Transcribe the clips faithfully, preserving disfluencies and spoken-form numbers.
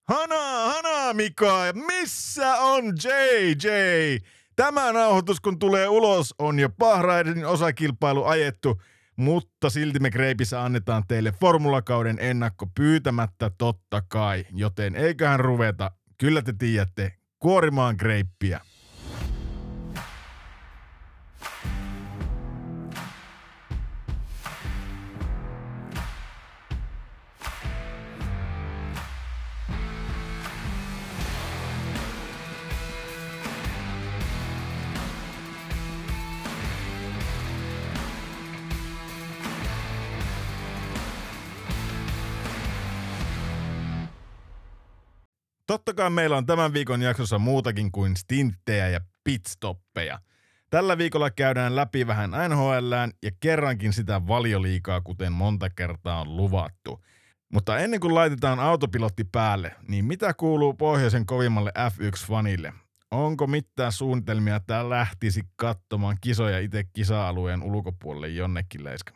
Hana, hana Mika, missä on J J? Tämä nauhoitus kun tulee ulos on jo Bahrainin osakilpailu ajettu, mutta silti me Greipissä annetaan teille formulakauden ennakko pyytämättä totta kai, joten eiköhän ruveta, kyllä te tiedätte, kuorimaan Greippiä. Totta kai meillä on tämän viikon jaksossa muutakin kuin stinttejä ja pitstoppeja. Tällä viikolla käydään läpi vähän N H L:ään ja kerrankin sitä Valioliigaa, kuten monta kertaa on luvattu. Mutta ennen kuin laitetaan autopilotti päälle, niin mitä kuuluu pohjoisen kovimmalle F yksi -fanille? Onko mitään suunnitelmia, että lähtisi katsomaan kisoja itse kisa-alueen ulkopuolelle jonnekin, Leiska?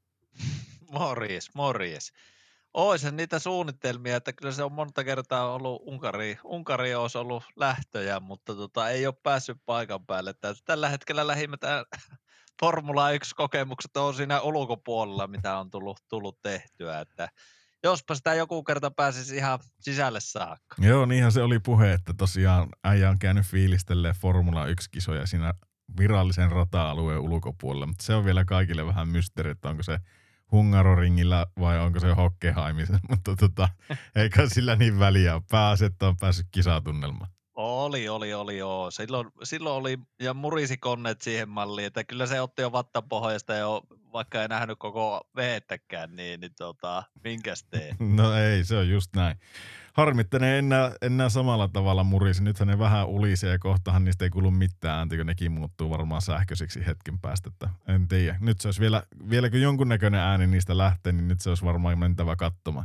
Morjes, morjes. Ois niitä suunnitelmia, että kyllä se on monta kertaa ollut Unkari, Unkari olisi ollut lähtöjä, mutta tota, ei ole päässyt paikan päälle. Tällä hetkellä lähimmät Formula yksi -kokemukset on siinä ulkopuolella, mitä on tullut, tullut tehtyä. Että jospa sitä joku kerta pääsisi ihan sisälle saakka. Joo, niinhän se oli puhe, että tosiaan äijä on käynyt fiilistelleen Formula yksi -kisoja siinä virallisen rata-alueen ulkopuolella, mutta se on vielä kaikille vähän mysteeri, että onko se Hungaroringillä vai onko se Hockenheimissa, mutta tota, eikä sillä niin väliä. Pääasia, on päässyt kisatunnelmaan. Oli, oli, oli, joo. Silloin, silloin oli, ja murisi konneet siihen malliin, että kyllä se otti jo vattapohjasta jo, vaikka ei nähnyt koko veettäkään, niin, niin tota, minkäs tee? No ei, se on just näin. Harmittaneen enää, enää samalla tavalla murisi. Nythän ne vähän ulisee ja kohtahan niistä ei kuulu mitään ääntä, kun nekin muuttuu varmaan sähköisiksi hetken päästä. Että en tiedä. Nyt se olisi vielä, vieläkö jonkunnäköinen ääni niistä lähtee, niin nyt se olisi varmaan mentävä katsomaan.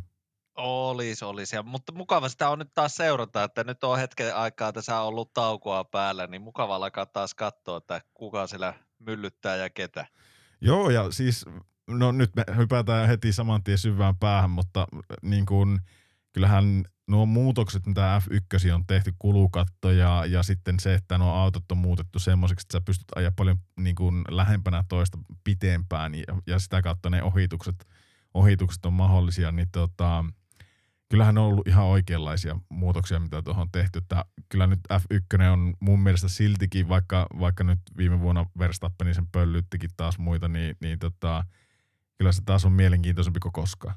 Olisi, olisi. Ja, mutta mukava sitä on nyt taas seurata, että nyt on hetken aikaa tässä on ollut taukoa päällä, niin mukava alkaa taas katsoa, että kuka siellä myllyttää ja ketä. Joo, ja siis, no nyt me hypätään heti saman tien syvään päähän, mutta niin kuin, kyllähän nuo muutokset, mitä F yksi on tehty, kulukatto ja, ja sitten se, että nuo autot on muutettu semmoiseksi, että sä pystyt ajaa paljon niin kuin lähempänä toista pitempään ja, ja sitä kautta ne ohitukset, ohitukset on mahdollisia, niin tota, kyllähän on ollut ihan oikeanlaisia muutoksia, mitä tuohon on tehty. Että kyllä nyt F yksi on mun mielestä siltikin, vaikka, vaikka nyt viime vuonna Verstappen sen pöllyttikin taas muita, niin, niin tota, kyllä se taas on mielenkiintoisempi kuin koskaan.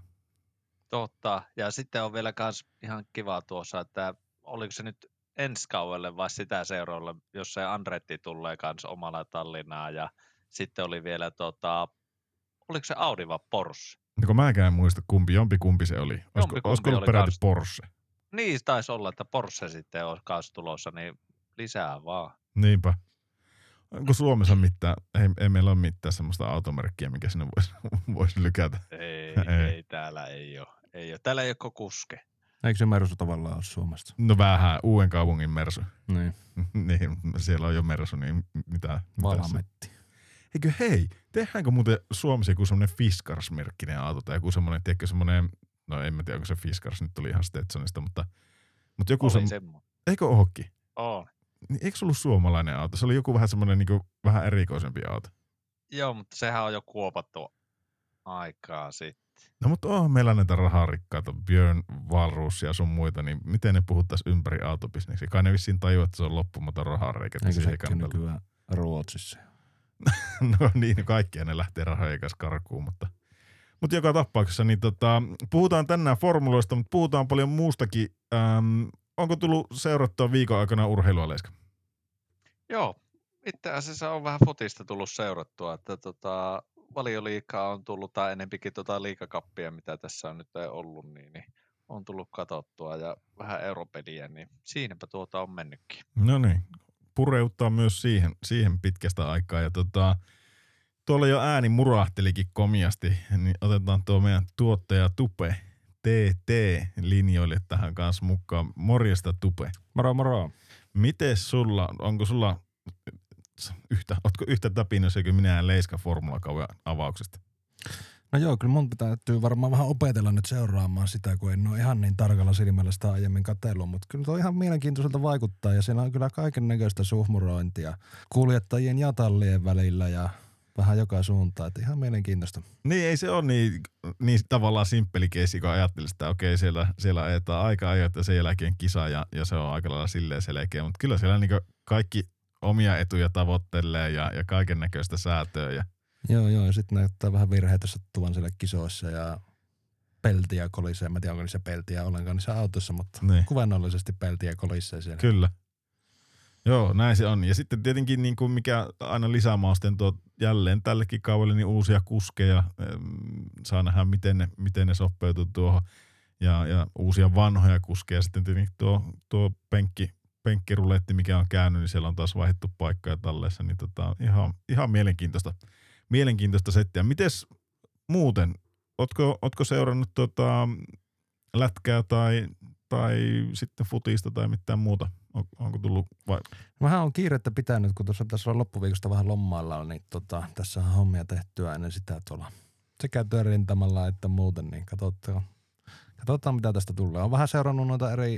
Totta, ja sitten on vielä kans ihan kiva tuossa, että oliko se nyt ensi kaudelle vai sitä seuraavalle, jos se Andretti tulee kans omalla tallinaan, ja sitten oli vielä tota, oliko se Audi vai Porsche? No kun mäkään en muista kumpi, jompi kumpi se oli. Olisiko, olisiko ollut peräti kans Porsche? Niin, taisi olla, että Porsche sitten on kanssa tulossa, niin lisää vaan. Niinpä. Onko Suomessa mitään, ei, ei meillä ole mitään semmoista automerkkiä, mikä sinne voisi vois lykätä? Ei, ei, ei, täällä ei ole. Ei ole. Täällä ei ole kuske. Eikö se Mersu tavallaan ole Suomesta? No vähän, Uuden kaupungin Mersu. Niin. Niin, siellä on jo Mersu, niin mitä? Valametti. Eikö hei, tehdäänkö muuten Suomessa joku semmoinen Fiskars-merkkinen auto tai joku semmoinen, tiedätkö semmoinen, no en mä tiedä, onko se Fiskars nyt tuli ihan Stetsonista, mutta, mutta joku oli semmoinen. Eikö ookin? On. Niin, eikö se ollut suomalainen auto? Se oli joku vähän semmoinen niin kuin, vähän erikoisempi auto. Joo, mutta sehän on jo kuopattu aikaa sitten. No mutta onhan meillä näitä raharikkaita, Björn Wahlroos ja sun muita, niin miten ne puhuttaisiin ympäri autobisneksiä? Kai ne vissiin tajua, että se on loppumaton rahareikä. Eikö sekin nykyään Ruotsissa? No niin, kaikkia ne lähtee rahojen kanssa karkuun, mutta, mutta joka tapauksessa niin tota, puhutaan tänään formuloista, mutta puhutaan paljon muustakin. Ähm, onko tullut seurattua viikon aikana urheilua, Leiska? Joo, itse asiassa on vähän fotista tullut seurattua, että tota, Valioliigaa on tullut, tai enempikin tota liigakappia, mitä tässä on nyt ollut, niin, niin on tullut katsottua ja vähän europeliä, niin siinäpä tuota on mennytkin. No niin, pureuttaa myös siihen, siihen pitkästä aikaa. Ja tota, tuolla jo ääni murahtelikin komiasti, niin otetaan tuo meidän tuottaja Tupe T T-linjoille tähän kanssa mukaan. Morjesta Tupe. Moro moro. Mites sulla, onko sulla yhtä, ootko yhtä täpinössä kuin minä ja Leiska formulakauden avauksesta? No joo, kyllä mun täytyy varmaan vähän opetella nyt seuraamaan sitä, kun en ole ihan niin tarkalla silmällä sitä aiemmin katsellut, mutta kyllä tuo ihan mielenkiintoiselta vaikuttaa ja siellä on kyllä kaiken näköistä suhmurointia kuljettajien ja tallien välillä ja vähän joka suuntaan, että ihan mielenkiintoista. Niin ei se ole niin, niin tavallaan simppeli keissi, kun ajattelisi, että okei siellä, siellä ajetaan aika ajoita ja sen jälkeen kisa ja, ja se on aika lailla silleen selkeä, mutta kyllä siellä niin kaikki omia etuja tavoittelee ja, ja kaiken näköistä säätöä ja Joo, joo, ja sitten näyttää vähän virheitä sattuvan siellä kisoissa ja peltiä kolisee. Mä en tiedä, onko niissä peltiä ollenkaan niissä autossa, mutta niin. Kuvannollisesti peltiä kolisee siellä. Kyllä. Joo, näin se on. Ja sitten tietenkin niin kuin mikä aina lisämausten tuo jälleen tällekin kaudelle niin uusia kuskeja. Saa nähdä, miten ne, miten ne sopeutuu tuohon. Ja, ja uusia vanhoja kuskeja. Sitten tietenkin tuo, tuo penkki, penkkiruletti, mikä on käynyt, niin siellä on taas vaihdettu paikkoja talleessa. Niin tota, ihan, ihan mielenkiintoista. Mielenkiintoista settiä. Mites muuten? Ootko, ootko seurannut tota lätkää tai, tai sitten futista tai mitään muuta? On, onko tullut vai? Vähän on kiirettä pitänyt, kun tuossa tässä on loppuviikosta vähän lommailla, niin tota, tässä on hommia tehtyä ennen sitä tuolla sekä työrintamalla että muuten, niin katsotaan, katsotaan mitä tästä tulee. On vähän seurannut noita eri,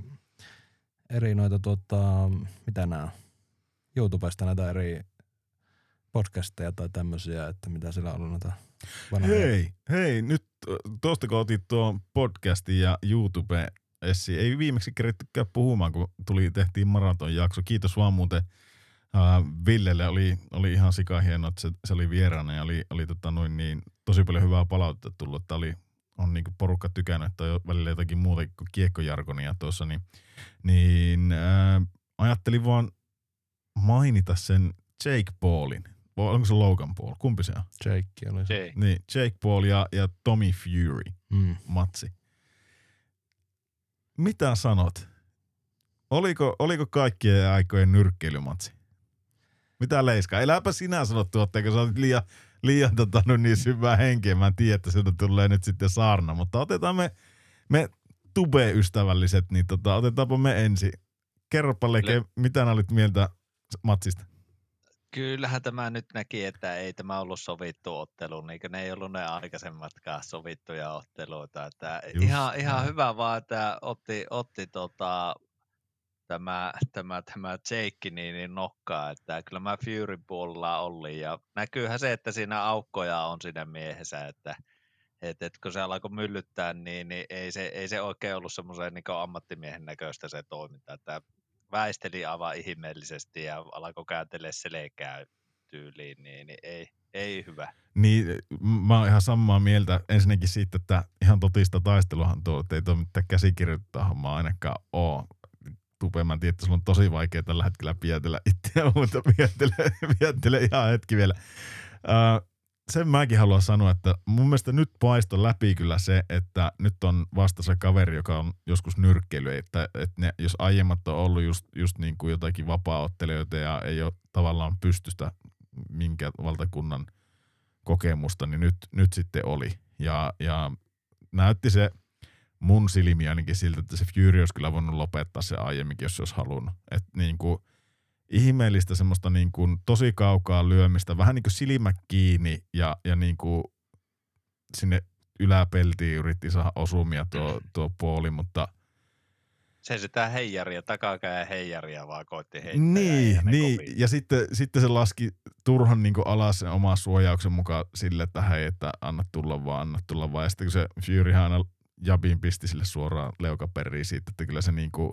eri noita tuota, mitä nämä YouTubesta näitä eri podcasteja tai tämmöisiä, että mitä siellä on ollut noita vanhoja. Hei, hei, nyt tuosta kun otit tuon podcastin ja YouTube Essi, ei viimeksi kerettykään puhumaan, kun tuli, tehtiin maratonjakso. Kiitos vaan muuten äh, Villelle, oli, oli ihan sikahieno, että se, se oli vieraana ja oli, oli tota noin niin, tosi paljon hyvää palautetta tullut, että oli, on niinku porukka tykännyt, että on välillä jotakin muuta kuin kiekkojargonia tuossa, niin, niin äh, ajattelin vaan mainita sen Jake Paulin. Onko se Logan Paul? Kumpi se on? Jake oli se. Jake. Niin, Jake Paul ja, ja Tommy Fury Mm. matsi. Mitä sanot? Oliko, oliko kaikkien aikojen nyrkkeilymatsi? Mitä leiskaa? Eläpä sinä sanot tuotteen, kun sä olet liian, liian tota, no niin syvää henkeä. Mä en tiedä, että sieltä tulee nyt sitten saarna, mutta otetaan me, me tube-ystävälliset, niin tota, otetaanpa me ensin. Kerropa Leke, Le- mitä nää olit mieltä matsista? Kyllähän tämä nyt näki, että ei tämä ollut sovittu ottelu, niin kuin ne ei ollut ne aikaisemmatkaan sovittuja otteluita. Että ihan, ihan hyvä vaan, että otti, otti tota, tämä, tämä, tämä Jake niin, niin nokkaa, että kyllä mä Furyn puolella olin ja näkyyhän se, että siinä aukkoja on siinä miehessä, että et, et kun se alkoi myllyttää, niin, niin ei, se, ei se oikein ollut semmoisen niin ammattimiehen näköistä se toiminta, että väisteli aivan ihmeellisesti ja alkoi kääntelee selkää tyyliin, niin, niin ei, ei hyvä. Niin, mä oon ihan samaa mieltä ensinnäkin siitä, että ihan totista taisteluhan tuo, että ei tuo mitään käsikirjoittaa hommaa ainakaan oo. Tupe, mä tiedän, että sulla on tosi vaikea tällä hetkellä pietellä itseä, mutta pietele, pietele ihan hetki vielä. Uh, sen mäkin haluan sanoa, että mun mielestä nyt paistoi läpi kyllä se, että nyt on vasta se kaveri, joka on joskus nyrkkeily, että, että ne, jos aiemmat on ollut just, just niin kuin jotakin vapaa-ottelijoita ja ei ole tavallaan pystystä minkä valtakunnan kokemusta, niin nyt, nyt sitten oli. Ja, ja näytti se mun silmiä ainakin siltä, että se Fury olisi kyllä voinut lopettaa se aiemminkin, jos se olisi halunnut. Että niin kuin ihmeellistä semmoista niin kuin tosi kaukaa lyömistä, vähän niin kuin silmä kiinni ja, ja niin kuin sinne yläpeltiin yritti saada osumia tuo, tuo Pauli, mutta Se sitä heijaria, takakäin heijaria vaan koitti heittää. Niin, ja, niin. ja sitten, sitten se laski turhan niin kuin alas sen oman suojauksen mukaan sille, että hei, että anna tulla vaan, anna tulla vaan. Ja sitten kun se Furyhan aina Jabin pisti sille suoraan leukaperiin siitä, että kyllä se niin kuin,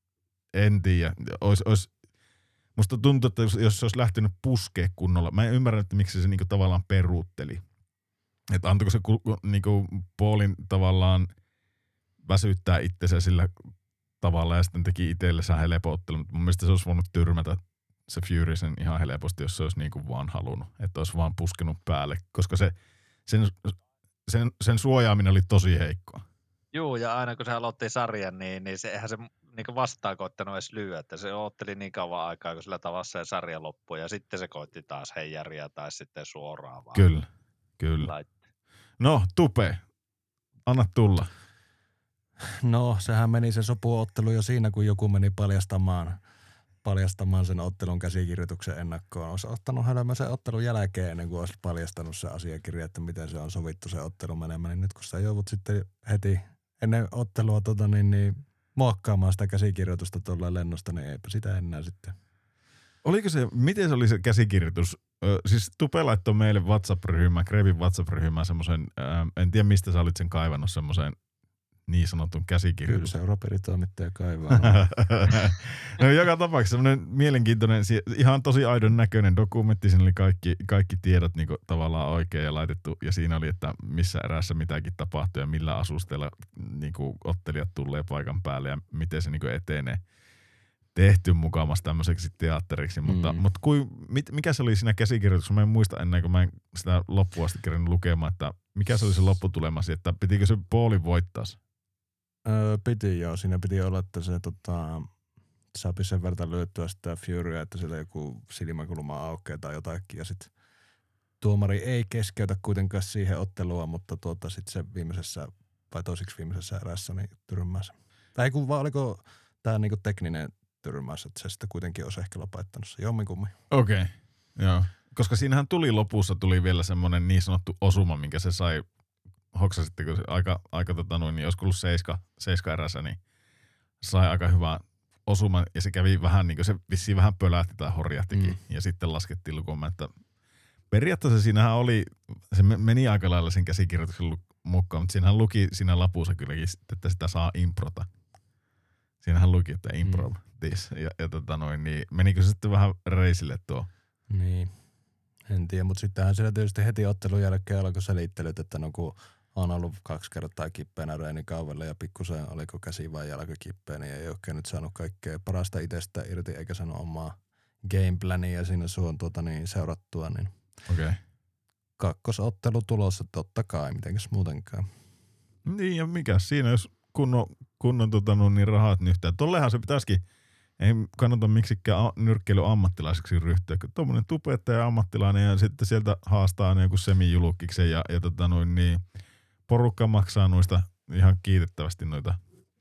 en tiedä, olisi, olisi, musta tuntuu, että jos, jos se olisi lähtenyt puskea kunnolla, mä en ymmärrä, että miksi se niin kuin tavallaan peruutteli. Että antoiko se niin kuin Paulin tavallaan väsyttää itsensä sillä tavalla ja sitten teki itsellensä helpottelu, mutta mun mielestä se olisi voinut tyrmätä se Fury sen ihan helposti, jos se olisi niin kuin vaan halunnut, että olisi vaan puskenut päälle, koska se, sen, sen, sen suojaaminen oli tosi heikkoa. Juu, ja aina kun se aloitti sarjan, niin, niin se, eihän se niin vastaan koittanut edes lyödä, että se otteli niin kauan aikaa, kun sillä tavassa se sarja loppui, ja sitten se koitti taas heijaria tai sitten suoraan vaan. Kyllä, kyllä. Laitte. No, Tupe, anna tulla. No, sehän meni se sopuottelu jo siinä, kun joku meni paljastamaan paljastamaan sen ottelun käsikirjoituksen ennakkoon. Olisi ottanut hölmön sen ottelun jälkeen ennen kuin olisi paljastanut se asiakirja, että miten se on sovittu se ottelu menemään. Niin nyt kun sä joudut sitten heti ennen ottelua tota, niin, niin, muokkaamaan sitä käsikirjoitusta tuolla lennosta, niin eipä sitä enää sitten. Oliko se, miten se oli se käsikirjoitus? Ö, siis Tupe laittoi meille WhatsApp-ryhmään, Grevin WhatsApp-ryhmään semmoisen, en tiedä mistä sä olit sen kaivannut, semmoisen niin sanotun käsikirjoitus. Kyllä se Europeri-toimittaja kaivaa. No joka tapauksessa semmoinen mielenkiintoinen, ihan tosi aidon näköinen dokumentti, siinä oli kaikki, kaikki tiedot niin tavallaan oikein ja laitettu, ja siinä oli, että missä erässä mitäkin tapahtuu ja millä asusteella niin ottelijat tulee paikan päälle ja miten se niin etenee. Tehty mukavasti tämmöiseksi teatteriksi, mutta, Mm. mutta kui, mit, mikä se oli siinä käsikirjoituksessa? Mä en muista ennen kuin mä en sitä loppuun asti kerran lukemaan, että mikä se oli se lopputulemasi, että pitikö se Pauli voittaa? Öö, piti joo, siinä piti olla, että se tota, saapi sen verran löytyä sitä Furya, että sillä joku silmäkulma aukeaa tai jotakin ja sitten tuomari ei keskeytä kuitenkaan siihen ottelua, mutta tuota sitten se viimeisessä vai toisiksi viimeisessä erässä niin tyrmää se. Tai kun vaan oliko tämä niinku tekninen tyrmäys, että se sitten kuitenkin olisi ehkä lopettanut se jomminkummin. Okei, okay. Joo. Koska siinähän tuli lopussa tuli vielä semmoinen niin sanottu osuma, minkä se sai, hoksasitteko se aika, aika tota noin, niin olisiko ollut seiska, seiska erässä, niin sai aika hyvää osuman ja se kävi vähän niin kuin se vissiin vähän pölähti tai horjahtikin mm. ja sitten laskettiin lukumaan, että periaatteessa siinähän oli, se meni aika lailla sen käsikirjoituksen mukaan, mutta siinähän luki siinä lapussa kylläkin, että sitä saa improta. Siinähän luki, että improv mm. this. Ja, ja tota noin, niin menikö se sitten vähän reisille tuo? Niin, en tiedä, mutta sittenhän siellä tietysti heti ottelun jälkeen alkoi selittelyt, että no kun on ollut kaksi kertaa kippeenä reenikauvella ja pikkusen oliko käsi vai jalka kippeenä, niin ei oikein nyt saanut kaikkea parasta itsestä irti eikä saanut omaa gameplania siinä suon tuota niin seurattua, niin Okei. Okay. kakkosottelu tulossa totta kai, mitenkäs muutenkaan. Niin ja mikä siinä, jos kunnon, kunnon tota, no, niin rahat nyhtää. Tollehan se pitäisikin, ei kannata miksikään nyrkkeily ammattilaiseksi ryhtyä, kun tuommoinen tubettaja ammattilainen ja sitten sieltä haastaa joku semijulukkiksen ja, ja tota, noin, niin porukka maksaa noista ihan kiitettävästi noita.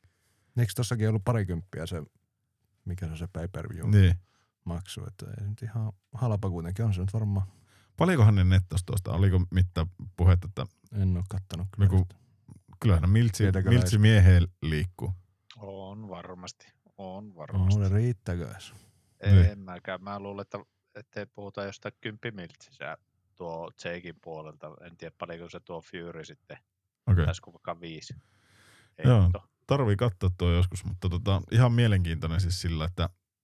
Eikö tossakin ollut parikymppiä se, mikä se on se pay-per-view Niin. maksu, että ei nyt ihan halpa kuitenkin on se nyt varmaan. Paljonkohan ne nettos tuosta? Oliko mitään puhetta, että En ole kattonut kyllä. joku, kyllähän miltsi, Tietääkö miltsi mieheen liikkuu. On varmasti, on varmasti. Oh, riittääkö edes? En mäkään. Mä luulen, että ettei puhuta jostain kymppimiltsissä tuo Jakein puolelta. En tiedä paljonko se tuo Fury sitten. Okei. Taisiko vaikka viisi. Joo. Heitto. Tarvii katsoa tuo joskus, mutta tota, ihan mielenkiintoinen siis sillä, että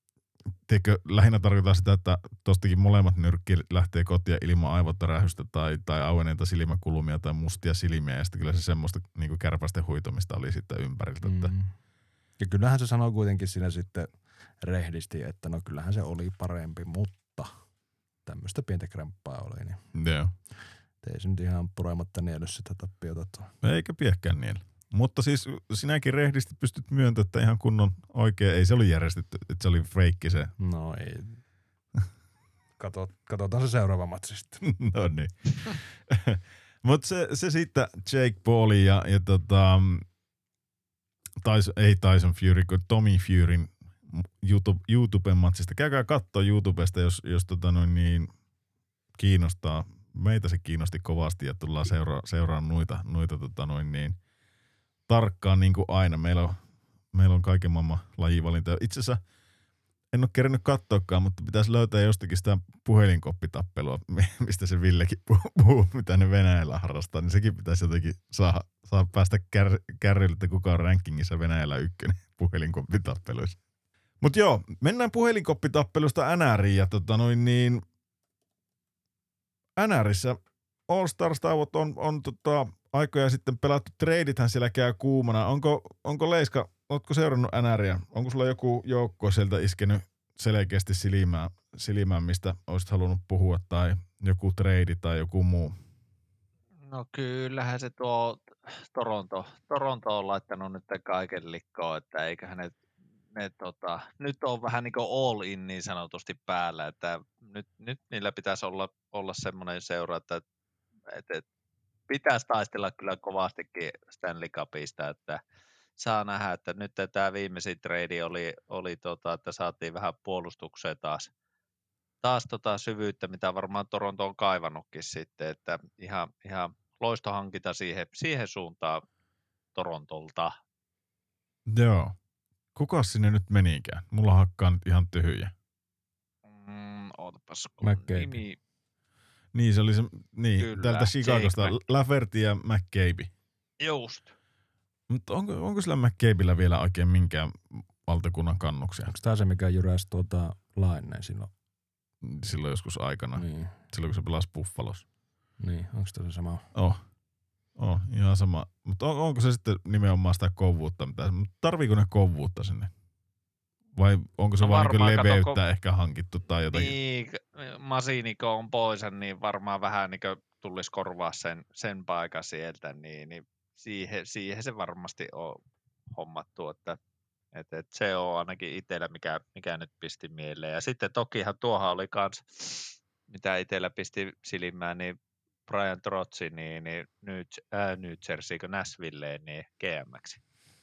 teikö, lähinnä tarkoittaa sitä, että tostakin molemmat nyrkki lähtee kotia ilman aivotärähystä tai, tai auenneita silmäkulmia tai mustia silmiä ja sitten kyllä se semmoista niin kärpästen huitomista oli sitten ympäriltä. Että Mm. Ja kyllähän se sanoo kuitenkin siinä sitten rehdisti, että no kyllähän se oli parempi, mutta tämmöistä pientä kremppaa oli, niin joo. ei se nyt ihan purematta nielly sitä tappiota tuo. Eikä piehkään niillä. Mutta siis sinäkin rehdisti pystyt myöntämään, että ihan kunnon oikein, ei se oli järjestetty, että se oli feikki se. No ei. Kato, katsotaan se seuraava matsi sitten. No niin. Mutta se, se sitten Jake Paulin ja, ja tota, Tyson, ei Tyson Fury, kun Tommy Furyn YouTube, YouTuben matsista. Käykää katsoa YouTubesta, jos, jos tota noin niin kiinnostaa. Meitä se kiinnosti kovasti ja tullaan seuraa, seuraamaan noita, noita tota noin niin tarkkaan niin kuin aina. Meillä on, meillä on kaiken maailman lajivalintoja. Itse asiassa en ole kerännyt katsoakaan, mutta pitäisi löytää jostakin sitä puhelinkoppitappelua, mistä se Villekin puhuu, mitä ne Venäjällä harrastaa. Niin sekin pitäisi jotenkin saada, saada päästä kär, kärrylle, että kuka on rankingissa Venäjällä ykkönen puhelinkoppitappeluissa. Mutta joo, mennään puhelinkoppitappelusta N R:iin ja tota noin niin N R:issä All Stars-tauot on, on tota, aikoja sitten pelattu, treidithän siellä käy kuumana. Onko, onko Leiska, ootko seurannut N R:iä? Onko sulla joku joukko sieltä iskenyt selkeästi silmään, silmään, mistä olisit halunnut puhua, tai joku treidi tai joku muu? No kyllähän se tuo Toronto, Toronto on laittanut nyt kaiken likkoon, että eiköhän ne, ne tota, nyt on vähän niin kuin all in niin sanotusti päällä, että nyt, nyt niillä pitäisi olla, olla semmoinen seura, että, että, että pitäisi taistella kyllä kovastikin Stanley Cupista, että saa nähdä, että nyt tämä viimeisin trade oli, oli tota, että saatiin vähän puolustukseen taas, taas tota syvyyttä, mitä varmaan Toronto on kaivannutkin sitten, että ihan, ihan loistohankinta siihen, siihen suuntaan Torontolta. Joo. Kukas sinne nyt menikään? Mulla hakkaa nyt ihan tyhjä. Mm, ootapas, kun McCabe. nimi... Niin, se oli se, niin, Kyllä, täältä Chicagosta, Jake Mc- Lafferty ja McCabe. Just. Mutta onko, onko sillä McCabeillä vielä oikein minkään valtakunnan kannuksia? Onko tää se, mikä jyräsi tuota Laineen silloin? Silloin joskus aikana, Niin, silloin kun se pelasi Buffalossa. niin. Onko tää se sama? Oh. Oh, ihan sama. Mutta on, onko se sitten nimenomaan sitä kovuutta? Mitä, tarviiko ne kovuutta sinne? Vai onko se No vaan niin varmaan, kato, leveyttä ko- ehkä hankittu tai jotakin? Niin, Masiniko on pois, niin varmaan vähän niin tulisi korvaa sen, sen paikan sieltä, niin, niin siihen, siihen se varmasti on hommattu, että, että, että se on ainakin itsellä, mikä, mikä nyt pisti mieleen. Ja sitten tokihan tuohan oli kans, mitä itsellä pisti silmään, niin Brian Trotsi, niin, niin New, äh, New Jersey, kun Nashvilleen, niin G M:ksi.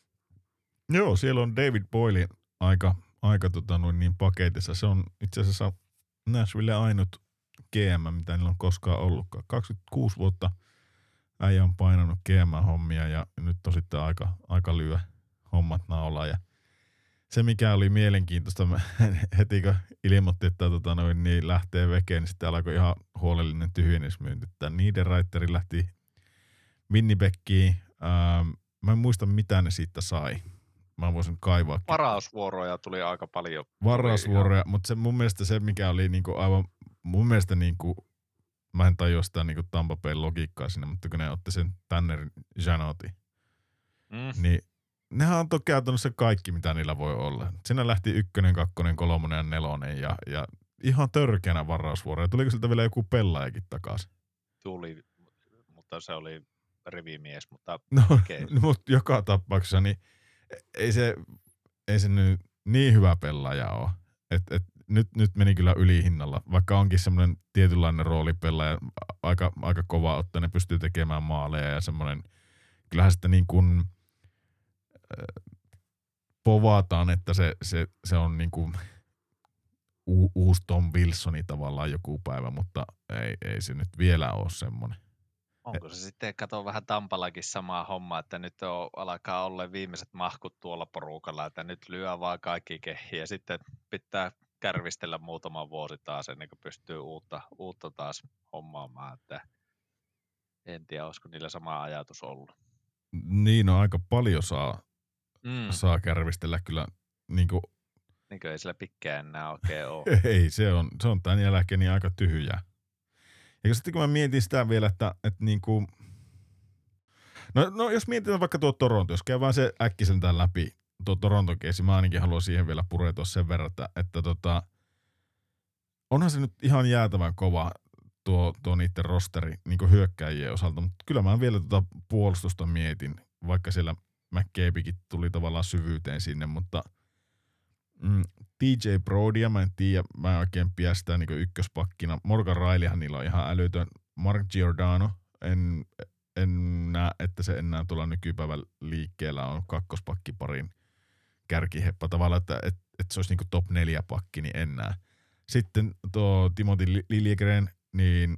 Joo, siellä on David Boyle aika, aika tota, noin niin paketissa. Se on itse asiassa Nashville ainut G M, mitä niillä on koskaan ollutkaan. kaksikymmentäkuusi vuotta äijä on painanut G M-hommia ja nyt on sitten aika, aika lyö hommat naulaan. Ja se, mikä oli mielenkiintoista, mä heti kun ilmoitti, että tota, noin, niin lähtee vekeen, niin sitten alkoi ihan huolellinen tyhjennysmyynti. Niederreiter lähti Winnipegkiin. Ähm, mä en muista, mitä ne siitä sai. Mä voisin kaivaa. Varausvuoroja tuli aika paljon. Varausvuoroja, mutta se mun mielestä se, mikä oli niinku aivan, mun mielestä niinku, mä en tajua sitä niinku Tampa Bayn logiikkaa siinä, mutta kun ne otti sen Tanner Janotin, Mm. niin nehän on toki käytännössä kaikki, mitä niillä voi olla. Siinä lähti ykkönen, kakkonen, kolmonen ja nelonen ja, ja ihan törkeänä varausvuoroja. Tuliko siltä vielä joku pelaajakin takaisin? Tuli, mutta se oli rivimies, mutta No, okay. no mutta joka tapauksessa niin ei se, ei se nyt niin hyvä pelaaja ole. Et, et, nyt, nyt meni kyllä ylihinnalla, vaikka onkin semmoinen tietynlainen roolipelaaja, aika, aika kova ottaa, ne pystyy tekemään maaleja ja semmoinen, kyllähän sitä niin kuin äh, povataan, että se, se, se on niin kuin u, uusi Tom Wilsoni tavallaan joku päivä, mutta ei, ei se nyt vielä ole semmoinen. Onko se sitten, kato vähän Tampallakin samaa hommaa, että nyt on, alkaa olla viimeiset mahkut tuolla porukalla, että nyt lyö vaan kaikki kehiin ja sitten pitää kärvistellä muutama vuosi taas ennen kuin pystyy uutta, uutta taas hommaamaan, että en tiedä, olisiko niillä sama ajatus ollut. Niin on aika paljon saa, Mm. saa kärvistellä kyllä niin kuin Niin kuin ei sillä pikkään enää oikein ole. ei, se on, se on tämän jälkeen niin aika tyhjää. Ja sitten kun mä mietin sitä vielä, että, että niin kuin, no, no jos mietitään vaikka tuo Toronto, jos käy vaan se äkkisen tämän läpi, tuo Toronto-keisi, mä ainakin haluan siihen vielä pureutua sen verran, että, että tota, onhan se nyt ihan jäätävän kova tuo, tuo niiden rosteri niin kuin hyökkäjien osalta, mutta kyllä mä vielä tuota puolustusta mietin, vaikka siellä McCabekin tuli tavallaan syvyyteen sinne, mutta mm, T J Brodya, mä en tiedä, mä en oikein pidä sitä niin ykköspakkina. Morgan Rileyhän niillä on ihan älytön. Mark Giordano, en, en näe, että se enää tuolla nykypäivän liikkeellä on kakkospakkiparin kärkiheppa tavallaan, että et, et se olisi niin top neljä pakki, niin en näe. Sitten tuo Timothy Liljegren, niin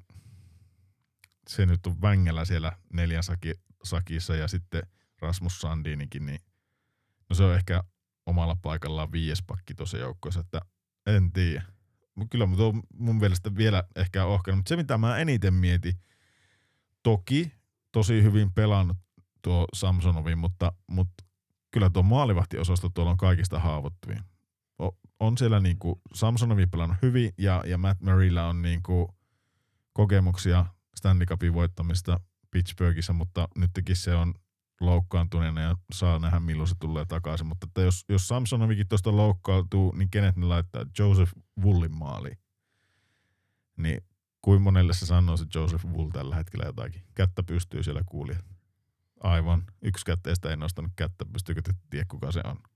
se nyt on vängällä siellä neljän saki, sakissa ja sitten Rasmus Sandinikin, niin no se on ehkä omalla paikallaan viides pakki tuossa joukkoissa, että en tiedä. Kyllä tuo mun mielestä vielä ehkä ohkana, mutta se mitä mä eniten mietin, toki tosi hyvin pelannut tuo Samsonovi, mutta, mutta kyllä tuo maalivahtiosasto tuolla on kaikista haavoittuvin. On siellä niinku Samsonovi pelannut hyvin ja, ja Matt Murrayllä on niinku kokemuksia Stanley Cupin voittamista Pittsburghissa, mutta nytkin se on loukkaantuneena ja saa nähdä milloin se tulee takaisin. Mutta että jos, jos Samsonovikin tuosta loukkaantuu, niin kenet ne laittaa Joseph Wollin maaliin? Niin kuin monelle se sanoo se Joseph Woll tällä hetkellä jotakin. Kättä pystyy siellä kuulija. Aivan. Yksi kätteestä ei nostanut kättä. Pystyykö te tiedä, kuka se on?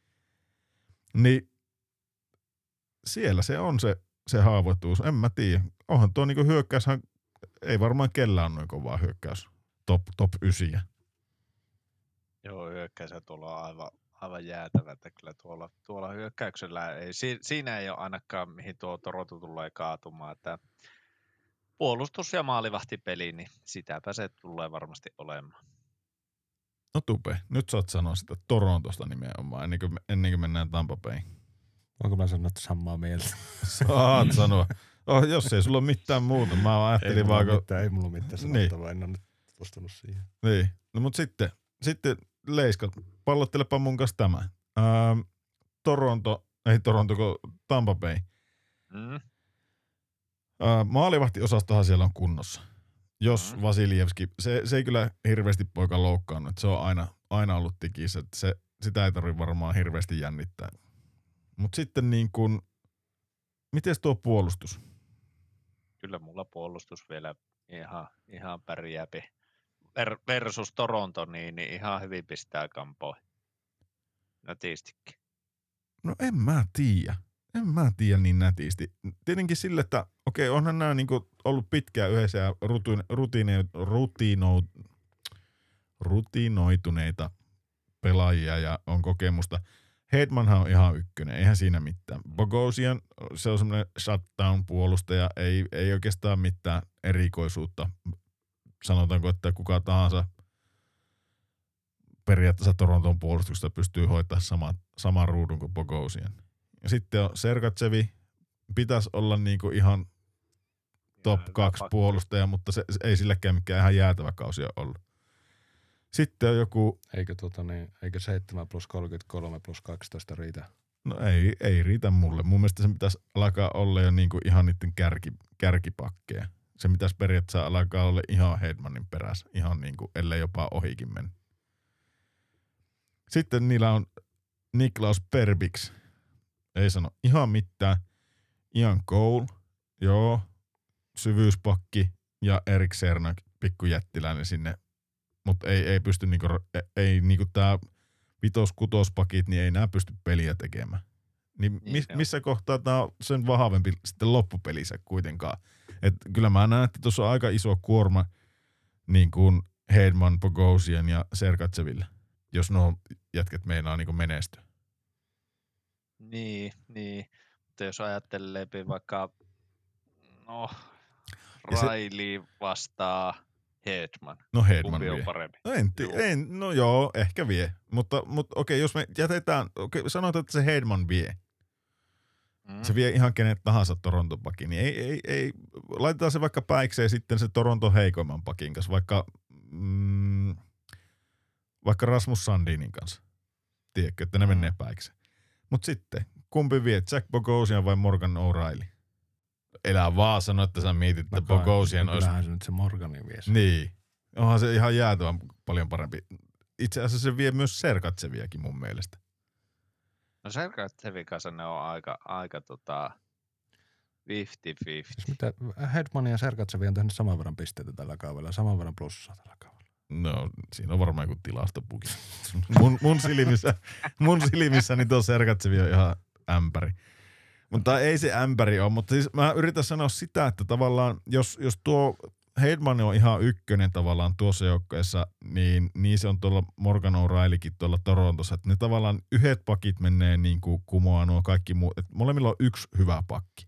Niin siellä se on se, se haavoittuvuus. En mä tiedä. Onhan tuo niinku hyökkäyshän, ei varmaan kellään noin kovaa hyökkäys. Top, top ysiä. Joo, hyökkäys tuolla on aivan, aivan jäätävä, että kyllä tuolla, tuolla hyökkäyksellä ei, si, siinä ei ole ainakaan mihin tuo Toronto tulee kaatumaan, että puolustus- ja maalivahtipeli, niin sitäpä se tulee varmasti olemaan. No Tupe, nyt saat sanoa sitä Torontosta nimenomaan, ennen kuin, ennen kuin mennään Tampa Bayin. Onko mä sanonut samaa mieltä? Saat sanoa. Oh, jos ei sulla ole mitään muuta, mä ajattelin ei vaan... Mulla mitään, ei mulla mitään sanottavaa, niin. En ole nyt tutustunut siihen. Niin, no mut sitten, sitten Leiska, pallottelepa mun kanssa tämä. Ähm, Toronto, ei Toronto, kun Tampa Bay. Mm. Äh, maalivahtiosastohan siellä on kunnossa. Jos Mm. Vasiljevski, se, se ei kyllä hirveästi poika loukkaannut, että se on aina, aina ollut tikissä, että se, sitä ei tarvitse varmaan hirveästi jännittää. Mutta sitten niin kuin, miten tuo puolustus? Kyllä mulla puolustus vielä ihan, ihan pärjääpi. Ver, versus Toronto, niin, niin ihan hyvin pistää kampoihin. Nätistikin. No en mä tiedä. En mä tiedä niin nätisti. Tietenkin sille, että okei, onhan nämä niinku ollut pitkään yhdessä ja rutine, rutine, rutino, rutinoituneita pelaajia ja on kokemusta. Hedmanhan on ihan ykkönen, eihän siinä mitään. Bogosian, se on semmoinen shutdown-puolustaja, ei, ei oikeastaan mitään erikoisuutta. Sanotaanko, että kuka tahansa periaatteessa Toronton puolustuksesta pystyy hoitamaan saman, saman ruudun kuin Bogosian. Ja sitten on Sergatsevi, pitäisi olla niinku ihan top kaksi puolustaja, mutta se, se ei silläkään mikään ihan jäätävä kausi ole ollut. Sitten on joku... Eikö, tota niin, eikö seitsemän plus kolmekymmentäkolme plus kaksitoista riitä? No ei, ei riitä mulle. Mun mielestä se pitäisi alkaa olla jo niinku ihan niiden kärki, kärkipakkeja. Se pitäisi periaatteessa alkaa olla ihan Hedmanin perässä, ihan niinku, ellei jopa ohikin mennä. Sitten niillä on Niklaus Perbix. Ei sano ihan mitään. Ian Cole, joo, syvyyspakki ja Erik Sernak, pikkujättiläinen sinne. Mutta ei, ei pysty niinku, ei niinku tää vitos-kutospakit, niin ei nää pysty peliä tekemään. Niin, Niin mis, missä kohtaa tää on sen vahvempi sitten loppupelissä kuitenkaan. Et kyllä mä näen, että tuossa on aika iso kuorma niin kuin Hedman, Bogosian ja Sergatseville, jos nuo jätket meinaa niinku menestyä. Niin, niin. Mutta jos ajattelee vaikka no, se- Riley vastaa Hedman. No Hedman Kumpi on vie. parempi? No en, ti- Joo. en, no joo, ehkä vie. Mutta, mutta okei, jos me jätetään, okei, sanotaan, että se Hedman vie. Mm. Se vie ihan kenet tahansa Toronton pakin, niin ei, ei, ei, laitetaan se vaikka päikseen sitten se Toronton heikoimman pakin kanssa, vaikka, mm, vaikka Rasmus Sandinin kanssa. Tiedätkö, että ne Mm. menee päikseen. Mutta sitten, kumpi vie, Jack Bogosian vai Morgan O'Reilly? Elää vaan sano, että sä mietit, että Bogosian olisi... Kyllähän se nyt se Morganin vie. Niin. Onhan se ihan jäätävän paljon parempi. Itse asiassa se vie myös Sergatseviäkin mun mielestä. No Sergatsevin kanssa ne on aika, aika tota viisikymmentä viisikymmentä. Siis mitä, Hedman ja Sergatsevi on tehnyt saman verran pisteitä tällä kaudella ja saman verran plussaa tällä kaudella. No, siinä on varmaan joku tilastopuki. mun, mun silmissä, mun silmissä niin tuo Sergatsevi on ihan ämpäri. Mutta ei se ämpäri ole, mutta siis mä yritän sanoa sitä, että tavallaan jos, jos tuo Hedman on ihan ykkönen tavallaan tuossa joukkueessa, niin, niin se on tuolla Morgan O'Reillykin tuolla Torontossa, että ne tavallaan yhdet pakit menee niin kuin kumoaa nuo kaikki muut, että molemmilla on yksi hyvä pakki.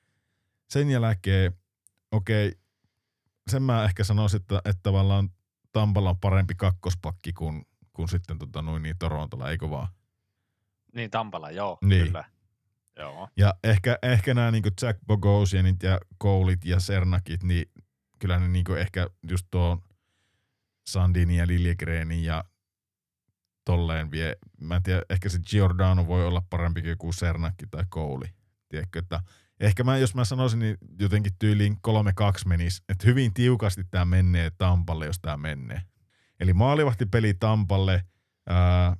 Sen jälkeen, okei, okay, sen mä ehkä sanoisin, että, että tavallaan Tampalla on parempi kakkospakki kuin, kuin sitten tota noin niin Torontolla, eikö vaan? Niin Tampala, joo, Niin. kyllä. Joo. Ja ehkä, ehkä nämä niinku Jack Bogosianit ja Colet ja Sernakit, niin kyllä ne niinku ehkä just tuo Sandini ja Liljegrenin ja tolleen vie. Mä en tiedä, ehkä se Giordano voi olla parempi kuin joku Sernakki tai Cole. Tiedätkö, että ehkä mä, jos mä sanoisin, niin jotenkin tyyliin kolme kaksi menisi, että hyvin tiukasti tää menee Tampalle, jos tää menee. Eli maalivahtipeli Tampalle, ää,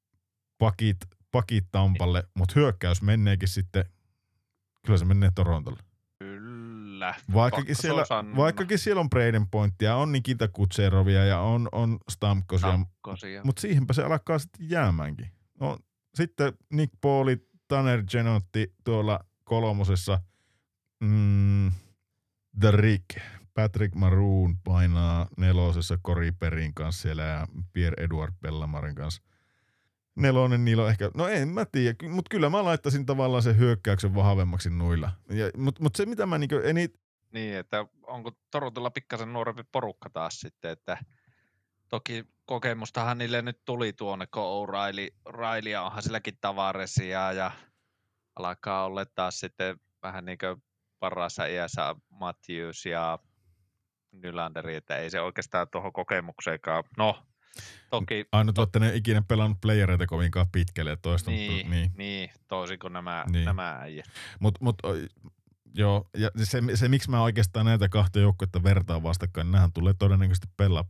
pakit pakit Tampalle, mutta hyökkäys menneekin sitten, kyllä se menee Torontolle. Kyllä. Vaikkakin Pakko siellä, sanoa. vaikkakin siellä on Braden Pointtia, on Nikita Kutserovia ja on, on Stamkosia, Stamkosia. mutta siihenpä se alkaa sitten jäämäänkin. No, sitten Nick Pauli, Tanner Genotti tuolla kolmosessa, mm, The Rick, Patrick Maroon painaa nelosessa Corey Perrin kanssa siellä ja Pierre-Edouard Bellamarin kanssa. Nelonen niillä on ehkä, no en mä tiedä, mutta kyllä mä laittaisin tavallaan sen hyökkäyksen vahvemmaksi nuilla. Mutta mut se mitä mä niinku enit... Niin, että onko Torontolla pikkasen nuorempi porukka taas sitten, että toki kokemustahan niille nyt tuli tuonne, kun O'Reilly, Riley onhan silläkin Tavaresia ja alkaa olla taas sitten vähän niin kuin parhaassa iässä Matthews ja Nylanderi, että ei se oikeastaan tuohon kokemukseenkaan, no toki... Ainut, että ne ei ikinä pelannut playereita kovinkaan pitkälle ja toista. Niin, mutta, niin. niin toisin kuin nämä, niin. nämä äijät. Mutta mut, joo, ja se, se, miksi mä oikeastaan näitä kahta joukkuetta vertaan vastakkain, niin nämähän tulee todennäköisesti pelaa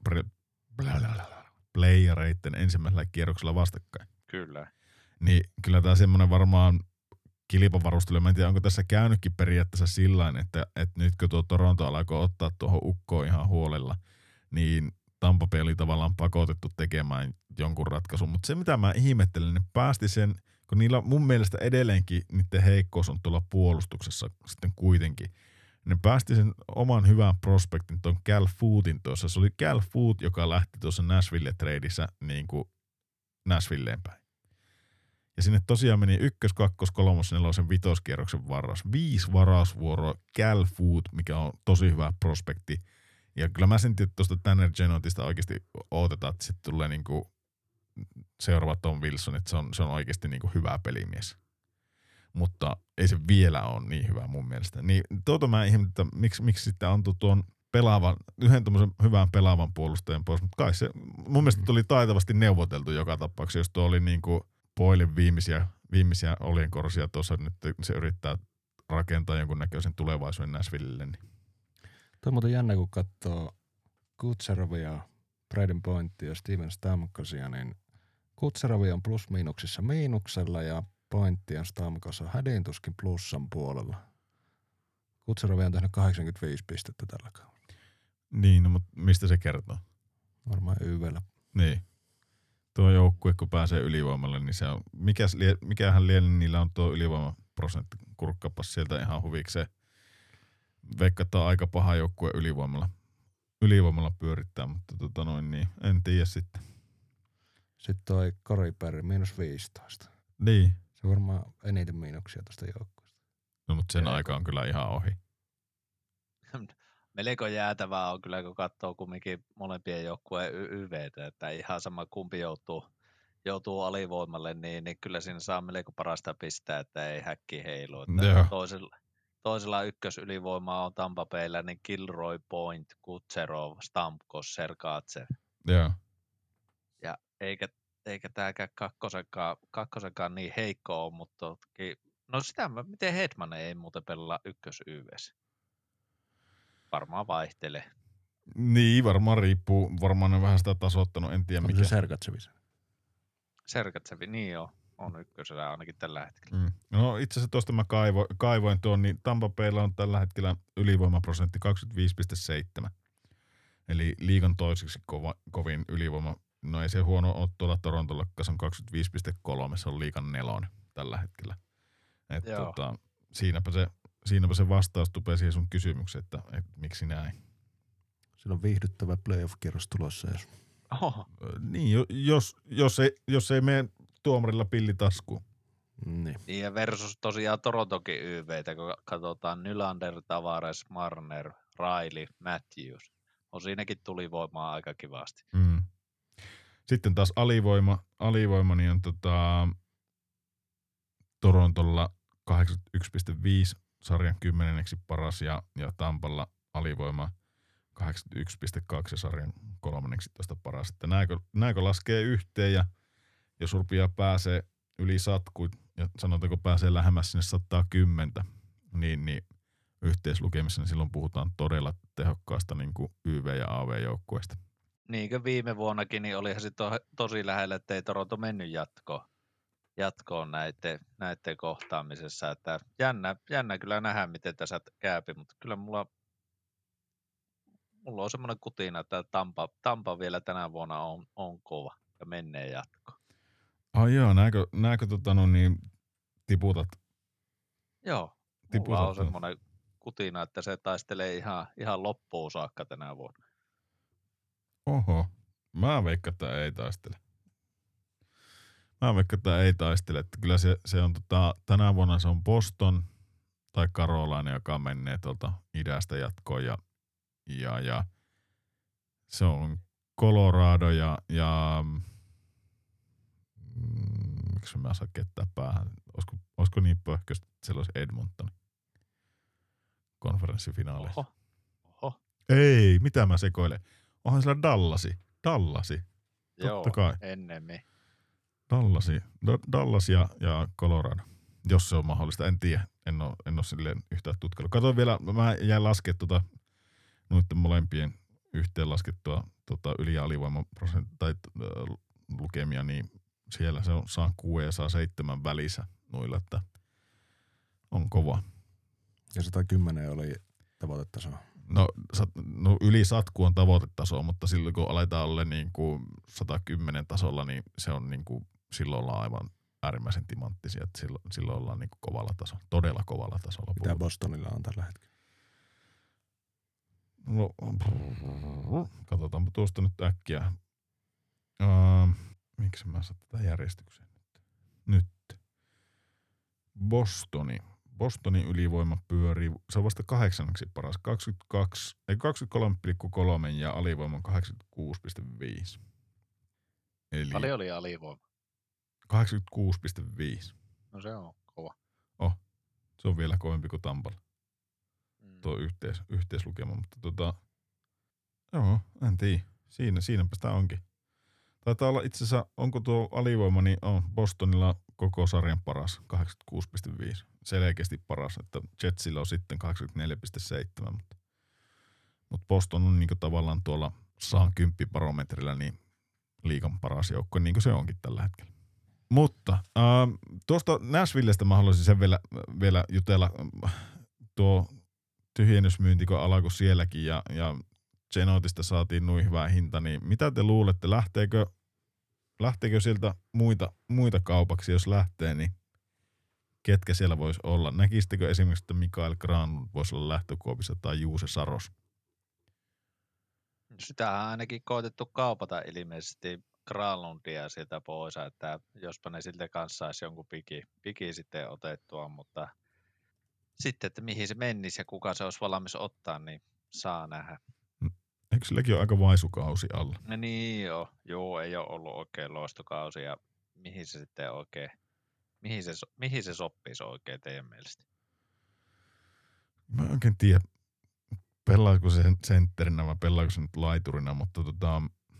playereiden ensimmäisellä kierroksella vastakkain. Kyllä. Niin kyllä tämä semmoinen varmaan kilpavarustelu, mä en tiedä onko tässä käynytkin periaatteessa sillain, että, että nyt kun tuo Toronto alkoi ottaa tuohon ukkoon ihan huolella, niin Tampa Bay oli tavallaan pakotettu tekemään jonkun ratkaisun. Mutta se mitä mä ihmettelen, ne päästi sen, kun niillä mun mielestä edelleenkin niiden heikkous on tuolla puolustuksessa sitten kuitenkin. Ne päästi sen oman hyvän prospektin tuon Cal Footin tuossa. Se oli Cal Foot, joka lähti tuossa Nashville-treidissä niin kuin Nashvilleen päin. Ja sinne tosiaan meni ykkös, kakkos, kolmos, nelosen, vitoskierroksen varas. Viisi varausvuoroa Cal Foot, mikä on tosi hyvä prospekti. Ja kyllä mä sen tiedän, että tuosta Tanner Genotista oikeasti odotetaan, että sitten tulee niinku seuraava Tom Wilson, että se on, se on oikeasti niinku hyvä pelimies. Mutta ei se vielä ole niin hyvä mun mielestä. Niin tuota mä ihmettelen, että miksi, miksi sitten antoi tuon pelaavan, yhden tommosen hyvän pelaavan puolustajan pois. Mutta kai se mun mielestä tuli taitavasti neuvoteltu joka tapauksessa, jos tuo oli niinku Poilin viimeisiä, viimeisiä olienkorsia tuossa, nyt se yrittää rakentaa jonkunnäköisen tulevaisuuden Nashvillelle. Niin. Tuo on muuten jännä, kun katsoo Kutserovia, Braden Pointia ja Steven Stamkosia, niin Kutserovia on plus-miinuksissa miinuksella ja Pointti ja Stamkos on hädintuskin plussan puolella. Kutserovia on tehnyt kahdeksankymmentäviisi pistettä tällä kaudella. Niin, no, mutta mistä se kertoo? Varmaan YVllä. Niin. Tuo joukkue, kun pääsee ylivoimalle, niin se on, mikäs, mikähän liian niillä on tuo ylivoimaprosentti, kurkkapas sieltä ihan huvikseen. Veikka, että on aika paha joukkue ylivoimalla, ylivoimalla pyörittää, mutta tota noin niin, en tiedä sitten. Sitten toi Corey Perry, miinus viisitoista. Niin. Se on varmaan eniten miinuksia tuosta joukkueesta. No mutta sen aika on kyllä ihan ohi. Melko jäätävää on kyllä, kun katsoo kumminkin molempien joukkueen y- YVtä, että ihan sama kumpi joutuu, joutuu alivoimalle, niin, niin kyllä siinä saa melko parasta pistää, että ei häkki heilu. Että toisella, toisella ykkösylivoimaa on Tampa Bayllä, niin Kilroy, Point, Kutserov, Stamkos, Sergachev. Joo. Ja eikä, eikä tämäkään kakkosenkaan, kakkosenkaan niin heikko ole, mutta toki, no sitä, miten Hedman ei muuten pelaa ykkös-YVssä? Varmaan vaihtelee. Niin, varmaan riippuu. Varmaan on vähän sitä tasoittanut, en tiedä on mikä. Se Sergatsevis. Sergatsevi, niin joo. On ykkösellä ainakin tällä hetkellä. Mm. No itse asiassa tuosta mä kaivo, kaivoin tuon, niin Tampa Baylla on tällä hetkellä ylivoimaprosentti kaksikymmentäviisi pilkku seitsemän. Eli liigan toiseksi kova, kovin ylivoima. No ei se huono ole tuolla Torontolla, se on kaksikymmentäviisi pilkku kolme, se on liigan nelonen tällä hetkellä. Et tota, siinäpä, se, siinäpä se vastaus tupee siihen sun kysymykseen, että et, miksi näin. Siinä on viihdyttävä playoff-kierros tulossa. Jos... Oho. Niin, jos, jos, ei, jos ei mene tuomarilla pillitaskuun. Niin. Niin ja versus tosiaan Torontokin Y V:tä, kun katsotaan Nylander, Tavares, Marner, Riley, Matthews. On siinäkin tulivoimaa aika kivasti. Mm. Sitten taas alivoima, alivoima niin on tota, Torontolla kahdeksankymmentäyksi pilkku viisi sarjan kymmenenneksi paras ja, ja Tampalla alivoima kahdeksankymmentäyksi pilkku kaksi sarjan kolmanneksitoista paras. Että näikö, näikö laskee yhteen ja jos rupeaa pääsee yli satkuun ja sanotaanko pääsee lähemmäs sinne sata kymmenen, niin, niin yhteislukemissa niin silloin puhutaan todella tehokkaasta niin kuin Y V- ja A V-joukkueesta. Niin kuin viime vuonnakin, niin olihan se to, tosi lähellä, että ei Toronto mennyt jatkoon, jatkoon näiden, näiden kohtaamisessa. Että jännä, jännä kyllä nähdä, miten tässä käypi, mutta kyllä mulla, mulla on semmoinen kutina, että Tampa, Tampa vielä tänä vuonna on, on kova ja menee jatkoon. Ai joo, näkö, näkö tota, no niin, tiputat? Joo, mulla tiputat on semmoinen kutina, että se taistelee ihan, ihan loppuun saakka tänä vuonna. Oho, mä veikkaan, että ei taistele. Mä veikkaan, että ei taistele. Että kyllä se, se on tota, tänä vuonna se on Boston tai Carolina, joka menee tuolta idästä jatkoon ja, ja, ja se on Colorado ja, ja mm, miksi mä saan kettää päähän? Olisiko, olisiko niin pöhköistä, että siellä olisi Edmonton konferenssifinaaleissa? Oho. Oho. Ei, mitä mä sekoilen? Onhan siellä Dallasi. Dallasi. Joo, Totta kai. ennemmin. Dallasi. D- Dallas ja, ja Colorado. Jos se on mahdollista, en tiedä. En ole, en ole silleen yhtään tutkailu. Katoin vielä, mä jäin laskemaan tuota, noiden molempien yhteen laskettua tota, yli- ja alivoimaprosentti tai äh, lukemia, niin siellä se on saa kuusi ja saa seitsemän välissä noilla, että on kova. Ja sata kymmenen oli tavoitetaso. No, sat, no yli satku on tavoitetaso, mutta silloin kun aletaan olla niin kuin sata kymmenen tasolla, niin se on niin kuin, silloin ollaan aivan äärimmäisen timanttisia, että silloin, silloin ollaan niin kuin kovalla tasolla, todella kovalla tasolla. Mitä puhutaan. Bostonilla on tällä hetkellä? No, katsotaanpa tuosta nyt äkkiä. Uh, miksi mä saan tätä järjestykseen nyt? Nyt. Bostoni. Bostonin ylivoima pyörii, se on vasta kahdeksanneksi paras, kaksikymmentäkaksi, ei kaksikymmentäkolme pilkku kolme ja alivoima kahdeksankymmentäkuusi pilkku viisi. Eli Paljon oli alivoima. kahdeksankymmentäkuusi pilkku viisi. No se on kova. Oh, se on vielä kovempi kuin Tampalla. Mm. Tuo yhteis, yhteislukema, mutta tota, joo, en tiedä. Siinä, siinäpä sitä onkin. Taitaa olla itse asiassa, onko tuo alivoima, niin on Bostonilla koko sarjan paras, kahdeksankymmentäkuusi pilkku viisi. Selkeästi paras, että Jetsillä on sitten kahdeksankymmentäneljä pilkku seitsemän, mutta, mutta Boston on niin tavallaan tuolla saan kymppibarometrillä niin liigan paras joukko, niin kuin se onkin tällä hetkellä. Mutta äh, tuosta Nashvillestä mä haluaisin sen vielä, vielä jutella. Tuo tyhjennysmyynti, kun alkoi sielläkin ja, ja Genotista saatiin noin hyvä hinta, niin mitä te luulette, lähteekö, lähteekö sieltä muita, muita kaupaksi, jos lähtee, niin ketkä siellä voisi olla? Näkisittekö esimerkiksi, että Mikael Granlund voisi olla lähtökuopissa tai Juuse Saros? Sitähän on ainakin koetettu kaupata ilmeisesti Granlundia sieltä pois, että jospa ne siltä kanssa saisi jonkun piki, piki sitten otettua, mutta sitten, että mihin se menisi ja kuka se olisi valmis ottaa, niin saa nähdä. Eikö silläkin ole aika vaisukausi alla? No niin joo, joo, ei ole ollut oikein loistokausi ja mihin se sitten oikein, mihin se, mihin se sopisi oikein teidän mielestä? Mä en oikein tiedä, pelaako se sentterinä vai pelaako se nyt laiturina, mutta tota,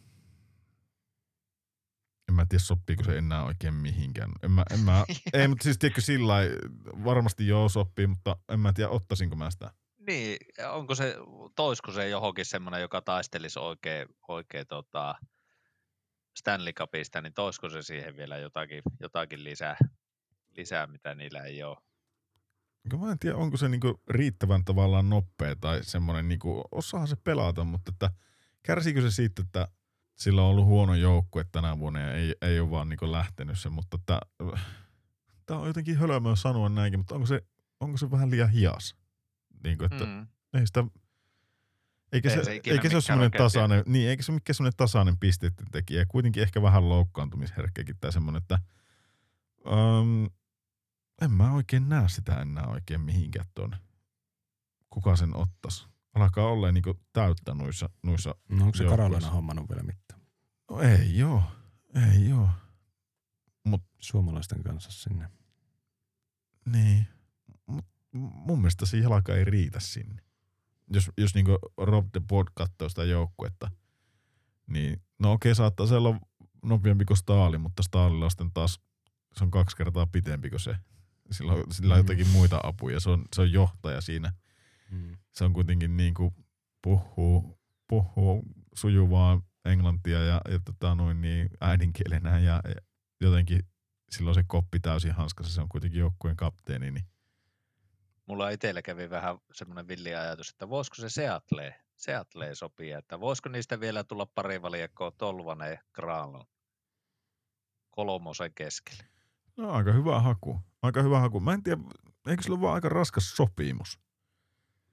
en mä tiedä sopiiko se enää oikein mihinkään. En mä, en mä, ei, mutta siis tiedätkö sillä varmasti joo sopii, mutta en mä tiedä ottaisinko mä sitä. Niin, onko se, toisko se johonkin semmoinen, joka taistelisi oikein, oikein tota Stanley Cupista, niin toisko se siihen vielä jotakin, jotakin lisää, lisää, mitä niillä ei ole? Mä en tiedä, onko se niinku riittävän tavallaan nopea tai semmoinen, niinku, osaahan se pelata, mutta että kärsikö se siitä, että sillä on ollut huono joukkue tänä vuonna ja ei, ei ole vaan niinku lähtenyt se, mutta että tää on jotenkin hölmöä sanoa näinkin, mutta onko se, onko se vähän liian hias? Niinku, että mm. ei sitä, eikä ei se, se, eikä se ole semmoinen tasainen, niin eikä se ole mikään semmoinen tasainen pisteiden tekijä, kuitenkin ehkä vähän loukkaantumisherkkäkin tai semmoinen, että um, en mä oikein näe sitä enää oikein mihinkään tuonne. Kuka sen ottaisi? Alkaa olla niinku täyttä noissa, noissa no onko se Carolina hommannut vielä mitään? No ei joo, ei joo. Mut suomalaisten kanssa sinne. Niin, mut mun mielestä se jalka ei riitä sinne. Jos, jos niinku Rob the Pod katsoo sitä joukkuetta, niin no okei, saattaa se olla nopeampi kuin Staali, mutta Staalilla on sitten taas, se on kaksi kertaa pitempi kuin se. Sillä on, sillä on jotakin muita apuja, se on, se on johtaja siinä. Mm. Se on kuitenkin niinku puhuu, puhuu sujuvaa englantia ja, ja tota noin niin äidinkielenä ja, ja jotenkin silloin se koppi täysin hanskassa, se on kuitenkin joukkueen kapteeni. Niin. Mulla itsellä kävi vähän semmoinen villi ajatus, että voisiko se Seattle, Seattle sopia, että voisiko niistä vielä tulla pari valjakkoa Tolvanen ja Granlund kolmosen keskelle. No aika hyvä haku, aika hyvä haku. Mä en tiedä, eikö sillä ole vaan aika raskas sopimus?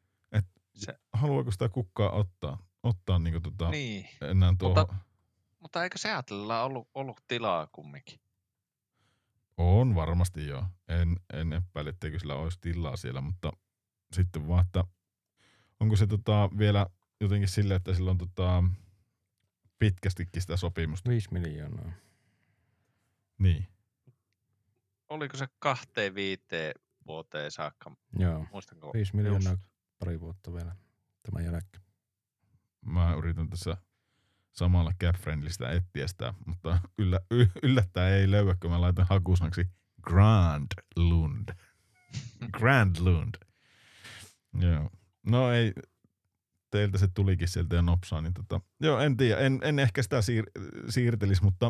Se, haluaako sitä kukkaa ottaa, ottaa niinku tota, niin, enää tuohon. mutta, mutta eikö Seattlella ollut, ollut tilaa kumminkin? On varmasti joo. En, en epäile, etteikö sillä olisi tilaa siellä, mutta sitten vaan, että onko se tota vielä jotenkin silleen, että sillä on tota pitkästikin sitä sopimusta. Viisi miljoonaa. Niin. Oliko se kahteen viiteen vuoteen saakka? Joo. Muistanko? Viisi miljoonaa Just. pari vuotta vielä tämän jälkeen. Mä yritän tässä samalla Cap-Friendlistä etsiä sitä, mutta yllä, y, yllättäen ei löyä, kun mä laitan hakusanaksi Grand Lund. Grand Lund. Joo. No ei, teiltä se tulikin sieltä jo nopsaa, niin tota, joo, en tiedä, en, en ehkä sitä siir- siirtelisi, mutta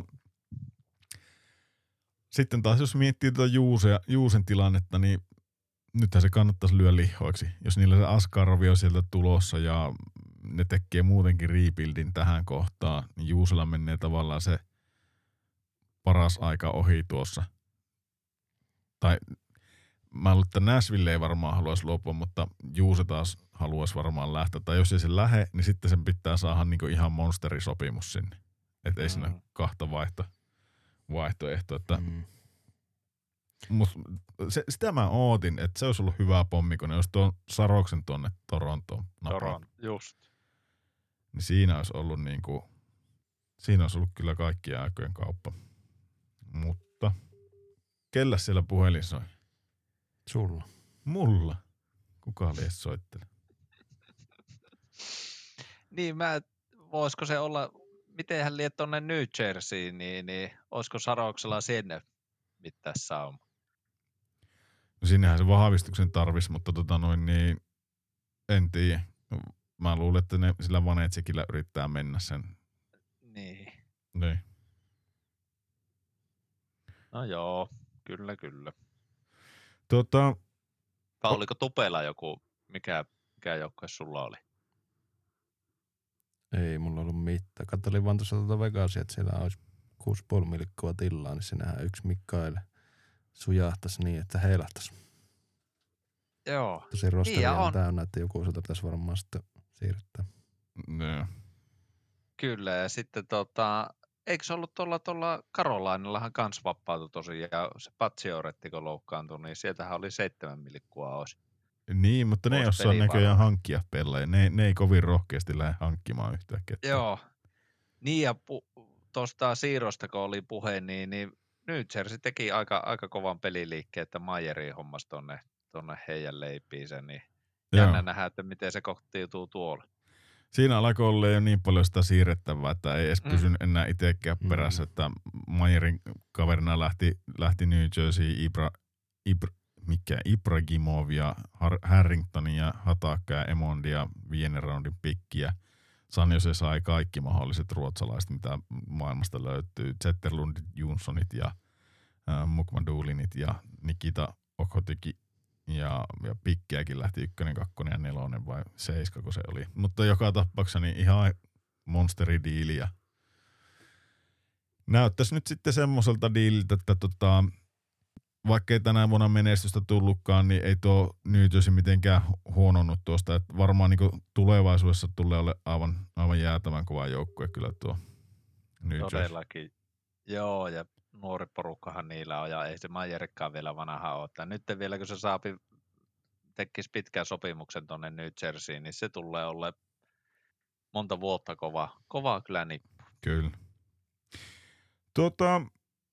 sitten taas jos miettii tuota Juuse, Juusen tilannetta, niin nythän se kannattaisi lyödä lihoiksi. Jos niillä se Askarvi on sieltä tulossa ja ne tekee muutenkin rebuildin tähän kohtaan, niin Juusella menee tavallaan se paras aika ohi tuossa. Tai mä luulen, että Nashville ei varmaan haluaisi luopua, mutta Juuse taas haluaisi varmaan lähteä. Tai jos ei se lähe, niin sitten sen pitää saada niinku ihan monsterisopimus sinne. Että ei Mm. siinä kahta vaihto, vaihtoehtoa. Että Mm. mut se, sitä mä ootin, että se olisi ollut hyvä pommi, kun ne olisi tuon Saroksen tuonne Torontoon napannut. Toron, just. Niin siinä olisi ollut niinku, siinä olisi ollut kyllä kaikkien aikojen kauppa. Mutta kellä siellä puhelin soi? Sulla. Mulla. Kuka lies soittelee? Niin mä, voisiko se olla, miten hän liet tonne New Jerseyin, niin, niin olisiko Saroksella sinne mitään sauma? No sinnehän se vahvistuksen tarvis, mutta tota noin niin, en tiedä. Mä luulen, että ne sillä Vanetsikillä yrittää mennä sen. Niin. Niin. No joo, kyllä kyllä. Tota, Vai oliko Tupela joku, mikä, mikä joukkue sulla oli? Ei mulla ollut mitään. Katselin vaan tuossa tuota Vegasia, että siellä olisi kuusi pilkku viisi miljoonaa tilaa, niin sinähän yksi Mikael sujahtaisi niin, että heilahtaisi. Joo. Tosi rosteria Niin, on on. täynnä, että joku sieltä pitäisi varmaan sitten siirryttää. ne. Kyllä, ja sitten tota, eikö se ollut tuolla, tuolla Karolainillahan kans vapaatu tosiaan, ja se Patsioretti kun loukkaantui, niin sieltähän oli seitsemän miljoonaa olisi. Niin, mutta ne ei Olisi osaa pelivaraa. näköjään hankkia pelaajia. Ne, ne ei kovin rohkeasti lähde hankkimaan yhtään ketään. Joo. Niin, ja pu- tuosta siirrosta kun oli puhe, niin, niin New Jersey teki aika, aika kovan peliliikkeen, että Maieri hommasi tonne, tonne heidän leipiinsä, niin Joo. jännä nähdä, että miten se kotiutuu tuolla. Siinä alkoi olla jo niin paljon sitä siirrettävää, että ei edes Mm. pysynyt enää itsekään Mm. perässä, että Mayerin kaverina lähti, lähti New Jersey, Ibra, Ibra, mikä, Ibrahimov ja Har- Harrington ja Hataka ja Emondi ja viiden roundin pikkiä. San Jose sai kaikki mahdolliset ruotsalaiset, mitä maailmasta löytyy. Zetterlundit, Jonssonit ja äh, Mukmadulinit ja Nikita Okhotyki ja, ja pikkiäkin lähti ykkönen, kakkonen ja nelonen vai seiska, kun se oli. Mutta joka tapauksessa niin ihan monsteridiili ja näyttäisi nyt sitten semmoiselta diililtä, että tota, vaikka ei tänä vuonna menestystä tullutkaan, niin ei tuo New Jersey mitenkään huononnut tuosta. Että varmaan niin tulevaisuudessa tulee ole aivan, aivan jäätävän kova joukkue kyllä tuo New Jersey. Todellakin. Joo, ja nuori porukkahan niillä on, ja ei se Maierikkaan vielä vanha ole. Että nyt vielä, kun se saapi, tekisi pitkän sopimuksen tuonne New Jerseyin, niin se tulee olla monta vuotta kova, kovaa kyllä nippu. Kyllä. Tuota,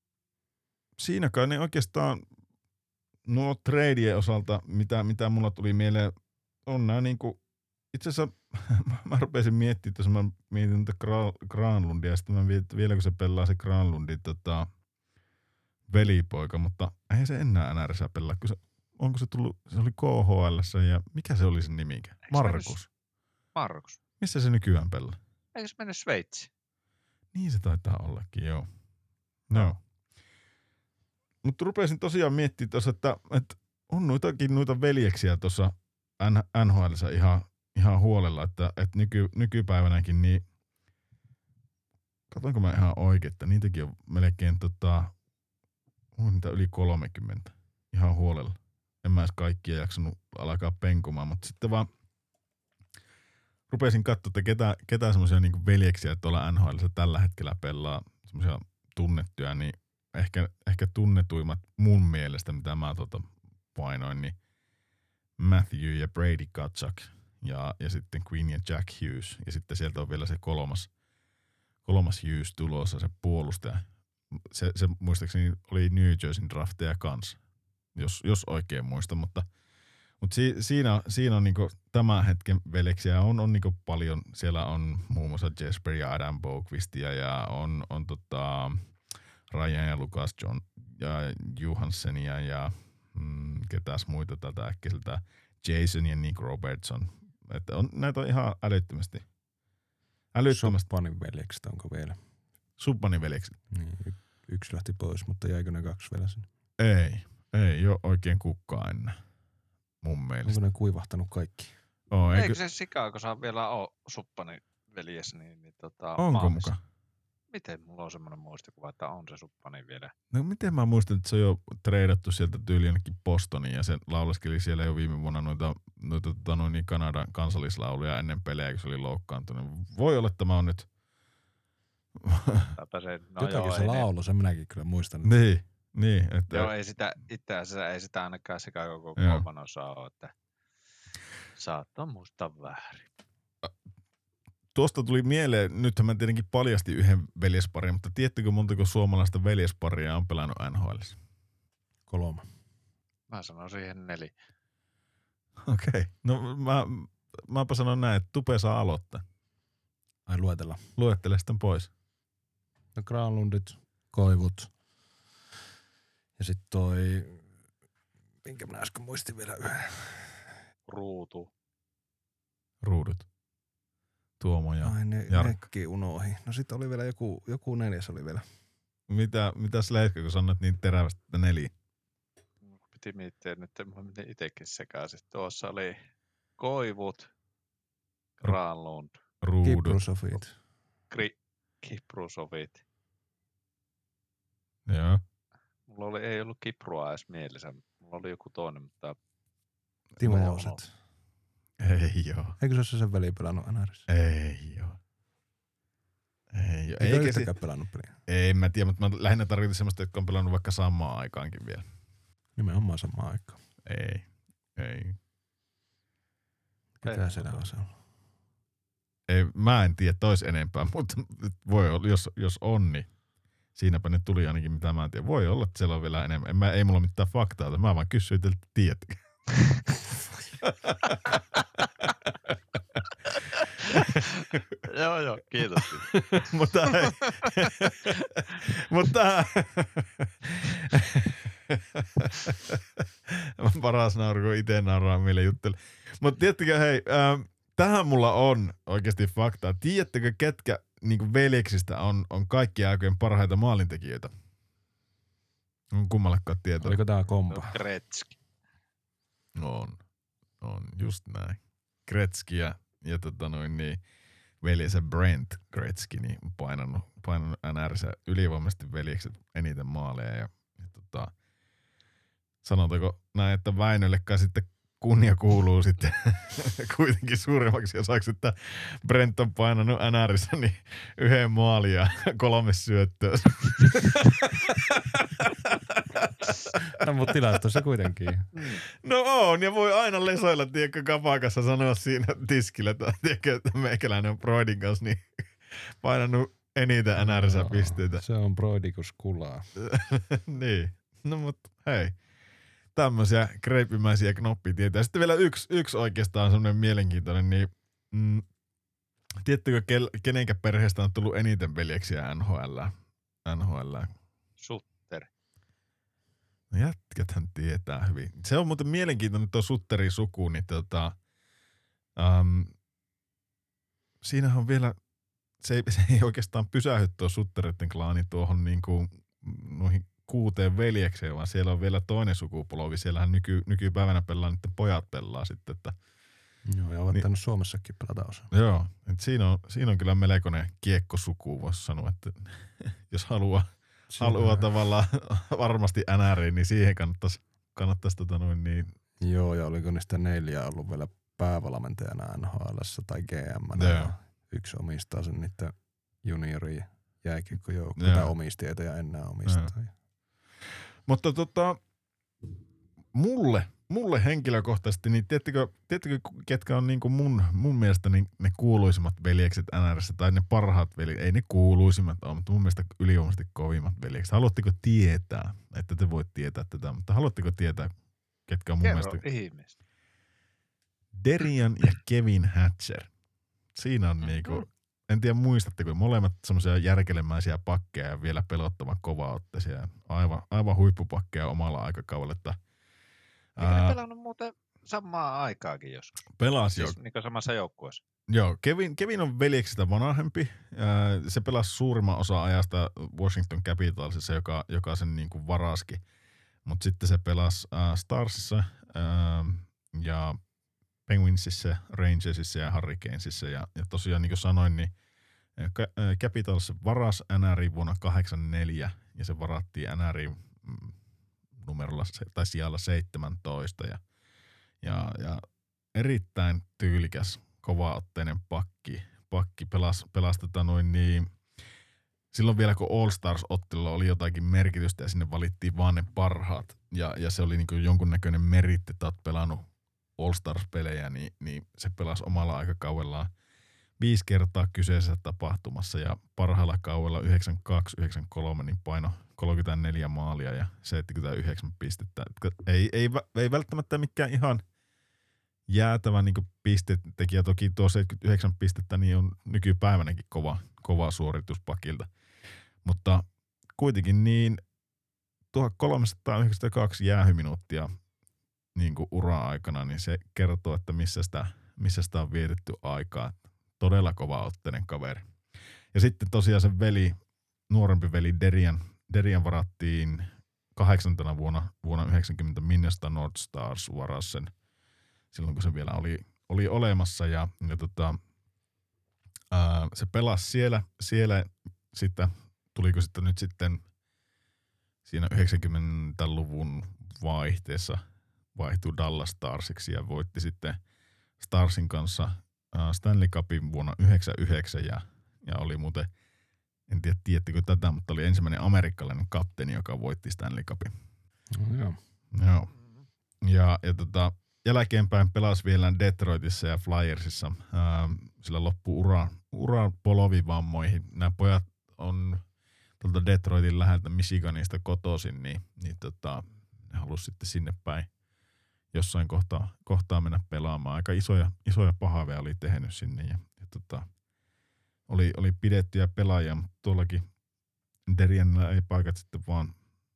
siinä kai ne oikeastaan nuo tradeien osalta, mitä, mitä mulla tuli mieleen, on nämä niinku, itse asiassa mä rupesin miettimään, että mä mietin tätä Gra- Granlundia, ja sitten mä mietin, että vielä kun se pelaa se Granlundin tota, velipoika, mutta ei se enää N R:ssä pelaa, kun se, onko se tullut, se oli K H L:ssä ja mikä se oli sen nimikä? Eikö se Markus. Markus. Missä se nykyään pelaa? Eikö se mennyt Sveitsiin? Niin se taitaa ollakin, joo. No. Mutta rupesin tosiaan miettimään tuossa, että, että on noitakin noita veljeksiä tuossa N H L:ssä ihan, ihan huolella, että, että nyky, nykypäivänäkin niin katsonko mä ihan oikein, että niitäkin on melkein tota, on niitä yli kolmekymmentä ihan huolella. En mä edes kaikkia jaksanut alkaa penkumaan, mutta sitten vaan rupesin katsoa, että ketä, ketä semmoisia niinku veljeksiä tuolla N H L:ssä tällä hetkellä pelaa, semmoisia tunnettuja, niin ehkä, ehkä tunnetuimmat mun mielestä, mitä mä tuota painoin, niin Matthew ja Brady Kachuk ja, ja sitten Quinn ja Jack Hughes. Ja sitten sieltä on vielä se kolmas, kolmas Hughes tulossa, se puolustaja. Se, se muistaakseni oli New Jerseyn drafteja kanssa, jos, jos oikein muistan, mutta Mutta si, siinä, siinä on niinku tämän hetken veljeksiä on, on niinku paljon. Siellä on muun muassa Jesper ja Adam Boqvistia ja on, on tota Ryan ja Lucas John ja Johanssenia ja mm, ketäs muita tätä äkkiseltä. Jason ja Nick Robertson. Että on, näitä on ihan älyttömästi. Älyttömästi. Subbanin veljekset onko vielä? Subbanin veljekset. Niin, y- yksi lähti pois, mutta jäikö ne kaksi vielä sinne? Ei, ei ole oikein kukkaa enää. Mun mielestä. Onko ne kuivahtanut kaikki? Oh, eikö, eikö se Chicagossa vielä ole Suppanin veljes? Niin, niin tota, onko maalissa? muka? Miten mulla on semmoinen muistikuva, että on se Suppani vielä? No miten mä muistan, että se on jo treidattu sieltä tyyli jonnekin Bostoniin ja se laulaskeli siellä jo viime vuonna noita, noita tota, noin niin Kanadan kansallislauluja ennen pelejä, kun se oli loukkaantunut. Voi olla, että mä oon nyt... Se, no Jotakin joo, se ei laulu, ne, sen minäkin kyllä muistan. niin, niin. Että, joo, ei sitä, itse asiassa ei sitä ainakaan Chicago koko Joo. kolmanosaa ole, että saattaa muistaa väärin. tuosta tuli mieleen, nythän mä tietenkin paljastin yhden veljesparin, mutta tiedättekö montako suomalaista veljesparia on pelannut N H L:ssä? Kolme. Mä sanon siihen neljä. Okei, okay. No mä, mäpä sanon näin, että Tupe saa aloittaa. Ai luetella. Luettele sitten pois. No Granlundit, Koivut. Ja sit toi, minkä mä äsken muistin vielä yhden. Ruutu. Ruudut. Tuomo ja Ai ne, Jarkka. nekin unohi. No sit oli vielä joku, joku neljäs oli vielä. Mitä, mitäs Leiska, kun sanoit niin terävästi, että neljä? Piti miettiä nyt, mä menin itekin sekaisin. Tuossa oli Koivut, Granlund, Ruudut. Kiprusofit. Kri- Kiprusovit. Joo. Mulla oli, ei ollut Kiprua edes mielessä. Mulla oli joku toinen, mutta Timo Joo. Oset. Ei joo. Eikö se ole sen veli pelannut N R Issä? Ei joo. Ei joo. Eikö Eikä yhtäkään pelannut peliä? Ei mä tiedä, mutta mä lähinnä tarkoitin semmoista, jotka on pelannut vaikka samaan aikaankin vielä. Nimenomaan samaan aikaan. Ei. Ei. Ketä Ei, siellä on se ollut? Ei, mä en tiedä tois enempää, mutta voi olla, jos, jos on, niin siinäpä ne tuli ainakin mitä mä en tiedä. Voi olla, että siellä on vielä enemmän. En mä, ei mulla ole mitään faktaa, mä vaan kysyin teiltä, tiedätkö. joo joo, kiitos. mutta hei. mutta paras nauru, kun itse nauraa meille juttele. Mutta tiedättekö, hei, ähm, tähän mulla on oikeasti faktaa. Tiedättekö, ketkä niin veljeksistä on, on kaikkien aikojen parhaita maalintekijöitä? On kummallekaan tietoa. Oliko tää kompa? Gretzky. On. On, just näin. Gretzky ja, ja tota noin niin, veljensä Brent Gretzky niin painanut, painanut N R:ssä ylivoimaisesti veljekset eniten maaleja. Ja, ja tota, sanotaanko näin, että Väinöllekaan sitten kunnia kuuluu sitten kuitenkin suurimmaksi osaksi, että Brent on painanut N R:ssä niin yhden maalin ja kolme syöttöä. No mut tilastossa kuitenkin. No on, ja voi aina lesoilla, tiedätkö, kapakassa sanoa siinä tiskillä, että, tiedätkö, että meikäläinen on Broidin kanssa niin painanut eniten N R:ssä pisteitä. Se on Broidikus kulaa. Niin, no mutta hei, tämmöisiä kreipimäisiä knoppitietoja. Sitten vielä yksi, yksi oikeastaan semmoinen mielenkiintoinen, niin mm, tiedättekö, kel, kenenkä perheestä on tullut eniten veljeksiä N H L? N H L. Sutter. No jätkäthän tietää hyvin. Se on muuten mielenkiintoinen tuo Sutterin suku, niin tota, um, siinähän on vielä, se ei, se ei oikeastaan pysähdy tuo Suttereiden klaani tuohon niin kuin noihin kuuteen veljekseen, vaan siellä on vielä toinen sukupolvi. Siellähän nyky, nykypäivänä pelaa, niiden pojat pelaa sitten, että Joo, ja ovat Niin. tainnut Suomessakin pelata osa. joo, että siinä on, siinä on kyllä melkoinen kiekkosuku, voisi sanoa, että jos haluaa, haluaa tavallaan varmasti N R:iin, niin siihen kannattaisi, kannattaisi tota noin niin. Joo, ja oliko niistä neljä ollut vielä päävalmentajana N H L:ssä tai G M. Ja yksi omistaa sen niiden juniori jääkiekkojoukkoja, tai omisti etä ja enää omistaa. Mutta tota, mulle, mulle henkilökohtaisesti, niin tiedättekö, tiedättekö ketkä on niinku mun, mun mielestä niin ne kuuluisimmat veljekset N R:ssä, tai ne parhaat veljekset, ei ne kuuluisimmat ole, mutta mun mielestä ylivoimaisesti kovimmat veljekset. Haluatteko tietää, että te voit tietää tätä, mutta haluatteko tietää, ketkä on mun Kerro mielestä? ihmeestä. Derian ja Kevin Hatcher. Siinä on mm-hmm. niinku, en tiedä muistatteko, molemmat semmoisia järkelemäisiä pakkeja ja vielä pelottavan kovaotteisia. Aivan, aivan huippupakkeja omalla aikakaudella. Että, Eikö ne pelannut muuten samaa aikaakin joskus? Pelasi siis jo. Niin kuin samassa joukkueessa. Joo, Kevin, Kevin on veljeksistä vanhempi. Se pelasi suurimman osa ajasta Washington Capitalsissa, joka, joka sen niin kuin varaski. Mutta sitten se pelasi äh, Starsissa äh, ja Penguinsissa, Rangersissa ja Hurricanesissa. Ja, ja tosiaan niin kuin sanoin, niin Capitals varas N R I vuonna kahdeksankymmentäneljä ja se varattiin N R I numerolla tai sijalla seitsemäntoista. Ja, ja, ja erittäin tyylikäs, kovaotteinen pakki. Pakki pelasi, pelasi tota noin niin. Silloin vielä kun All Stars-ottelulla oli jotakin merkitystä ja sinne valittiin vaan ne parhaat. Ja, ja se oli niin kuin jonkunnäköinen meritti, että olet pelannut All Stars-pelejä, niin, niin se pelasi omalla aikakaudellaan viisi kertaa kyseisessä tapahtumassa ja parhaalla kaudella yhdeksänkymmentäkaksi yhdeksänkymmentäkolme niin paino kolmekymmentäneljä maalia ja seitsemänkymmentäyhdeksän pistettä. Ei, ei, ei välttämättä mikään ihan jäätävä niin pistetekijä. Toki tuo seitsemänkymmentäyhdeksän pistettä niin on nykypäivänäkin kova, kova suoritus pakilta. Mutta kuitenkin niin tuhatkolmesataayhdeksänkymmentäkaksi jäähyminuuttia niin kuin ura-aikana, niin se kertoo, että missä sitä, missä sitä on vietetty aikaa. Todella kovaotteinen kaveri. Ja sitten tosiaan se veli, nuorempi veli Derian, Derian varattiin kahdeksantena vuonna, vuonna yhdeksänkymmentä Minnesota North Stars varas sen silloin, kun se vielä oli, oli olemassa. Ja, ja tota, ää, se pelasi siellä, siellä sitten, tuliko sitten nyt sitten siinä yhdeksänkymmentäluvun vaihteessa vaihtui Dallas Starsiksi ja voitti sitten Starsin kanssa Stanley Cupin vuonna yhdeksänkymmentäyhdeksän ja, ja oli muuten, en tiedä tiedättekö tätä, mutta oli ensimmäinen amerikkalainen kapteeni, joka voitti Stanley Cupin. No, joo. Joo. Ja, ja tota, jälkeenpäin pelasi vielä Detroitissa ja Flyersissa. Ää, sillä loppui ura, ura polovivammoihin. Nämä pojat on tuolta Detroitin läheltä Michiganista kotoisin, niin, niin tota, ne halusi sitten sinne päin jossain kohtaa, kohtaa mennä pelaamaan. Aika isoja, isoja pahaveja oli tehnyt sinne ja, ja tota, oli, oli pidettyjä pelaajia, mutta tuollakin Derianilla ei paikat sitten vaan,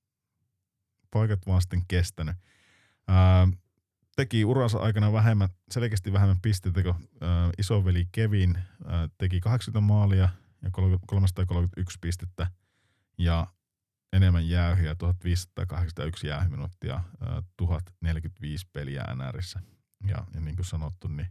paikat vaan sitten kestänyt. Ää, teki uransa aikana vähemmän, selkeästi vähemmän pisteitä, kun ää, isoveli Kevin ää, teki kahdeksankymmentä maalia ja kolmesataakolmekymmentäyksi pistettä ja enemmän jäähyjä, tuhatviisisataakahdeksankymmentäyksi jäähyminuuttia, tuhat neljäkymmentäviisi peliä N R:ssä. Ja, ja niin kuin sanottu, niin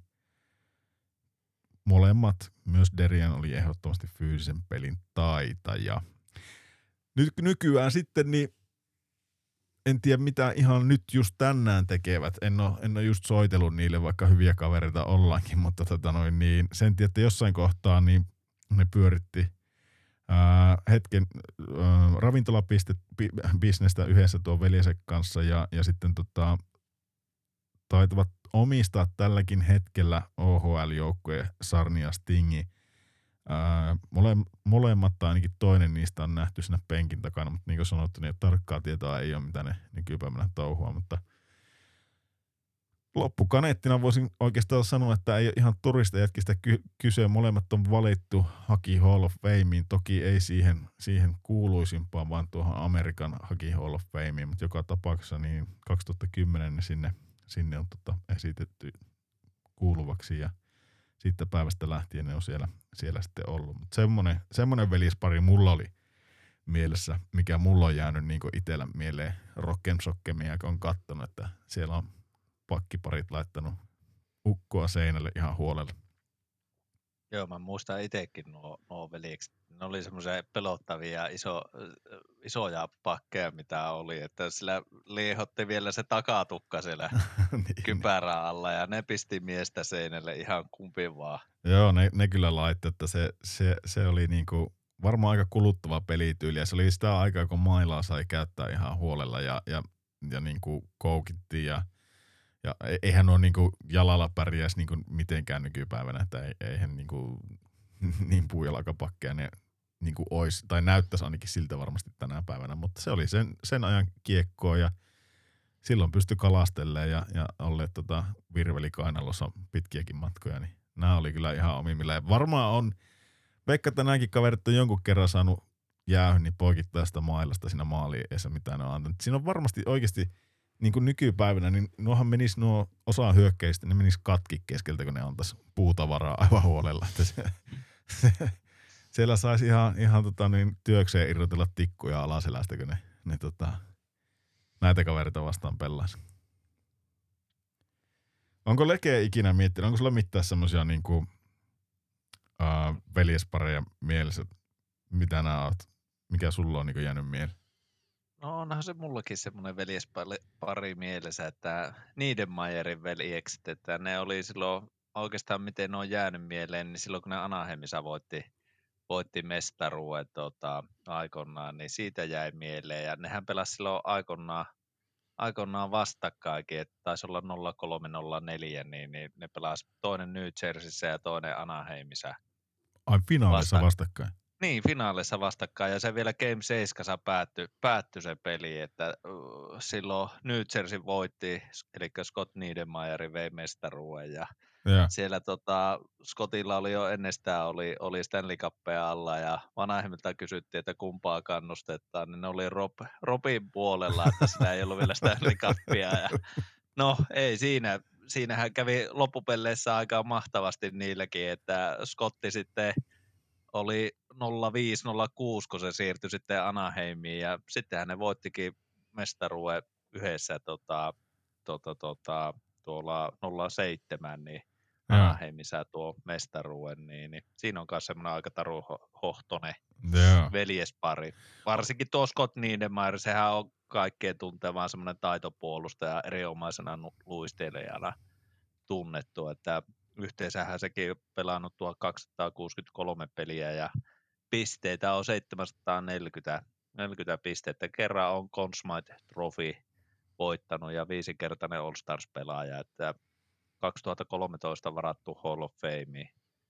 molemmat, myös Derian oli ehdottomasti fyysisen pelin taitaja. Nyt nykyään sitten, niin en tiedä mitä ihan nyt just tänään tekevät. En ole, en ole just soitellut niille, vaikka hyviä kavereita ollaankin, mutta tota noin, niin sen tiedä, että jossain kohtaa niin ne pyöritti Ää, hetken ää, ravintolabisnestä yhdessä tuon veljensä kanssa ja, ja sitten tota, taitavat omistaa tälläkin hetkellä O H L-joukkueen Sarnia Stingi. Ää, mole, molemmat tai ainakin toinen niistä on nähty siinä penkin takana, mutta niin kuin sanottu, niin tarkkaa tietoa ei ole, mitä ne nykypäivänä touhua, mutta loppukaneettina voisin oikeastaan sanoa, että ei ole ihan turistajätkistä ky- kyse. Molemmat on valittu Hockey Hall of Fameen. Toki ei siihen, siihen kuuluisimpaan, vaan tuohon American Hockey Hall of Fameen. Mutta joka tapauksessa niin kaksituhattakymmenen sinne, sinne on tota esitetty kuuluvaksi. Ja siitä päivästä lähtien ne on siellä, siellä sitten ollut. Mutta semmoinen, semmoinen veljispari mulla oli mielessä, mikä mulla on jäänyt niin kuin itsellä mieleen Rock'n'Sockemia, kun on katsonut, että siellä on pakkiparit laittanut ukkoa seinälle ihan huolella. Joo, mä muistan itsekin nuo, nuo veljekset Ne oli semmoisia pelottavia iso, isoja pakkeja, mitä oli, että sillä liehotti vielä se takatukka siellä niin, kypärän alla ja ne pisti miestä seinälle ihan kumpi vaan. Joo, ne, ne kyllä laittoi, että se, se, se oli niinku varmaan aika kuluttava pelityyli ja se oli sitä aikaa, kun mailaa sai käyttää ihan huolella ja, ja, ja niinku koukittiin ja, ja eihän ole niinku jalalla pärjäisi niinku mitenkään nykypäivänä, että ei, eihän niinku niin puujalkapakkeja ne niinku ois, tai näyttäisi ainakin siltä varmasti tänä päivänä, mutta se oli sen, sen ajan kiekkoa ja silloin pystyi kalastelemaan ja, ja olleet tota virveli kainalossa pitkiäkin matkoja, niin nämä oli kyllä ihan omimmillaan. Varmaan on, vaikka tänäänkin kaverit on jonkun kerran saanut jäähyn, niin poikittaa sitä mailasta siinä maaliin eessä, mitä ne on antanut. Siinä on varmasti oikeasti, niin kuin nykypäivänä, niin nuohan menisi nuo osa hyökkäistä, ne menisi katki keskeltä, kun ne antaisi puutavaraa aivan huolella. Että se, se, siellä saisi ihan, ihan tota, niin, työkseen irrotella tikkuja alaselästä, kun ne, ne tota, näitä kaverita vastaan pelaisi. Onko Leke ikinä miettinyt, onko sulla mitään semmoisia niinku, uh, veljespareja mielessä, mitä nää oot, mikä sulla on niinku jäänyt mieleen? No onhan se mullakin semmoinen veljespari mielessä, että Niedermayerin veljekset, että ne oli silloin oikeastaan miten ne on jäänyt mieleen, niin silloin kun ne Anaheimissa voitti, voitti mestaruuden tota, aikoinaan, niin siitä jäi mieleen ja nehän pelasi silloin aikoinaan aikoinaan vastakkainkin, että taisi olla nolla kolme nolla neljä, niin, niin ne pelasi toinen New Jerseyssä ja toinen Anaheimissa. Ai finaalissa Vasta- vastakkain? Niin, finaalissa vastakkain ja se vielä Game seitsemän päättyi päätty se peli, että uh, silloin New Jersey voitti, eli Scott Niedermayerin vei mestaruuden ja Yeah. siellä tota, Scottilla oli jo ennestään oli, oli Stanley Cupia alla ja vanhemmilta kysyttiin, että kumpaa kannustetaan, niin ne oli Rob, Robin puolella, että sitä ei ollut vielä Stanley Cupia. Ja, no ei siinä, siinähän kävi loppupeleissä aika mahtavasti niilläkin, että Scotti sitten oli nolla viisi nolla kuusi, kun se siirtyi sitten Anaheimiin ja sittenhän ne voittikin mestaruuden yhdessä tota, tota, tota, tuolla nolla seitsemän, niin Anaheimissa tuo mestaruuden, niin, niin siinä on myös semmoinen aika taruhohtoinen yeah. veljespari. Varsinkin tuo Scott Niedermayer, sehän on kaikkeen tuntevaan semmoinen taitopuolustaja erinomaisena luistelijana tunnettu, että yhteensähän sekin on pelannut tuo kaksisataakuusikymmentäkolme peliä ja pisteitä on seitsemänsataaneljäkymmentä neljäkymmentä pistettä. Kerran on Conn Smythe Trophy voittanut ja viisinkertainen All-Stars-pelaaja, että kaksituhattakolmetoista varattu Hall of Fame,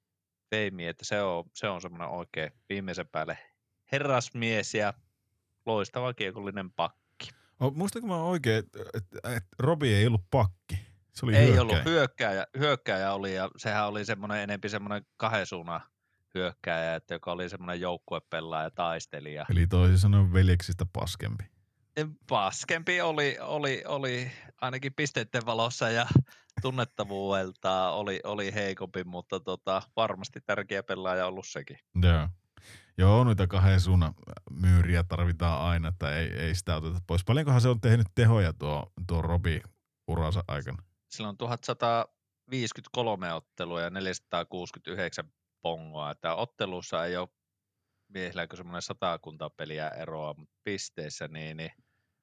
Fame että se on, se on semmoinen oikein viimeisen päälle herrasmies ja loistava kiekollinen pakki. Oh, muistanko mä oikein, että et, et Robi ei ollut pakki? Se oli ei hyökkäjä. ollut, hyökkääjä, hyökkääjä oli ja sehän oli semmoinen enempi semmoinen kahden suunnan hyökkääjä, että joka oli semmoinen joukkuepelaaja ja taistelija. Eli toisin sanoen veljeksistä paskempi. Paskempi oli, oli, oli ainakin pisteiden valossa ja tunnettavuudelta oli, oli heikompi, mutta tota, varmasti tärkeä pelaaja ollut sekin. Joo. Joo, noita kahden suunnan myyriä tarvitaan aina, että ei, ei sitä oteta pois. Paljonkohan se on tehnyt tehoja tuo, tuo Robi uransa aikana? Sillä on tuhatsataviisikymmentäkolme ottelua ja neljäsataakuusikymmentäyhdeksän pongoa. Että ottelussa ei ole miehilläkö semmoinen satakunta peliä eroa, mutta pisteissä niin, niin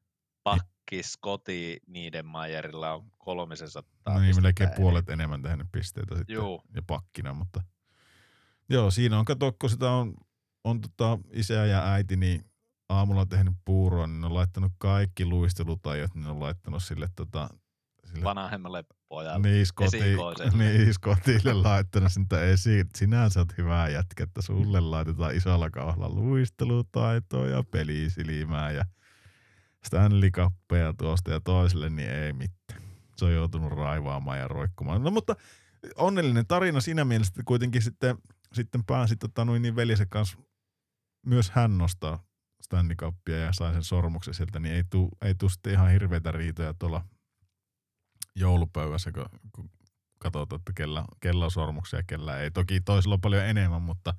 pakki Scotti Niedermayerilla on kolmesataa. No niin, melkein puolet enemmän tehnyt pisteitä sitten Juu. ja pakkina, mutta joo, siinä on, kato, kun sitä on, on tota isä ja äiti, niin aamulla tehnyt puuroa, niin ne on laittanut kaikki luistelutajat, niin ne on laittanut sille tota sille vanhemmalle pojalle, niin, Scoti, niin, Scotille laittanut sitä esiin. Sinä sä oot hyvää jätkä, että sulle laitetaan isolla kauhalla luistelutaitoa ja pelisilmää ja Stanley Cupia tuosta ja toiselle, niin ei mitään. Se on joutunut raivaamaan ja roikkumaan. No mutta onnellinen tarina siinä mielessä, että kuitenkin sitten, sitten pääsi tota, noin niin veljensä kanssa myös hän nostaa Stanley Cupia ja sai sen sormuksen sieltä, niin ei tule ei tuu sitten ihan hirveitä riitoja tuolla joulupöydässä, kun, kun katsotaan, että kellä, kellä on sormuksia ja kellä ei. Toki toisella on paljon enemmän, mutta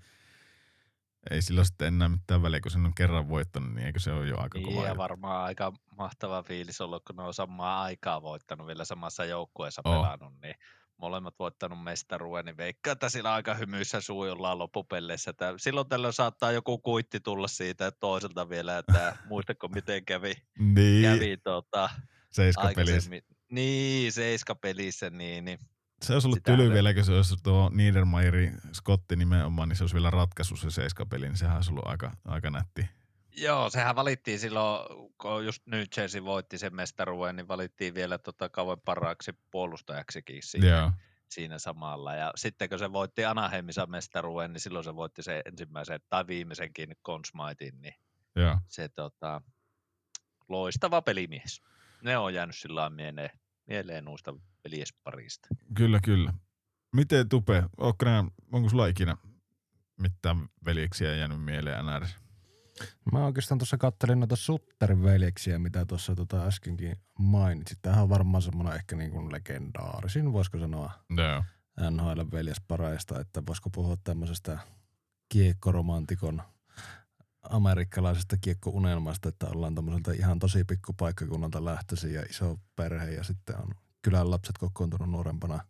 ei sillä sitten enää mitään väliä, kun sen on kerran voittanut, niin eikö se ole jo aika niin, kova. Ja varmaan aika mahtava fiilis ollut, kun ne on samaa aikaa voittanut vielä samassa joukkueessa oh. pelannut, niin molemmat voittanut mestaruuden, niin veikkaa, että sillä aika hymyissä suu ollaan loppupelleissä. Että silloin tällöin saattaa joku kuitti tulla siitä että toiselta vielä, että muistatko miten kävi, Niin, kävi tota, seiskapelissä. aikaisemmin. Niin, seiskapelissä, niin, niin. Se olisi ollut Sitä tyly oli. vielä, kun se olisi tuo Niedermayerin Scotti nimenomaan, niin se olisi vielä ratkaisu se seiskapeli, niin sehän olisi ollut aika, aika nätti. Joo, sehän valittiin silloin, kun just New Jersey voitti sen mestaruuden, niin valittiin vielä tota kauan parhaaksi puolustajaksikin siinä, Joo. siinä samalla. Ja sitten kun se voitti Anaheimissa mestaruuden, niin silloin se voitti se ensimmäisen tai viimeisenkin Conn Smithin, niin Joo. se tota, loistava pelimies. Ne on jäänyt sillä lailla mieleen, mieleen noista veljesparista. Kyllä, kyllä. Miten Tupe, onko, nää, onko sulla ikinä mitään veljeksiä jäänyt mieleen N R:ssä? Mä oikeastaan tuossa kattelin noita Sutterin veljeksiä, mitä tuossa tota äskenkin mainitsit. Tämähän on varmaan semmoinen ehkä niin kuin legendaarisin, voisiko sanoa, Joo. N H L-veljespareista, että voisiko puhua tämmöisestä kiekkoromantikon amerikkalaisesta kiekkounelmasta, että ollaan tämmöiseltä ihan tosi pikkupaikkakunnalta lähtöisin ja iso perhe ja sitten on kylän lapset kokoontunut nuorempana.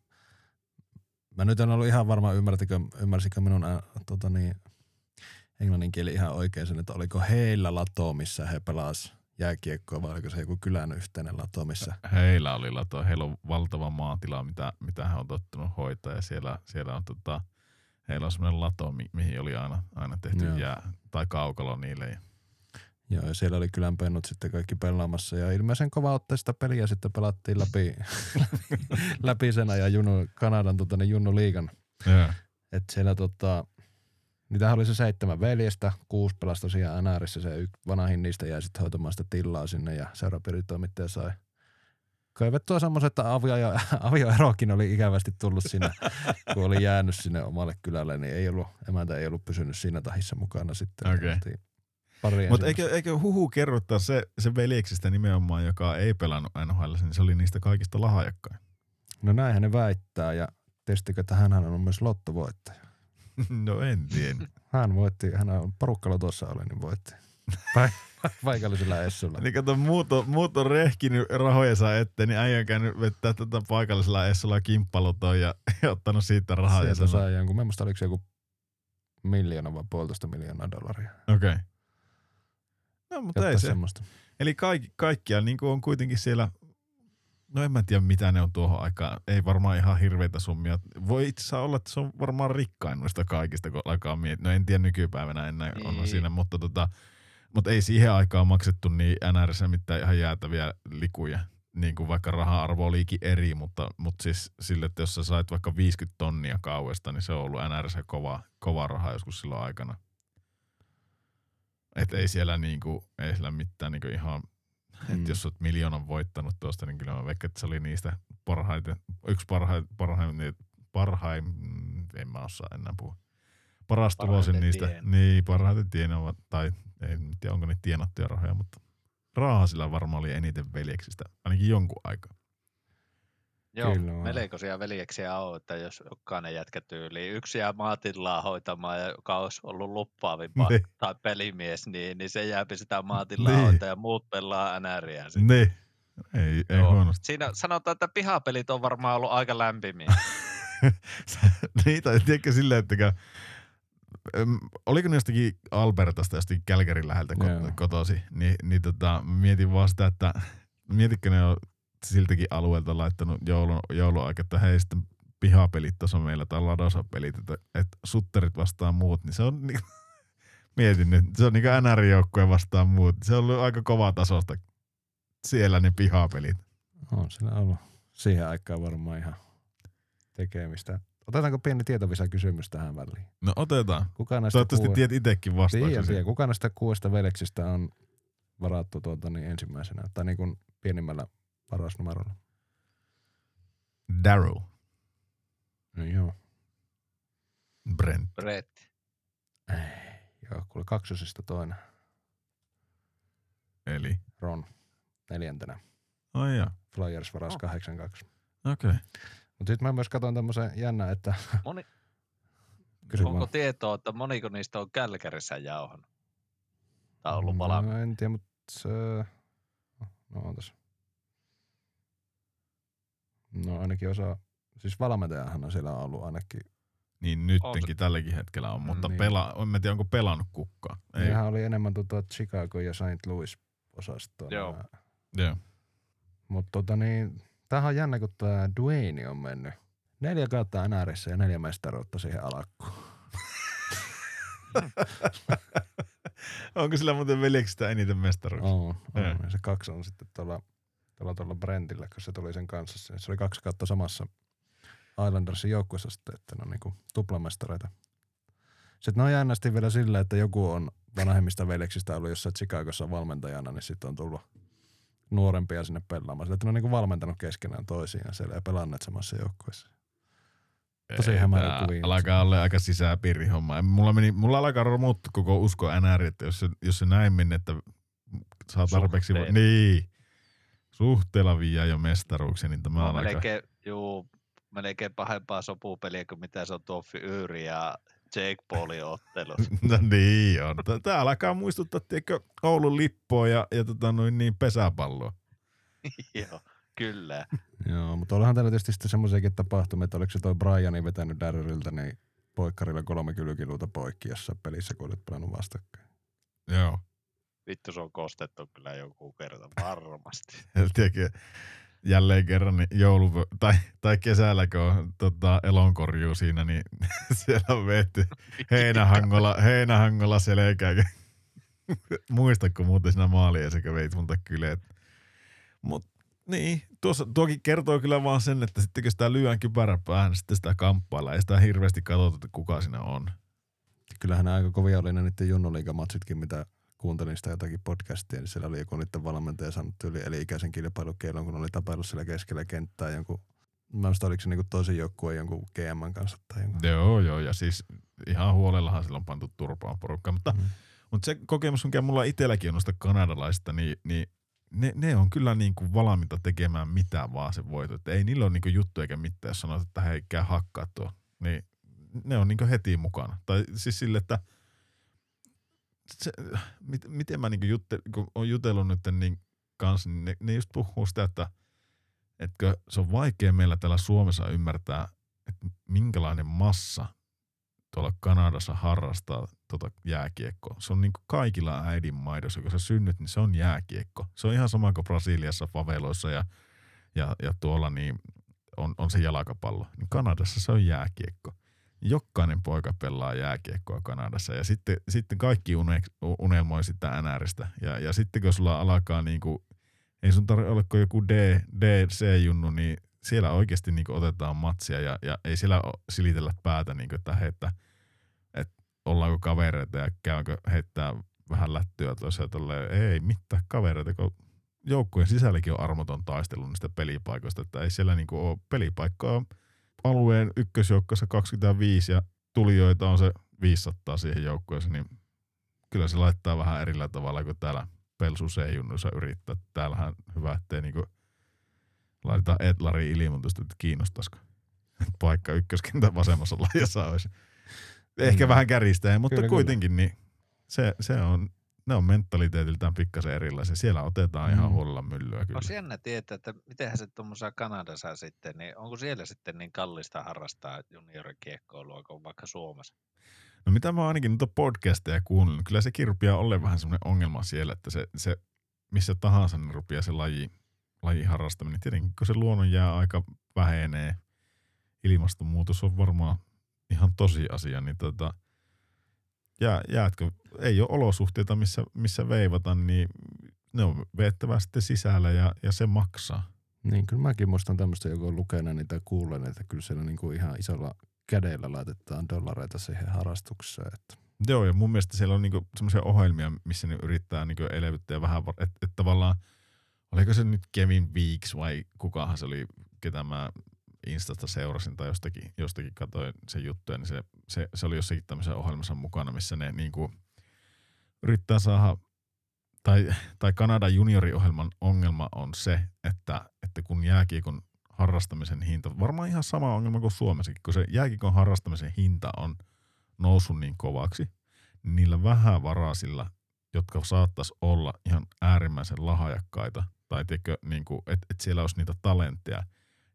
Mä nyt en ollut ihan varma, ymmärsikö, ymmärsikö minun ä, tota niin, englannin kieli ihan oikein sen, että oliko heillä lato, missä he pelasivat jääkiekkoa vai oliko se joku kylän yhteinen lato, missä? Heillä oli lato. Heillä on valtava maatila, mitä, mitä he on tottunut hoitaa ja siellä, siellä on tota, heillä on semmoinen lato, mi- mihin oli aina, aina tehty Joo. jää, tai kaukalo niille. Ja Joo, ja siellä oli kylän pennut sitten kaikki pelaamassa ja ilmeisen kovaotteista peliä sitten pelattiin läpi, läpi sen ajan Junnu, Kanadan tota, niin Junnu liigan. Joo. Että siellä tota, niitähän oli se seitsemän veljestä, kuusi pelasi tosiaan N R:ssä, se yksi vanhin niistä jäi sitten hoitamaan sitä tilaa sinne ja seurapiiritoimittaja sai kaivettua semmoisen, että avio, avioerokin oli ikävästi tullut siinä, kun oli jäänyt sinne omalle kylälle, niin ei ollut, emäntä ei ollut pysynyt siinä tahissa mukana sitten. Okei. Pari Mutta ensimmäistä. eikö, eikö huhu kerrottaa se, se veljeksistä nimenomaan, joka ei pelannut N H L, niin se oli niistä kaikista lahjakkain. No näinhän ne väittää ja tietystikö, että hänhän on myös lottovoittaja. No en tiedä. Hän voitti, hän on porukkalo tuossa oli, niin voitti paikallisella essulla. Niin kato, muut on, muut on rehkinyt rahojensa eteen, niin äijä on käynyt vettää tätä paikallisella essulla kimppalutoon ja, ja ottanut siitä rahaa. Sieltä Ja sai jonkun, mä en muista oliko se joku miljoona vai puolitoista miljoonaa dollaria. Okei. Okay. No mutta Jotain ei se. semmoista. Eli kaikki, kaikkia niin on kuitenkin siellä, no en mä tiedä mitä ne on tuohon aikaan. Ei varmaan ihan hirveitä summia. Voi itse asiassa olla, että se on varmaan rikkain noista kaikista, kun alkaa miettiä. No en tiedä nykypäivänä enää Niin. on siinä, mutta, tota, mutta ei siihen aikaan maksettu niin N R:ssä mitään ihan jäätäviä likuja. Niin kuin vaikka raha-arvo olikin eri, mutta, mutta siis sille, että jos sä sait vaikka viisikymmentä tonnia kauesta, niin se on ollut N R:ssä kova, kova raha joskus silloin aikana. Että ei siellä niinku, ei siellä mitään niinku ihan, Mm. että jos olet miljoonan voittanut tuosta, niin kyllä mä veikkaan, että se oli niistä parhaiten, yksi parhain, parhain, niin parhain, mm, en mä osaa enää puhua. Paras tulosin Parhaiten niistä, tien. niin parhaiten tienaavat, tai ei tiedä onko niitä tienattuja rahoja, mutta Raahasilla varmaan oli eniten veljeksistä, ainakin jonkun aikaa. Joo, Kyllä on. melkoisia veljeksiä on, että jos jokainen jätkä tyyliin yksi jää maatilaa hoitamaan, ja joka olisi ollut luppaavimpa Niin. tai pelimies, niin, niin se jääpi sitä maatilaa Niin. hoitaa ja muut pelaa N R:ää sitten. Ne, ei, ei Joo. huonosti. Siinä sanotaan, että pihapelit on varmaan ollut aika lämpimiä. Niitä, tiedätkö silleen, että Öm, oliko ne jostakin Albertasta, jostakin Kälkärin läheltä Joo. ko- kotosi, niin, niin tota, mietin vaan sitä, että mietitkö ne on siltäkin alueelta laittanut joulun, jouluaika, että hei sitten pihapelit tuossa meillä tai ladasapelit, että, että sutterit vastaan muut, niin se on niin, mietin nyt, se on niin kuin N R-joukkue vastaan muut, se on ollut aika kova tasosta siellä ne pihapelit. On siinä ollut siihen aikaan varmaan ihan tekemistä. Otetaanko pieni tietovisa-kysymys tähän väliin? No otetaan. Kuka näistä Toivottavasti kuue- tiedät itsekin Tiedän, vastauksen. tiedän. Kuka näistä kuudesta veljeksistä on varattu tuota niin ensimmäisenä, tai niin kuin pienimmällä varasnumerolla? Darryl. No joo. Brent. Brett. Ei, joo, kuule kaksosista toinen. Eli. Ron neljäntenä. Ai jaa. Flyers varas Oh. kahdeksan kaksi. Okei. Okay. Mutta sitten mä myös katsoin tämmöisen jännä, että Moni, kysy onko vaan. tietoa, että moniko niistä on Kälkärissä jauhannut? Tai ollut valmiina? No en tiedä, mutta se... No on tässä. No ainakin osa Siis valmentajahan siellä on ollut ainakin. Niin nyttenkin tälläkin hetkellä on, mutta niin. pela, en mä tiedä onko pelannut kukkaan. Ei. Nehän oli enemmän tota Chicago ja Saint Louis osastoa. Joo. Joo. Mutta tota niin, tämähän on jännä, kun tää Dwayne on mennyt. Neljä kautta N R:ssä ja neljä mestaruutta siihen alakkuun. Onko sillä muuten veljeksistä eniten mestaruuksia? On, on. Joo. Ja se kaksi on sitten tuolla, tuolla, tuolla Brentillä, kun se tuli sen kanssa. Se oli kaksi kautta samassa Islandersin joukkueessa sitten, että ne on niinku tuplamestareita. Sitten ne on jännästi vielä sillä, että joku on vanhemmista veljeksistä ollut jossain Chicagossa valmentajana, niin sitten on tullut nuorempia sinne pelaamaan. Sillä, että ne on niinku valmentanut keskenään toisiaan siellä ja pelanneet samassa joukkueessa. Tosi hämärä kuvia. Alkaa olla aika sisäpiirihomma. Mulla, meni, mulla alkaa romuttaa koko usko N R, että jos se, jos se näin meni, että saa tarpeeksi... Vo- niin. Suhteella viiää jo mestaruuksia, niin tämä on melkein, aika... Juu, melkein pahempaa sopupeliä kuin mitä se on Toffi Yyri ja Jake Paulin ottelu. No niin on. Tää alkaa muistuttaa, tiedätkö, Oulun lippoa ja, ja tota noin niin pesäpalloa. Joo, kyllä. Joo, mutta olihan täällä tietysti sitten semmoisiakin tapahtumia, että oliko se toi Brianin vetänyt Darrylilta niin poikkarilla kolme kylkiluuta poikki jossain pelissä, kun olet pelannut vastakkain. Joo. Vittu, se on kostettu kyllä joku kerta, varmasti. Tiedätkö, jälleen kerran niin joulu, tai, tai kesällä, kun on tota, elonkorjuu siinä, niin siellä on vetty heinähangolla, heinähangolla selkää. Muistatko muuten siinä maaliin, sekä veit multa kyleet. Mut niin, tuossa, tuokin kertoo kyllä vaan sen, että sitten kun sitä lyön kypärä päähän, sitten sitä kamppailla. Ei sitä hirveästi katsota, että kuka siinä on. Kyllähän ne aika kovia oli ne niiden junnuliigamatsitkin, mitä kuuntelin sitä jotakin podcastia, niin siellä oli joku niiden valmentaja saanut tyyli eli-ikäisen kilpailukielon, kun oli tapailut siellä keskellä kenttää jonkun, mä muista oliko se niinku toisen joukkueen jonkun G M:n kanssa tai jonkun. Joo, joo, ja siis ihan huolellahan sillä on pantu turpaan porukkaan, mutta, mm. mutta se kokemus, mikä mulla itselläkin on noista kanadalaisista, niin, niin ne, ne on kyllä niin kuin valmiita tekemään mitään vaan se voito. Että ei niillä ole niin kuin juttu eikä mitään, jos sanot, että hei, käy hakkaa tuo. Niin ne on niin kuin heti mukana. Tai siis sille, että se, mit, miten mä niin kuin jutte, kun olen jutellut nyt niin kanssa, niin ne, ne just puhuu sitä, että etkö se on vaikea meillä täällä Suomessa ymmärtää, että minkälainen massa tuolla Kanadassa harrastaa tota jääkiekkoa. Se on niin kuin kaikilla äidinmaidossa, kun sä synnyt, niin se on jääkiekko. Se on ihan sama kuin Brasiliassa, faveloissa ja, ja, ja tuolla niin on, on se jalkapallo. Niin Kanadassa se on jääkiekko. Jokainen poika pelaa jääkiekkoa Kanadassa ja sitten, sitten kaikki une, unelmoi sitä N R:stä. Ja, ja sitten kun sulla alkaa niinku, ei sun tarvitse olla kuin joku D, D C-junnu, niin siellä oikeasti niinku otetaan matsia ja, ja ei siellä silitellä päätä, niinku, että, hei, että, että ollaanko kavereita ja käynkö heittää vähän lättyä tuossa ja tolleen. Ei mitään kavereita, kun joukkueen sisälläkin on armoton taistelu niistä pelipaikoista, että ei siellä niinku ole pelipaikkaa alueen ykkösjoukkoissa kaksikymmentäviisi ja tulijoita on se viisisataa siihen joukkueeseen, niin kyllä se laittaa vähän erillä tavalla kuin täällä Pelsu C-junnuissa yrittää. Täällähän hyvä, ettei niinku laitetaan Edlariin ilmoitusta, että kiinnostaisiko paikka ykköskentän vasemmassa laajassa olisi. Ehkä mm. vähän käristää, mutta kyllä, kuitenkin niin se, se on, ne on mentaliteetiltään pikkasen erilaisia. Siellä otetaan mm. ihan huolella myllyä kyllä. Olisi jännä tietää, että mitenhän se tuommoisessa Kanadassa sitten, niin onko siellä sitten niin kallista harrastaa juniorikiekkoilua kuin vaikka Suomessa? No mitä mä oon ainakin noita podcasteja kuunnellut, kyllä se rupeaa olemaan vähän semmoinen ongelma siellä, että se, se missä tahansa niin rupeaa se laji, lajin harrastaminen. Tietenkin kun se luonnon jää aika vähenee, ilmastonmuutos on varmaan ihan tosi asia, niin tota, jää, jäätkö, ei ole olosuhteita, missä, missä veivata, niin ne on veettävää sitten sisällä ja, ja se maksaa. Niin, kyllä mäkin muistan tämmöistä, joka on lukenut niitä kuullen, että kyllä siellä niinku ihan isolla kädellä laitetaan dollareita siihen harrastukseen. Että. Joo, ja mun mielestä siellä on niinku semmoisia ohjelmia, missä ne yrittää niinku elvyttää vähän, että et tavallaan, oliko se nyt Kevin Weeks vai kukahan se oli, ketä mä Instasta seurasin tai jostakin, jostakin katsoin sen juttuja, niin se, se, se oli jossakin tämmöisen ohjelmassa mukana, missä ne niinku yrittää saada, tai, tai Kanadan junioriohjelman ongelma on se, että, että kun jääkiekon harrastamisen hinta, varmaan ihan sama ongelma kuin Suomessakin, kun se jääkiekon harrastamisen hinta on noussut niin kovaksi, niin niillä vähävaraisilla, jotka saattaisi olla ihan äärimmäisen lahajakkaita, tai tiedätkö, niin kuin, että, että siellä olisi niitä talentteja,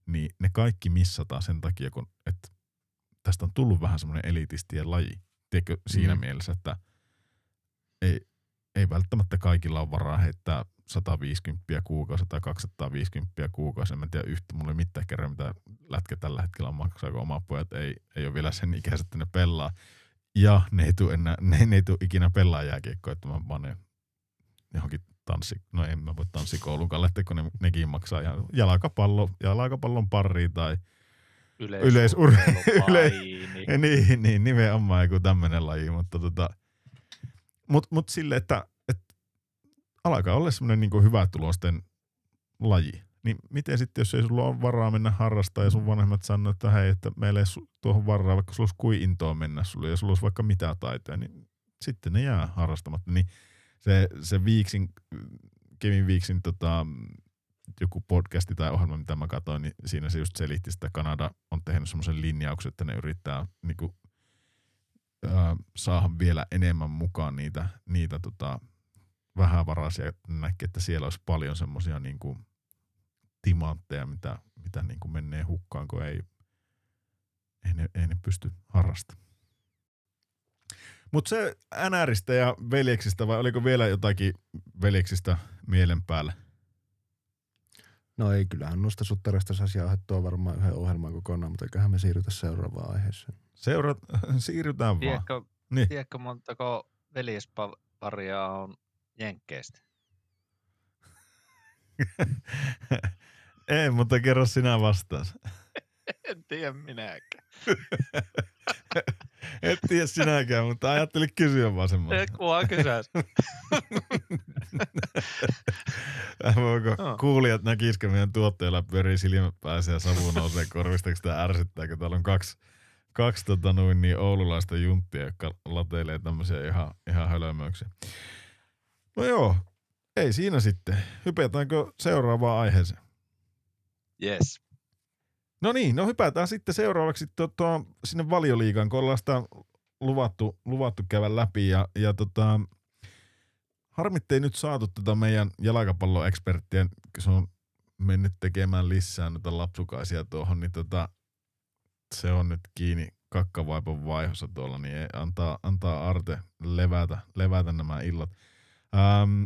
niin ne kaikki missataan sen takia, kun että tästä on tullut vähän semmoinen elitistien laji. Tiedätkö, siinä mm. mielessä, että ei, ei välttämättä kaikilla ole varaa heittää sata viisikymmentä kuukausi tai kaksisataaviisikymmentä kuukausi. En tiedä yhtä, mulla ei mitään kerran, mitä lätkä tällä hetkellä on, maksaako oma pojat, ei, ei ole vielä sen ikäiset, että ne pelaa. Ja ne ei tule, enää, ne, ne ei tule ikinä pelaa jääkiekkoa, että mä panen johonkin tanssi, no en mä voi tanssikouluun lähteä, kun ne, nekin maksaa ihan jalkapallo, jalkapallon pariin tai yleisurheilu. Yleis, niin, niin, nimenomaan joku tämmöinen laji, mutta tota, mut, mut sille, että, että alkaa olla semmoinen niin kuin hyvätulosten laji. Niin miten sitten, jos ei sulla ole varaa mennä harrastaa ja sun vanhemmat sanoo, että hei, että meillä ei tuohon varaa, vaikka sulla olisi kuin intoa mennä sulle ja sulla olisi vaikka mitä taitoja, niin sitten ne jää harrastamatta. Niin se, se Viiksin, Kevin Viiksin tota, joku podcasti tai ohjelma, mitä mä katsoin, niin siinä se just selitti sitä, että Kanada on tehnyt semmoisen linjauksen, että ne yrittää niinku, äh, saada vielä enemmän mukaan niitä, niitä tota, vähävaraisia. Näkee, että siellä olisi paljon semmoisia niinku timantteja, mitä, mitä niinku menee hukkaan, kun ei, ei, ne, ei ne pysty harrastamaan. Mutta se N R:stä ja veljeksistä, vai oliko vielä jotakin veljeksistä mielen päällä? No ei, kyllähän noista suttereista saisi jauhettua varmaan yhden ohjelman kokonaan, mutta eiköhän me siirrytä seuraavaan aiheeseen. Seura- siirrytään tiedätkö, vaan. Niin. Tiedätkö montako veljesparia on Jenkkeistä? Ei, mutta kerro sinä vastaas. En tiedä minäkään. Et tiedä sinäkään, mutta ajattelin kysyä vaan semmoista. Kuhaan kysäs. Voiko no. kuulijat näkisikö meidän tuotteella pyörii silmät päässä ja savu nousee korvista, kun sitä ärsyttää, kun täällä on kaksi, kaksi tota noin, niin oululaista junttia, jotka lateilee tämmöisiä ihan, ihan hölmöyksiä. No joo, ei siinä sitten. Hypätäänkö seuraavaan aiheeseen? Yes. No niin, no hypätään sitten seuraavaksi tota, sinne Valioliigaan, kun ollaan sitä luvattu, luvattu käydä läpi. Ja, ja tota, harmittei nyt saatu tätä meidän jalkapalloeksperttiä, kun se on mennyt tekemään lisää noita lapsukaisia tuohon, niin tota, se on nyt kiinni kakkavaipon vaihossa tuolla, niin ei, antaa, antaa Arte levätä, levätä nämä illat. Ähm,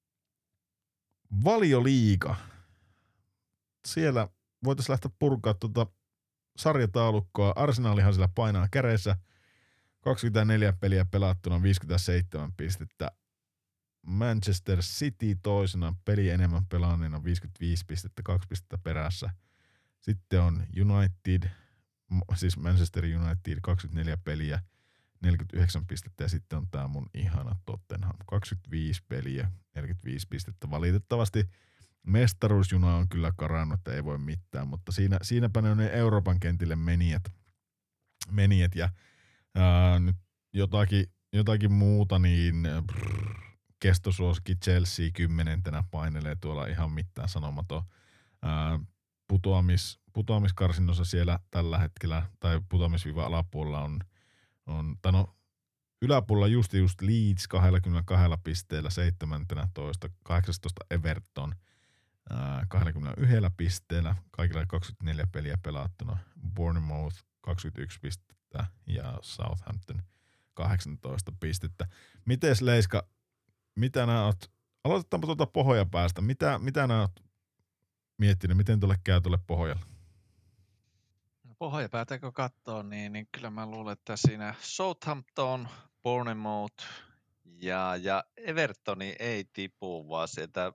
Valioliiga. Siellä voitaisiin lähteä purkaa tuota sarjataulukkoa. Arsenalihan siellä painaa kädessä. kaksikymmentäneljä peliä pelattuna, viisikymmentäseitsemän pistettä. Manchester City toisena, peli enemmän pelaaneena, viisikymmentäviisi pistettä, kaksi pistettä perässä. Sitten on United, siis Manchester United, kaksikymmentäneljä peliä, neljäkymmentäyhdeksän pistettä. Ja sitten on tää mun ihana Tottenham, kaksikymmentäviisi peliä, neljäkymmentäviisi pistettä. Valitettavasti mestaruusjuna on kyllä karannut, että ei voi mitään, mutta siinä, siinäpä ne on ne Euroopan kentille menijät, menijät ja ää, nyt jotakin, jotakin muuta, niin brrr, kestosuosikki Chelsea kymmenentenä painelee tuolla ihan mitään sanomaton. Ää, putoamis, putoamiskarsinnossa siellä tällä hetkellä, tai putoamisviivan alapuolella on, on tai no, yläpuolella just just Leeds kaksikymmentäkaksi pisteellä, seitsemäntoista, kahdeksantoista Everton, kaksikymmentäyksi pisteellä, kaikilla kaksikymmentäneljä peliä pelattuna, Bournemouth kaksikymmentäyksi pistettä ja Southampton kahdeksantoista pistettä. Mites Leiska, mitä nää oot, aloitetaanpa tuolta pohjapäästä, mitä, mitä nää oot miettinyt, miten tuolle käy tuolle pohjalle? Pohjapäätä kun katsoo, niin, niin kyllä mä luulen, että siinä Southampton, Bournemouth ja, ja Evertoni ei tipu, vaan sieltä